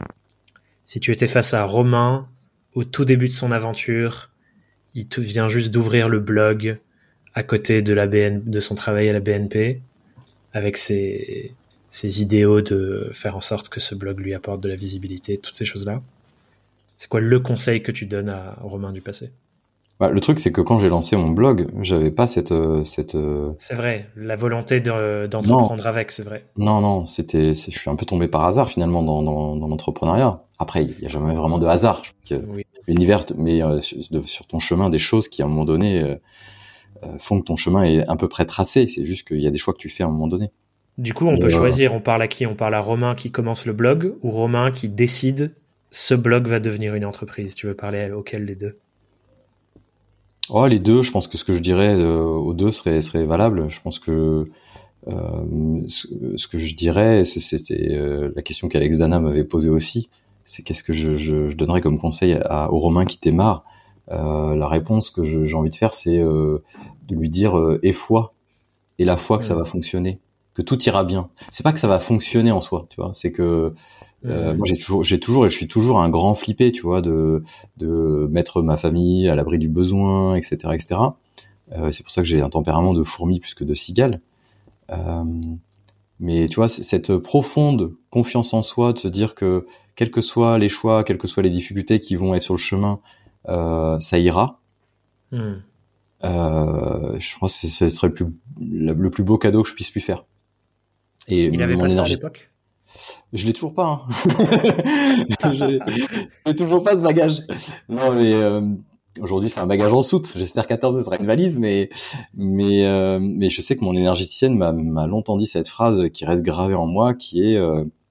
Si tu étais face à Romain au tout début de son aventure, il te vient juste d'ouvrir le blog à côté de son travail à la BNP, avec ses idéaux de faire en sorte que ce blog lui apporte de la visibilité, toutes ces choses-là. C'est quoi le conseil que tu donnes à Romain du passé ? Le truc, c'est que quand j'ai lancé mon blog, j'avais pas cette... C'est vrai, la volonté d'entreprendre avec, c'est vrai. Non, je suis un peu tombé par hasard finalement dans l'entrepreneuriat. Après, il y a jamais vraiment de hasard. Oui. L'univers, mais sur ton chemin, des choses qui à un moment donné font que ton chemin est à peu près tracé. C'est juste qu'il y a des choix que tu fais à un moment donné. Du coup, on peut choisir. On parle à qui ? On parle à Romain qui commence le blog, ou Romain qui décide ce blog va devenir une entreprise. Tu veux parler auquel des deux ? Oh, les deux. Je pense que ce que je dirais aux deux serait valable. Je pense que ce que je dirais, c'était la question qu'Alex Dana m'avait posée aussi. C'est qu'est-ce que je donnerais comme conseil au Romain qui démarre. La réponse que j'ai envie de faire, c'est de lui dire aie foi, et la foi que ça va fonctionner, que tout ira bien. C'est pas que ça va fonctionner en soi, tu vois. C'est que moi j'ai toujours et je suis toujours un grand flippé, tu vois, de mettre ma famille à l'abri du besoin, etc., etc. C'est pour ça que j'ai un tempérament de fourmi plus que de cigale. Mais tu vois, cette profonde confiance en soi, de se dire que quels que soient les choix, quelles que soient les difficultés qui vont être sur le chemin, ça ira. Je pense que ce serait le plus beau cadeau que je puisse lui faire. Et il avait pas ça à l'époque ? Je l'ai toujours pas. Hein. J'ai toujours pas ce bagage. Non, mais aujourd'hui c'est un bagage en soute. J'espère qu'à terme ce sera une valise, mais je sais que mon énergéticienne m'a longtemps dit cette phrase qui reste gravée en moi, qui est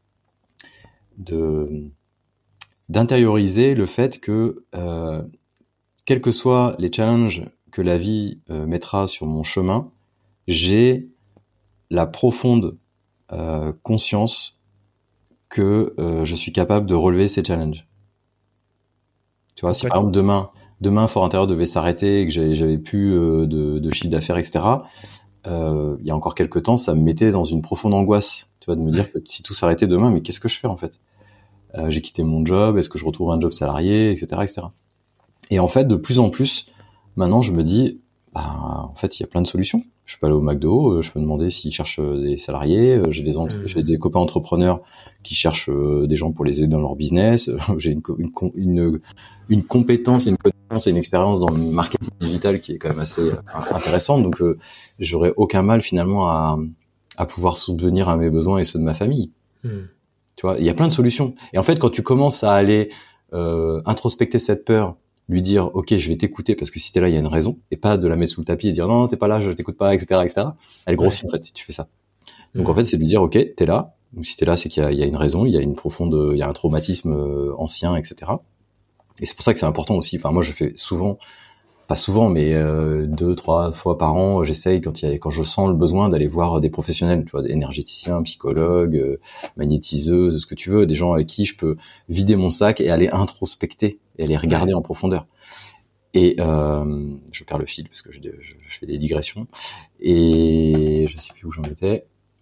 d'intérioriser le fait que quels que soient les challenges que la vie mettra sur mon chemin, j'ai la profonde conscience que je suis capable de relever ces challenges. Tu vois, si par exemple demain Fort Intérieur devait s'arrêter et que j'avais plus de chiffre d'affaires, etc., il y a encore quelques temps, ça me mettait dans une profonde angoisse, tu vois, de me dire que si tout s'arrêtait demain, mais qu'est-ce que je fais en fait? J'ai quitté mon job, est-ce que je retrouve un job salarié, etc., etc. Et en fait, de plus en plus, maintenant, je me dis, en fait, il y a plein de solutions. Je peux aller au McDo, je peux demander s'ils cherchent des salariés. J'ai des copains entrepreneurs qui cherchent des gens pour les aider dans leur business. J'ai une compétence, une connaissance et une expérience dans le marketing digital qui est quand même assez intéressante. Donc, j'aurais aucun mal finalement à pouvoir subvenir à mes besoins et ceux de ma famille. Tu vois, il y a plein de solutions. Et en fait, quand tu commences à aller introspecter cette peur, lui dire ok, je vais t'écouter parce que si t'es là il y a une raison, et pas de la mettre sous le tapis et dire non t'es pas là, je t'écoute pas, etc., etc. Elle grossit en fait si tu fais ça. Donc en fait c'est de lui dire ok, t'es là, donc si t'es là c'est qu'il y a une raison, il y a il y a un traumatisme ancien, etc. Et c'est pour ça que c'est important aussi. Enfin moi je fais souvent, pas souvent, mais 2-3 fois par an, j'essaye quand je sens le besoin d'aller voir des professionnels, tu vois, des énergéticiens, psychologues, magnétiseuses, ce que tu veux, des gens avec qui je peux vider mon sac et aller introspecter et aller regarder en profondeur. Et je perds le fil parce que je fais des digressions et je sais plus où j'en étais.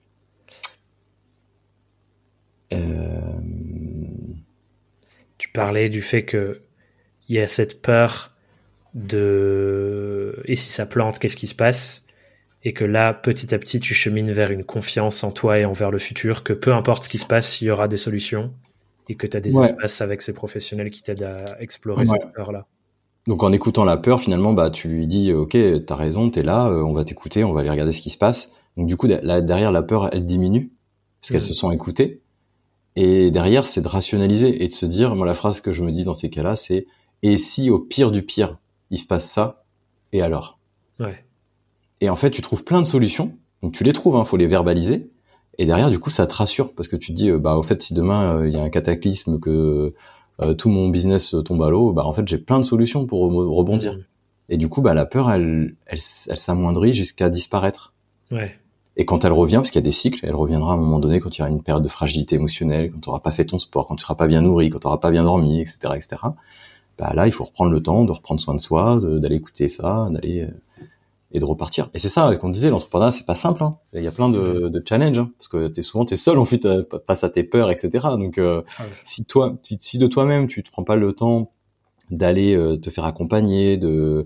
Tu parlais du fait que il y a cette peur et si ça plante, qu'est-ce qui se passe? Et que là, petit à petit, tu chemines vers une confiance en toi et envers le futur, que peu importe ce qui se passe, il y aura des solutions et que tu as des espaces avec ces professionnels qui t'aident à explorer cette peur-là. Donc en écoutant la peur, finalement, tu lui dis ok, t'as raison, t'es là, on va t'écouter, on va aller regarder ce qui se passe. Donc du coup, là, derrière la peur, elle diminue parce qu'elle se sent écoutée. Et derrière, c'est de rationaliser et de se dire, moi la phrase que je me dis dans ces cas-là, c'est et si au pire du pire, il se passe ça, et alors? Ouais. Et en fait, tu trouves plein de solutions. Donc tu les trouves, hein, faut les verbaliser. Et derrière, du coup, ça te rassure parce que tu te dis, au fait, si demain il y a un cataclysme, que tout mon business tombe à l'eau, en fait, j'ai plein de solutions pour rebondir. Et du coup, la peur, elle s'amoindrit jusqu'à disparaître. Ouais. Et quand elle revient, parce qu'il y a des cycles, elle reviendra à un moment donné quand il y aura une période de fragilité émotionnelle, quand tu n'auras pas fait ton sport, quand tu seras pas bien nourri, quand tu n'auras pas bien dormi, etc., etc. Là, il faut reprendre le temps de reprendre soin de soi, d'aller écouter ça, et de repartir. Et c'est ça qu'on disait, l'entrepreneuriat, c'est pas simple, hein. Il y a plein de challenges, hein, parce que t'es seul, en fait, face à tes peurs, etc. Donc, si de toi-même, tu te prends pas le temps d'aller te faire accompagner, de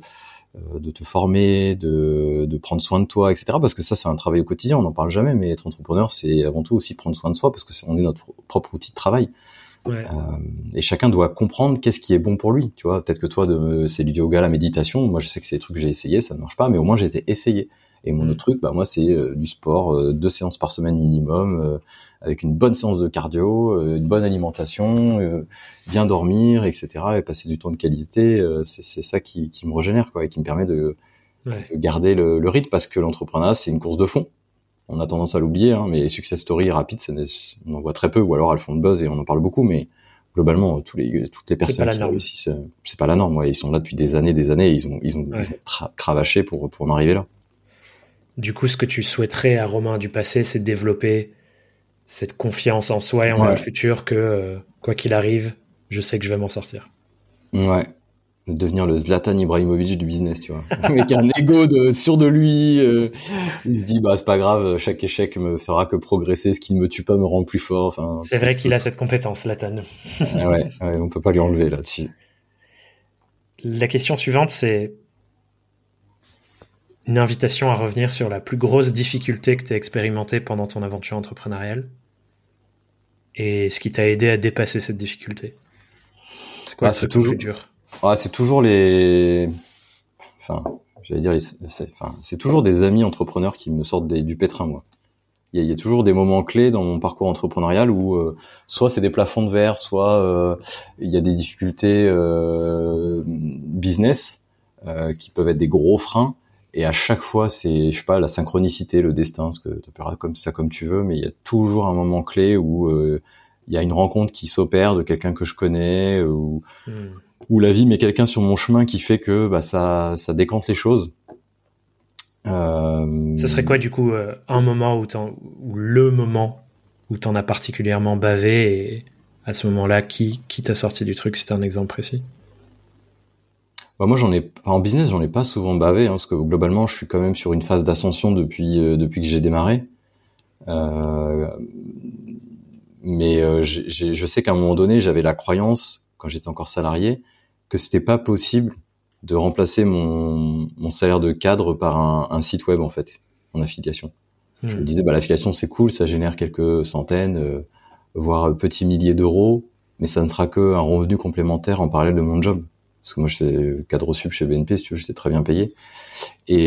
te former, de prendre soin de toi, etc. Parce que ça, c'est un travail au quotidien, on n'en parle jamais, mais être entrepreneur, c'est avant tout aussi prendre soin de soi, parce que on est notre propre outil de travail. Ouais. Et chacun doit comprendre qu'est-ce qui est bon pour lui, tu vois. Peut-être que toi, c'est le yoga, la méditation. Moi, je sais que c'est des trucs que j'ai essayé, ça ne marche pas, mais au moins j'ai essayé. Et mon autre truc, moi, c'est du sport, 2 séances par semaine minimum, avec une bonne séance de cardio, une bonne alimentation, bien dormir, etc. Et passer du temps de qualité. C'est ça qui me régénère, quoi, et qui me permet de garder le rythme, parce que l'entrepreneuriat, c'est une course de fond. On a tendance à l'oublier, hein, mais success story rapides, on en voit très peu, ou alors elles font le buzz et on en parle beaucoup, mais globalement, toutes les personnes qui réussissent, c'est pas la norme. Ouais, ils sont là depuis des années, et ils ont cravaché pour en arriver là. Du coup, ce que tu souhaiterais à Romain du passé, c'est développer cette confiance en soi et envers le futur que, quoi qu'il arrive, je sais que je vais m'en sortir. Ouais. Devenir le Zlatan Ibrahimovic du business, tu vois. Avec un ego sûr de lui, il se dit c'est pas grave, chaque échec me fera que progresser, ce qui ne me tue pas me rend plus fort. Enfin, c'est vrai qu'il a cette compétence, Zlatan. ouais, on peut pas lui enlever là-dessus. La question suivante, c'est une invitation à revenir sur la plus grosse difficulté que tu as expérimentée pendant ton aventure entrepreneuriale et ce qui t'a aidé à dépasser cette difficulté. C'est quoi le plus dur? C'est toujours c'est toujours des amis entrepreneurs qui me sortent du pétrin, moi. Il y a toujours des moments clés dans mon parcours entrepreneurial où soit c'est des plafonds de verre, soit il y a des difficultés business qui peuvent être des gros freins. Et à chaque fois, c'est, je sais pas, la synchronicité, le destin, ce que tu appelleras comme ça comme tu veux, mais il y a toujours un moment clé où il y a une rencontre qui s'opère de quelqu'un que je connais, ou la vie met quelqu'un sur mon chemin qui fait que bah ça décante les choses. Ça serait quoi du coup un moment ou le moment où t'en as particulièrement bavé, et à ce moment-là, qui t'a sorti du truc? C'est un exemple précis? Bah moi en business j'en ai pas souvent bavé, parce que globalement je suis quand même sur une phase d'ascension depuis que j'ai démarré. Mais je sais qu'à un moment donné j'avais la croyance, quand j'étais encore salarié, que c'était pas possible de remplacer mon salaire de cadre par un site web en fait, en affiliation. Je me disais l'affiliation c'est cool, ça génère quelques centaines, voire petits milliers d'euros, mais ça ne sera que un revenu complémentaire en parallèle de mon job. Parce que moi, j'étais cadre sup chez BNP, si tu veux, j'étais très bien payé. Et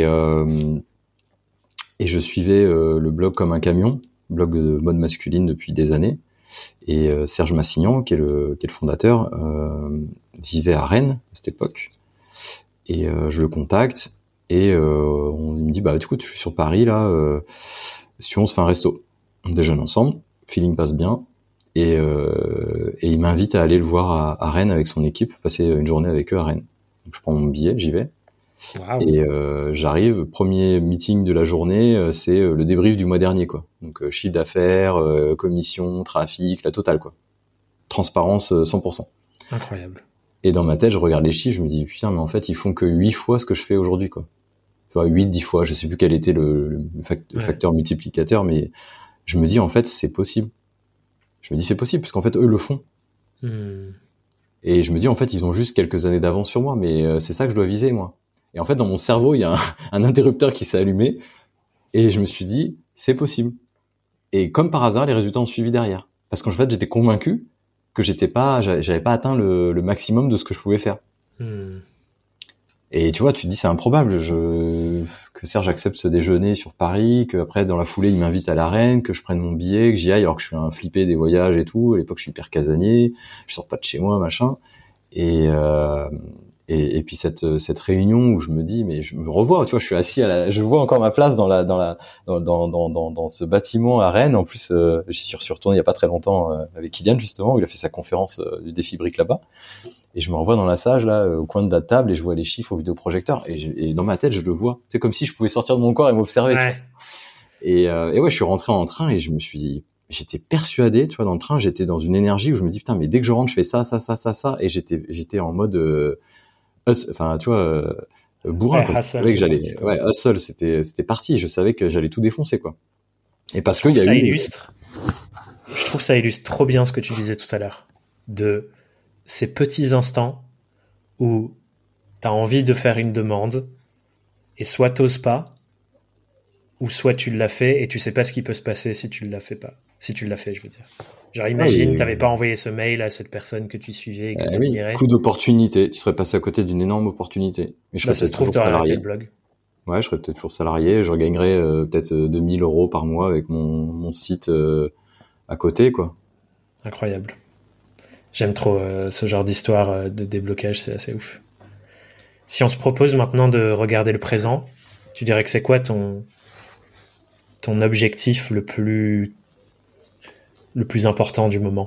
je suivais le blog comme un camion, blog de mode masculine depuis des années. Et Serge Massignan, qui est le fondateur, vivait à Rennes à cette époque. Et je le contacte et il me dit écoute, je suis sur Paris là, si tu veux, on se fait un resto. On déjeune ensemble, feeling passe bien. Et il m'invite à aller le voir à Rennes avec son équipe, passer une journée avec eux à Rennes. Donc je prends mon billet, j'y vais. Wow. Et j'arrive, premier meeting de la journée, c'est le débrief du mois dernier, quoi. Donc chiffre d'affaires, commission, trafic, la totale, quoi. Transparence 100%. Incroyable. Et dans ma tête, je regarde les chiffres, je me dis putain, mais en fait, ils font que 8 fois ce que je fais aujourd'hui, quoi. Tu vois, 8, 10 fois, je sais plus quel était le facteur multiplicateur, mais je me dis en fait, c'est possible. Je me dis c'est possible parce qu'en fait eux le font. Et je me dis en fait ils ont juste quelques années d'avance sur moi, mais c'est ça que je dois viser moi. Et en fait dans mon cerveau il y a un interrupteur qui s'est allumé et je me suis dit c'est possible. Et comme par hasard les résultats ont suivi derrière. Parce qu'en fait j'étais convaincu que j'avais pas atteint le maximum de ce que je pouvais faire. Et tu vois, tu te dis c'est improbable que Serge accepte ce déjeuner sur Paris, que après dans la foulée il m'invite à l'arène, que je prenne mon billet, que j'y aille alors que je suis un flippé des voyages et tout. À l'époque je suis hyper casanier, je sors pas de chez moi machin. Et puis cette réunion où je me dis mais je me revois, tu vois, je suis assis je vois encore ma place dans ce bâtiment à Rennes. En plus j'y suis retourné il y a pas très longtemps avec Kylian justement où il a fait sa conférence du défi brique là-bas. Et je me revois dans la salle, là, au coin de la table, et je vois les chiffres au vidéoprojecteur. Et dans ma tête, je le vois. C'est comme si je pouvais sortir de mon corps et m'observer. Ouais. Et ouais, je suis rentré en train et je me suis dit, j'étais persuadé, tu vois, dans le train, j'étais dans une énergie où je me dis, putain, mais dès que je rentre, je fais ça. Et j'étais en mode, enfin, tu vois, bourrin, quoi. Hustle, je savais que j'allais, hustle, c'était parti. Je savais que j'allais tout défoncer, quoi. Et parce qu'il y a eu. Je trouve ça illustre trop bien ce que tu disais tout à l'heure. Ces petits instants où tu as envie de faire une demande et soit t'oses pas ou soit tu l'as fait et tu sais pas ce qui peut se passer si tu l'as fait pas. Si tu l'as fait, je veux dire. Genre imagine, t'avais pas envoyé ce mail à cette personne que tu suivais et que t'admirais. Coup d'opportunité, tu serais passé à côté d'une énorme opportunité. Mais je serais ça se trouve, t'aurais arrêté le blog. Ouais, je serais peut-être toujours salarié, je gagnerais peut-être 2000 € par mois avec mon site à côté, quoi. Incroyable. J'aime trop ce genre d'histoire de déblocage, c'est assez ouf. Si on se propose maintenant de regarder le présent, tu dirais que c'est quoi ton objectif le plus important du moment?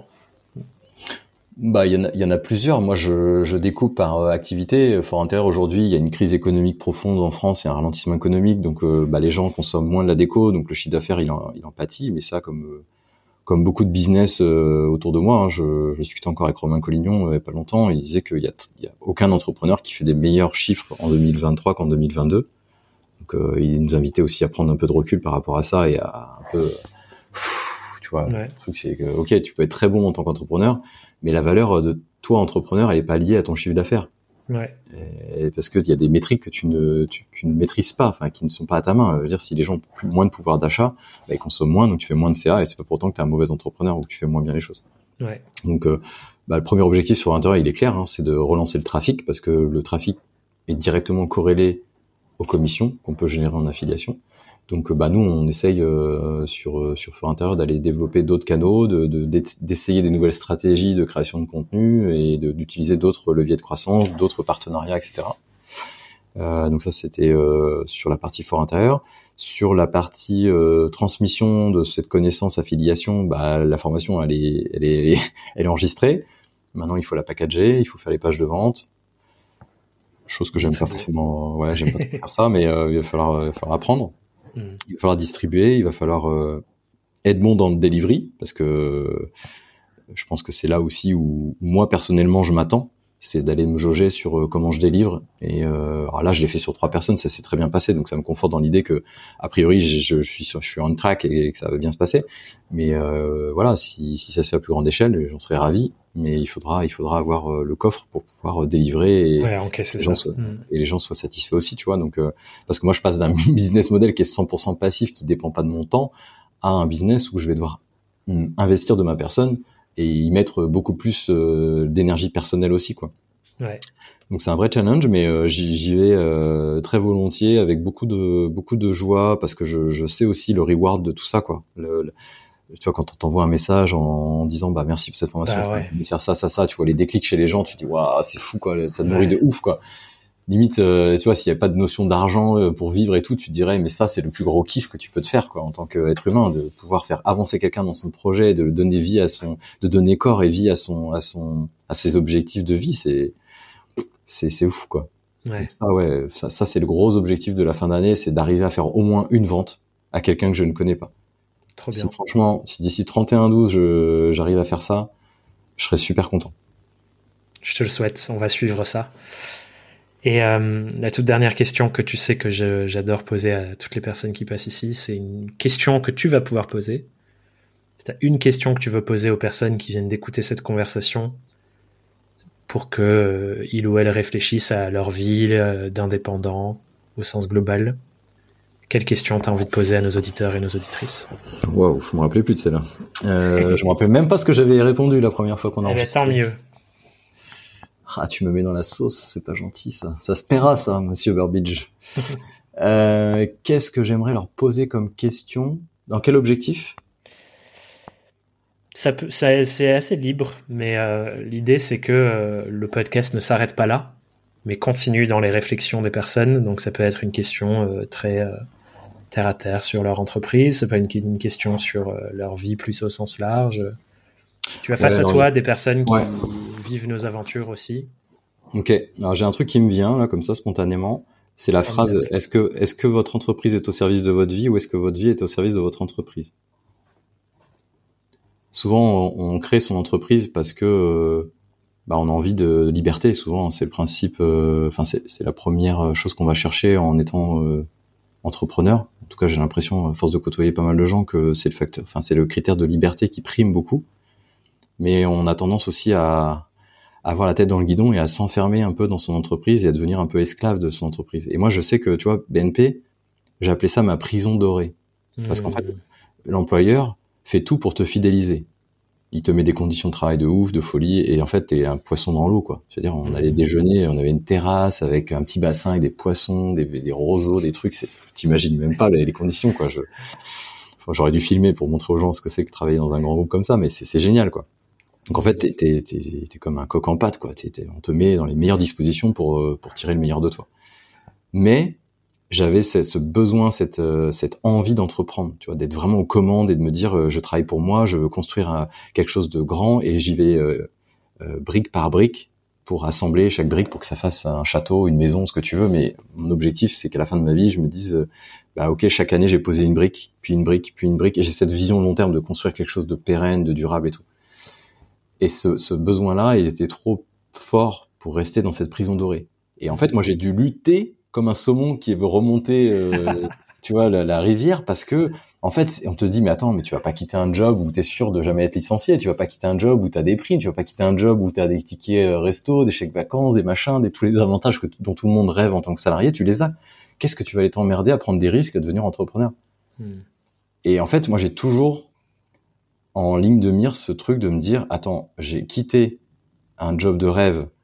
Il y en a plusieurs. Moi, je découpe par activité. Fort intérieur, aujourd'hui, il y a une crise économique profonde en France, il y a un ralentissement économique, donc les gens consomment moins de la déco, donc le chiffre d'affaires il en pâtit, mais ça comme beaucoup de business autour de moi, hein, je discutais encore avec Romain Collignon il y a pas longtemps, il disait qu'il y a aucun entrepreneur qui fait des meilleurs chiffres en 2023 qu'en 2022. Donc il nous invitait aussi à prendre un peu de recul par rapport à ça et à un peu tu vois, le truc c'est que OK, tu peux être très bon en tant qu'entrepreneur, mais la valeur de toi entrepreneur, elle est pas liée à ton chiffre d'affaires. Ouais. Et parce que il y a des métriques que tu ne maîtrises pas, enfin qui ne sont pas à ta main. Je veux dire, si les gens ont moins de pouvoir d'achat, ils consomment moins, donc tu fais moins de CA, et c'est pas pourtant que tu es un mauvais entrepreneur ou que tu fais moins bien les choses. Ouais. Donc le premier objectif sur Internet, il est clair, hein, c'est de relancer le trafic, parce que le trafic est directement corrélé aux commissions qu'on peut générer en affiliation. Donc nous on essaye sur Fort Intérieur d'aller développer d'autres canaux, d'essayer des nouvelles stratégies de création de contenu et d'utiliser d'autres leviers de croissance, d'autres partenariats, etc. Donc ça c'était sur la partie Fort Intérieur. Sur la partie transmission de cette connaissance, affiliation, la formation elle est enregistrée. Maintenant il faut la packager, il faut faire les pages de vente. Chose que j'aime pas forcément, j'aime pas trop faire ça, mais il va falloir apprendre. Il va falloir distribuer, il va falloir être bon dans le delivery, parce que je pense que c'est là aussi où moi personnellement je m'attends, c'est d'aller me jauger sur comment je délivre. Et alors là je l'ai fait sur 3 personnes, ça s'est très bien passé, donc ça me conforte dans l'idée que a priori je suis on track et que ça va bien se passer. Mais voilà, si ça se fait à plus grande échelle, j'en serais ravi. Mais il faudra avoir le coffre pour pouvoir délivrer et encaisser les gens soient satisfaits aussi, tu vois. Donc parce que moi je passe d'un business model qui est 100% passif, qui dépend pas de mon temps, à un business où je vais devoir investir de ma personne et y mettre beaucoup plus d'énergie personnelle aussi, quoi. Ouais. Donc c'est un vrai challenge, mais j'y vais très volontiers, avec beaucoup de joie, parce que je sais aussi le reward de tout ça, quoi. Tu vois, quand on t'envoie un message en disant merci pour cette formation, ça va me faire ça, tu vois les déclics chez les gens, tu te dis waouh, c'est fou, quoi, ça te nourrit de ouf, quoi. Limite, tu vois, s'il y a pas de notion d'argent pour vivre et tout, tu te dirais mais ça c'est le plus gros kiff que tu peux te faire, quoi, en tant qu'être humain, de pouvoir faire avancer quelqu'un dans son projet, de donner vie de donner corps et vie à ses objectifs de vie, c'est ouf, quoi. Ouais. Donc ça c'est le gros objectif de la fin d'année, c'est d'arriver à faire au moins une vente à quelqu'un que je ne connais pas. Trop bien. Franchement, si d'ici 31/12 j'arrive à faire ça, je serais super content. Je te le souhaite, on va suivre ça. Et la toute dernière question que tu sais que j'adore poser à toutes les personnes qui passent ici, c'est une question que tu vas pouvoir poser. Si tu as une question que tu veux poser aux personnes qui viennent d'écouter cette conversation pour que ils ou elles réfléchissent à leur vie d'indépendant au sens global, quelle question t'as envie de poser à nos auditeurs et nos auditrices? Waouh, je me rappelais plus de celle-là. Je me rappelle même pas ce que j'avais répondu la première fois qu'on a enregistré. Tant mieux. Ah, tu me mets dans la sauce, c'est pas gentil, ça. Ça se paiera, ça, monsieur Burbidge. Qu'est-ce que j'aimerais leur poser comme question? Dans quel objectif? C'est assez libre, mais l'idée c'est que le podcast ne s'arrête pas là, mais continue dans les réflexions des personnes. Donc ça peut être une question très terre à terre sur leur entreprise, ça peut être une question sur leur vie plus au sens large. Tu as face à toi des personnes qui vivent nos aventures aussi. Ok, alors j'ai un truc qui me vient là comme ça spontanément, c'est la phrase est-ce que votre entreprise est au service de votre vie ou est-ce que votre vie est au service de votre entreprise? Souvent on crée son entreprise parce que on a envie de liberté, souvent c'est le principe, c'est la première chose qu'on va chercher en étant entrepreneur. En tout cas j'ai l'impression, à force de côtoyer pas mal de gens, que c'est c'est le critère de liberté qui prime beaucoup. Mais on a tendance aussi à avoir la tête dans le guidon et à s'enfermer un peu dans son entreprise et à devenir un peu esclave de son entreprise. Et moi, je sais que, tu vois, BNP, j'ai appelé ça ma prison dorée. Parce qu'en fait, l'employeur fait tout pour te fidéliser. Il te met des conditions de travail de ouf, de folie, et en fait, t'es un poisson dans l'eau, quoi. C'est-à-dire, on allait déjeuner, on avait une terrasse avec un petit bassin avec des poissons, des roseaux, des trucs, t'imagines même pas les conditions, quoi. J'aurais dû filmer pour montrer aux gens ce que c'est que travailler dans un grand groupe comme ça, mais c'est génial, quoi. Donc en fait, t'es comme un coq en pâte, quoi. On te met dans les meilleures dispositions pour tirer le meilleur de toi. Mais j'avais ce besoin, cette envie d'entreprendre, tu vois, d'être vraiment aux commandes et de me dire je travaille pour moi, je veux construire quelque chose de grand et j'y vais brique par brique pour assembler chaque brique pour que ça fasse un château, une maison, ce que tu veux. Mais mon objectif, c'est qu'à la fin de ma vie, je me dise ok, chaque année j'ai posé une brique, puis une brique, puis une brique, et j'ai cette vision long terme de construire quelque chose de pérenne, de durable et tout. Et ce besoin-là, il était trop fort pour rester dans cette prison dorée. Et en fait, moi, j'ai dû lutter comme un saumon qui veut remonter, tu vois, la rivière, parce que, en fait, on te dit, mais attends, mais tu vas pas quitter un job où t'es sûr de jamais être licencié, tu vas pas quitter un job où t'as des primes, tu vas pas quitter un job où t'as des tickets resto, des chèques vacances, des machins, tous les avantages dont tout le monde rêve en tant que salarié, tu les as. Qu'est-ce que tu vas aller t'emmerder à prendre des risques, à devenir entrepreneur? Et en fait, moi, j'ai toujours en ligne de mire ce truc de me dire, attends, j'ai quitté un job de rêve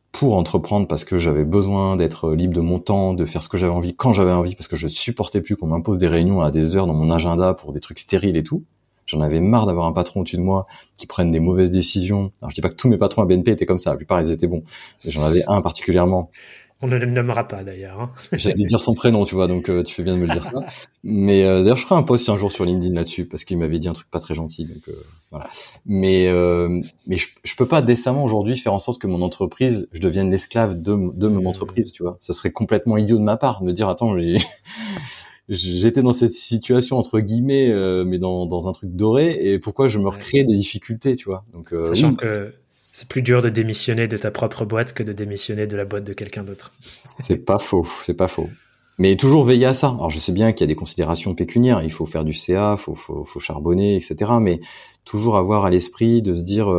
pour entreprendre parce que j'avais besoin d'être libre de mon temps, de faire ce que j'avais envie quand j'avais envie, parce que je supportais plus qu'on m'impose des réunions à des heures dans mon agenda pour des trucs stériles et tout. J'en avais marre d'avoir un patron au-dessus de moi qui prenne des mauvaises décisions. Alors je dis pas que tous mes patrons à BNP étaient comme ça, la plupart ils étaient bons. Mais j'en avais un particulièrement. On ne le nommera pas d'ailleurs. Hein. J'allais dire son prénom, tu vois, donc tu fais bien de me le dire ça. Mais d'ailleurs, je ferai un post un jour sur LinkedIn là-dessus parce qu'il m'avait dit un truc pas très gentil. Donc voilà. Mais je peux pas décemment aujourd'hui faire en sorte que mon entreprise, je devienne l'esclave de mon entreprise, tu vois. Ça serait complètement idiot de ma part de me dire attends, j'étais dans cette situation entre guillemets, mais dans un truc doré, et pourquoi je me recrée des difficultés, tu vois. Donc sachant que c'est plus dur de démissionner de ta propre boîte que de démissionner de la boîte de quelqu'un d'autre. C'est pas faux. Mais toujours veiller à ça. Alors je sais bien qu'il y a des considérations pécuniaires, il faut faire du CA, faut charbonner, etc. Mais toujours avoir à l'esprit de se dire,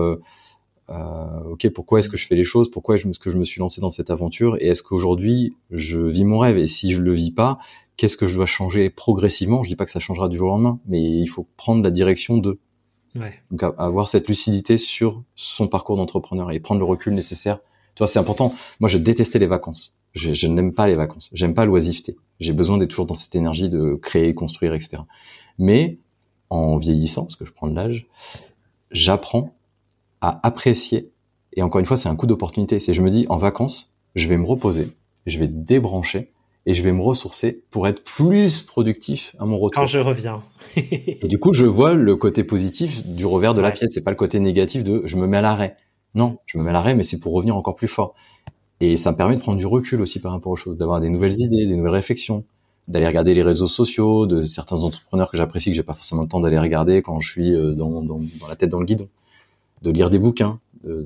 ok, pourquoi est-ce que je fais les choses, pourquoi est-ce que je me suis lancé dans cette aventure, et est-ce qu'aujourd'hui je vis mon rêve, et si je le vis pas, qu'est-ce que je dois changer progressivement. Je dis pas que ça changera du jour au lendemain, mais il faut prendre la direction de. Ouais. Donc avoir cette lucidité sur son parcours d'entrepreneur et prendre le recul nécessaire. Tu vois, c'est important. Moi, je détestais les vacances. Je n'aime pas les vacances. J'aime pas l'oisiveté. J'ai besoin d'être toujours dans cette énergie de créer, construire, etc. Mais en vieillissant, parce que je prends de l'âge, j'apprends à apprécier. Et encore une fois, c'est un coup d'opportunité. Je me dis, en vacances, je vais me reposer, je vais débrancher et je vais me ressourcer pour être plus productif à mon retour. Quand je reviens. Et du coup, je vois le côté positif du revers de la pièce. C'est pas le côté négatif de je me mets à l'arrêt. Non, je me mets à l'arrêt, mais c'est pour revenir encore plus fort. Et ça me permet de prendre du recul aussi par rapport aux choses, d'avoir des nouvelles idées, des nouvelles réflexions, d'aller regarder les réseaux sociaux de certains entrepreneurs que j'apprécie, que j'ai pas forcément le temps d'aller regarder quand je suis dans la tête dans le guidon, de lire des bouquins,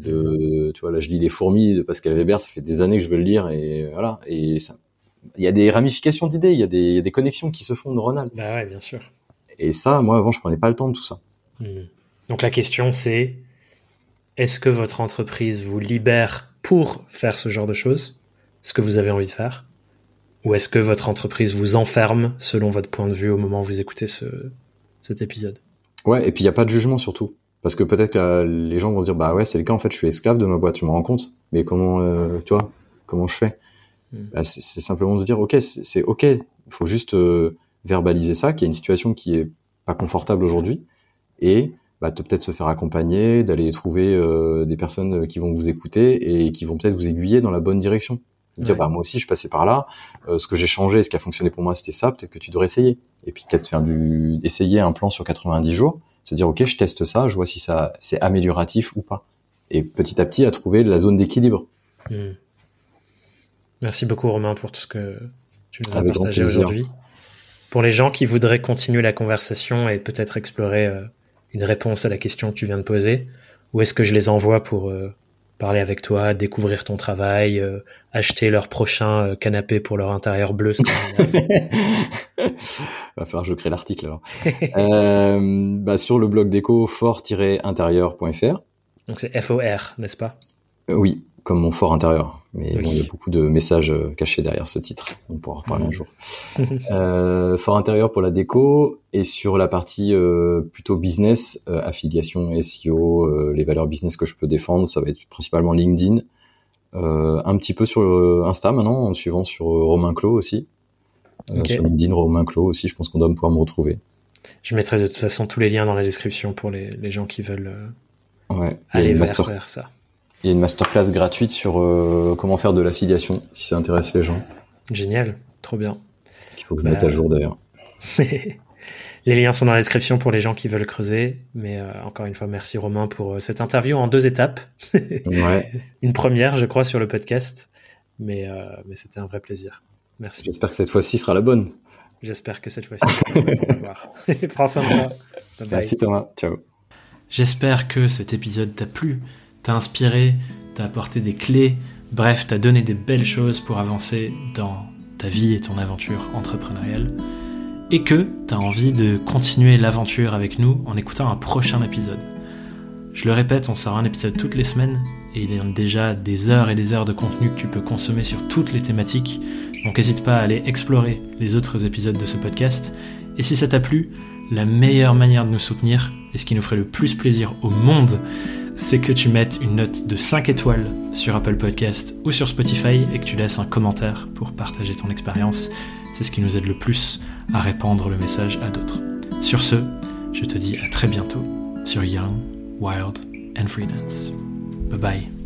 tu vois, là je lis Les Fourmis de Pascal Weber, ça fait des années que je veux le lire, et voilà. Et ça, il y a des ramifications d'idées, il y a des connexions qui se font neuronales. Bah ouais, bien sûr. Et ça, moi avant, je prenais pas le temps de tout ça. Donc la question c'est, est-ce que votre entreprise vous libère pour faire ce genre de choses, ce que vous avez envie de faire, ou est-ce que votre entreprise vous enferme selon votre point de vue au moment où vous écoutez cet épisode? Ouais, et puis il n'y a pas de jugement surtout. Parce que peut-être que les gens vont se dire, bah ouais, c'est le cas, en fait, je suis esclave de ma boîte, je me rends compte. Mais comment, tu vois, comment je fais? Bah, c'est simplement se dire, ok, c'est ok. Il faut juste verbaliser ça, qu'il y a une situation qui est pas confortable aujourd'hui, et peut-être se faire accompagner, d'aller trouver des personnes qui vont vous écouter et qui vont peut-être vous aiguiller dans la bonne direction. Dire, moi aussi, je passais par là, ce que j'ai changé, ce qui a fonctionné pour moi, c'était ça, peut-être que tu devrais essayer. Et puis peut-être essayer un plan sur 90 jours, se dire, ok, je teste ça, je vois si ça c'est amélioratif ou pas. Et petit à petit, à trouver la zone d'équilibre. Merci beaucoup, Romain, pour tout ce que tu nous as partagé aujourd'hui. Pour les gens qui voudraient continuer la conversation et peut-être explorer une réponse à la question que tu viens de poser, où est-ce que je les envoie pour parler avec toi, découvrir ton travail, acheter leur prochain canapé pour leur intérieur bleu? Va falloir que je crée l'article alors. Sur le blog d'éco, fort-intérieur.fr. Donc c'est FOR, n'est-ce pas? Oui, comme mon fort intérieur. Mais bon, il y a beaucoup de messages cachés derrière ce titre. On pourra en reparler un jour. Fort intérieur pour la déco, et sur la partie plutôt business, affiliation, SEO, les valeurs business que je peux défendre, ça va être principalement LinkedIn, un petit peu sur Insta maintenant, en suivant sur Romain Clos aussi. Sur LinkedIn, Romain Clos aussi, je pense qu'on doit pouvoir me retrouver. Je mettrai de toute façon tous les liens dans la description pour les gens qui veulent aller vers ça. Il y a une masterclass gratuite sur comment faire de l'affiliation, si ça intéresse les gens. Génial, trop bien. Qu'il faut que je mette à jour d'ailleurs. Les liens sont dans la description pour les gens qui veulent creuser. Mais encore une fois, merci Romain pour cette interview en 2 étapes. Une première, je crois, sur le podcast. Mais c'était un vrai plaisir. Merci. J'espère que cette fois-ci sera la bonne. J'espère que cette fois-ci sera la bonne. On va voir. Prends soin de toi. Bye bye. Merci Thomas. Ciao. J'espère que cet épisode t'a plu, t'a inspiré, t'a apporté des clés, bref, t'a donné des belles choses pour avancer dans ta vie et ton aventure entrepreneuriale, et que t'as envie de continuer l'aventure avec nous en écoutant un prochain épisode. Je le répète, on sort un épisode toutes les semaines, et il y a déjà des heures et des heures de contenu que tu peux consommer sur toutes les thématiques, donc n'hésite pas à aller explorer les autres épisodes de ce podcast, et si ça t'a plu, la meilleure manière de nous soutenir, et ce qui nous ferait le plus plaisir au monde, c'est que tu mettes une note de 5 étoiles sur Apple Podcast ou sur Spotify et que tu laisses un commentaire pour partager ton expérience. C'est ce qui nous aide le plus à répandre le message à d'autres. Sur ce, je te dis à très bientôt sur Young, Wild and Freelance. Bye bye.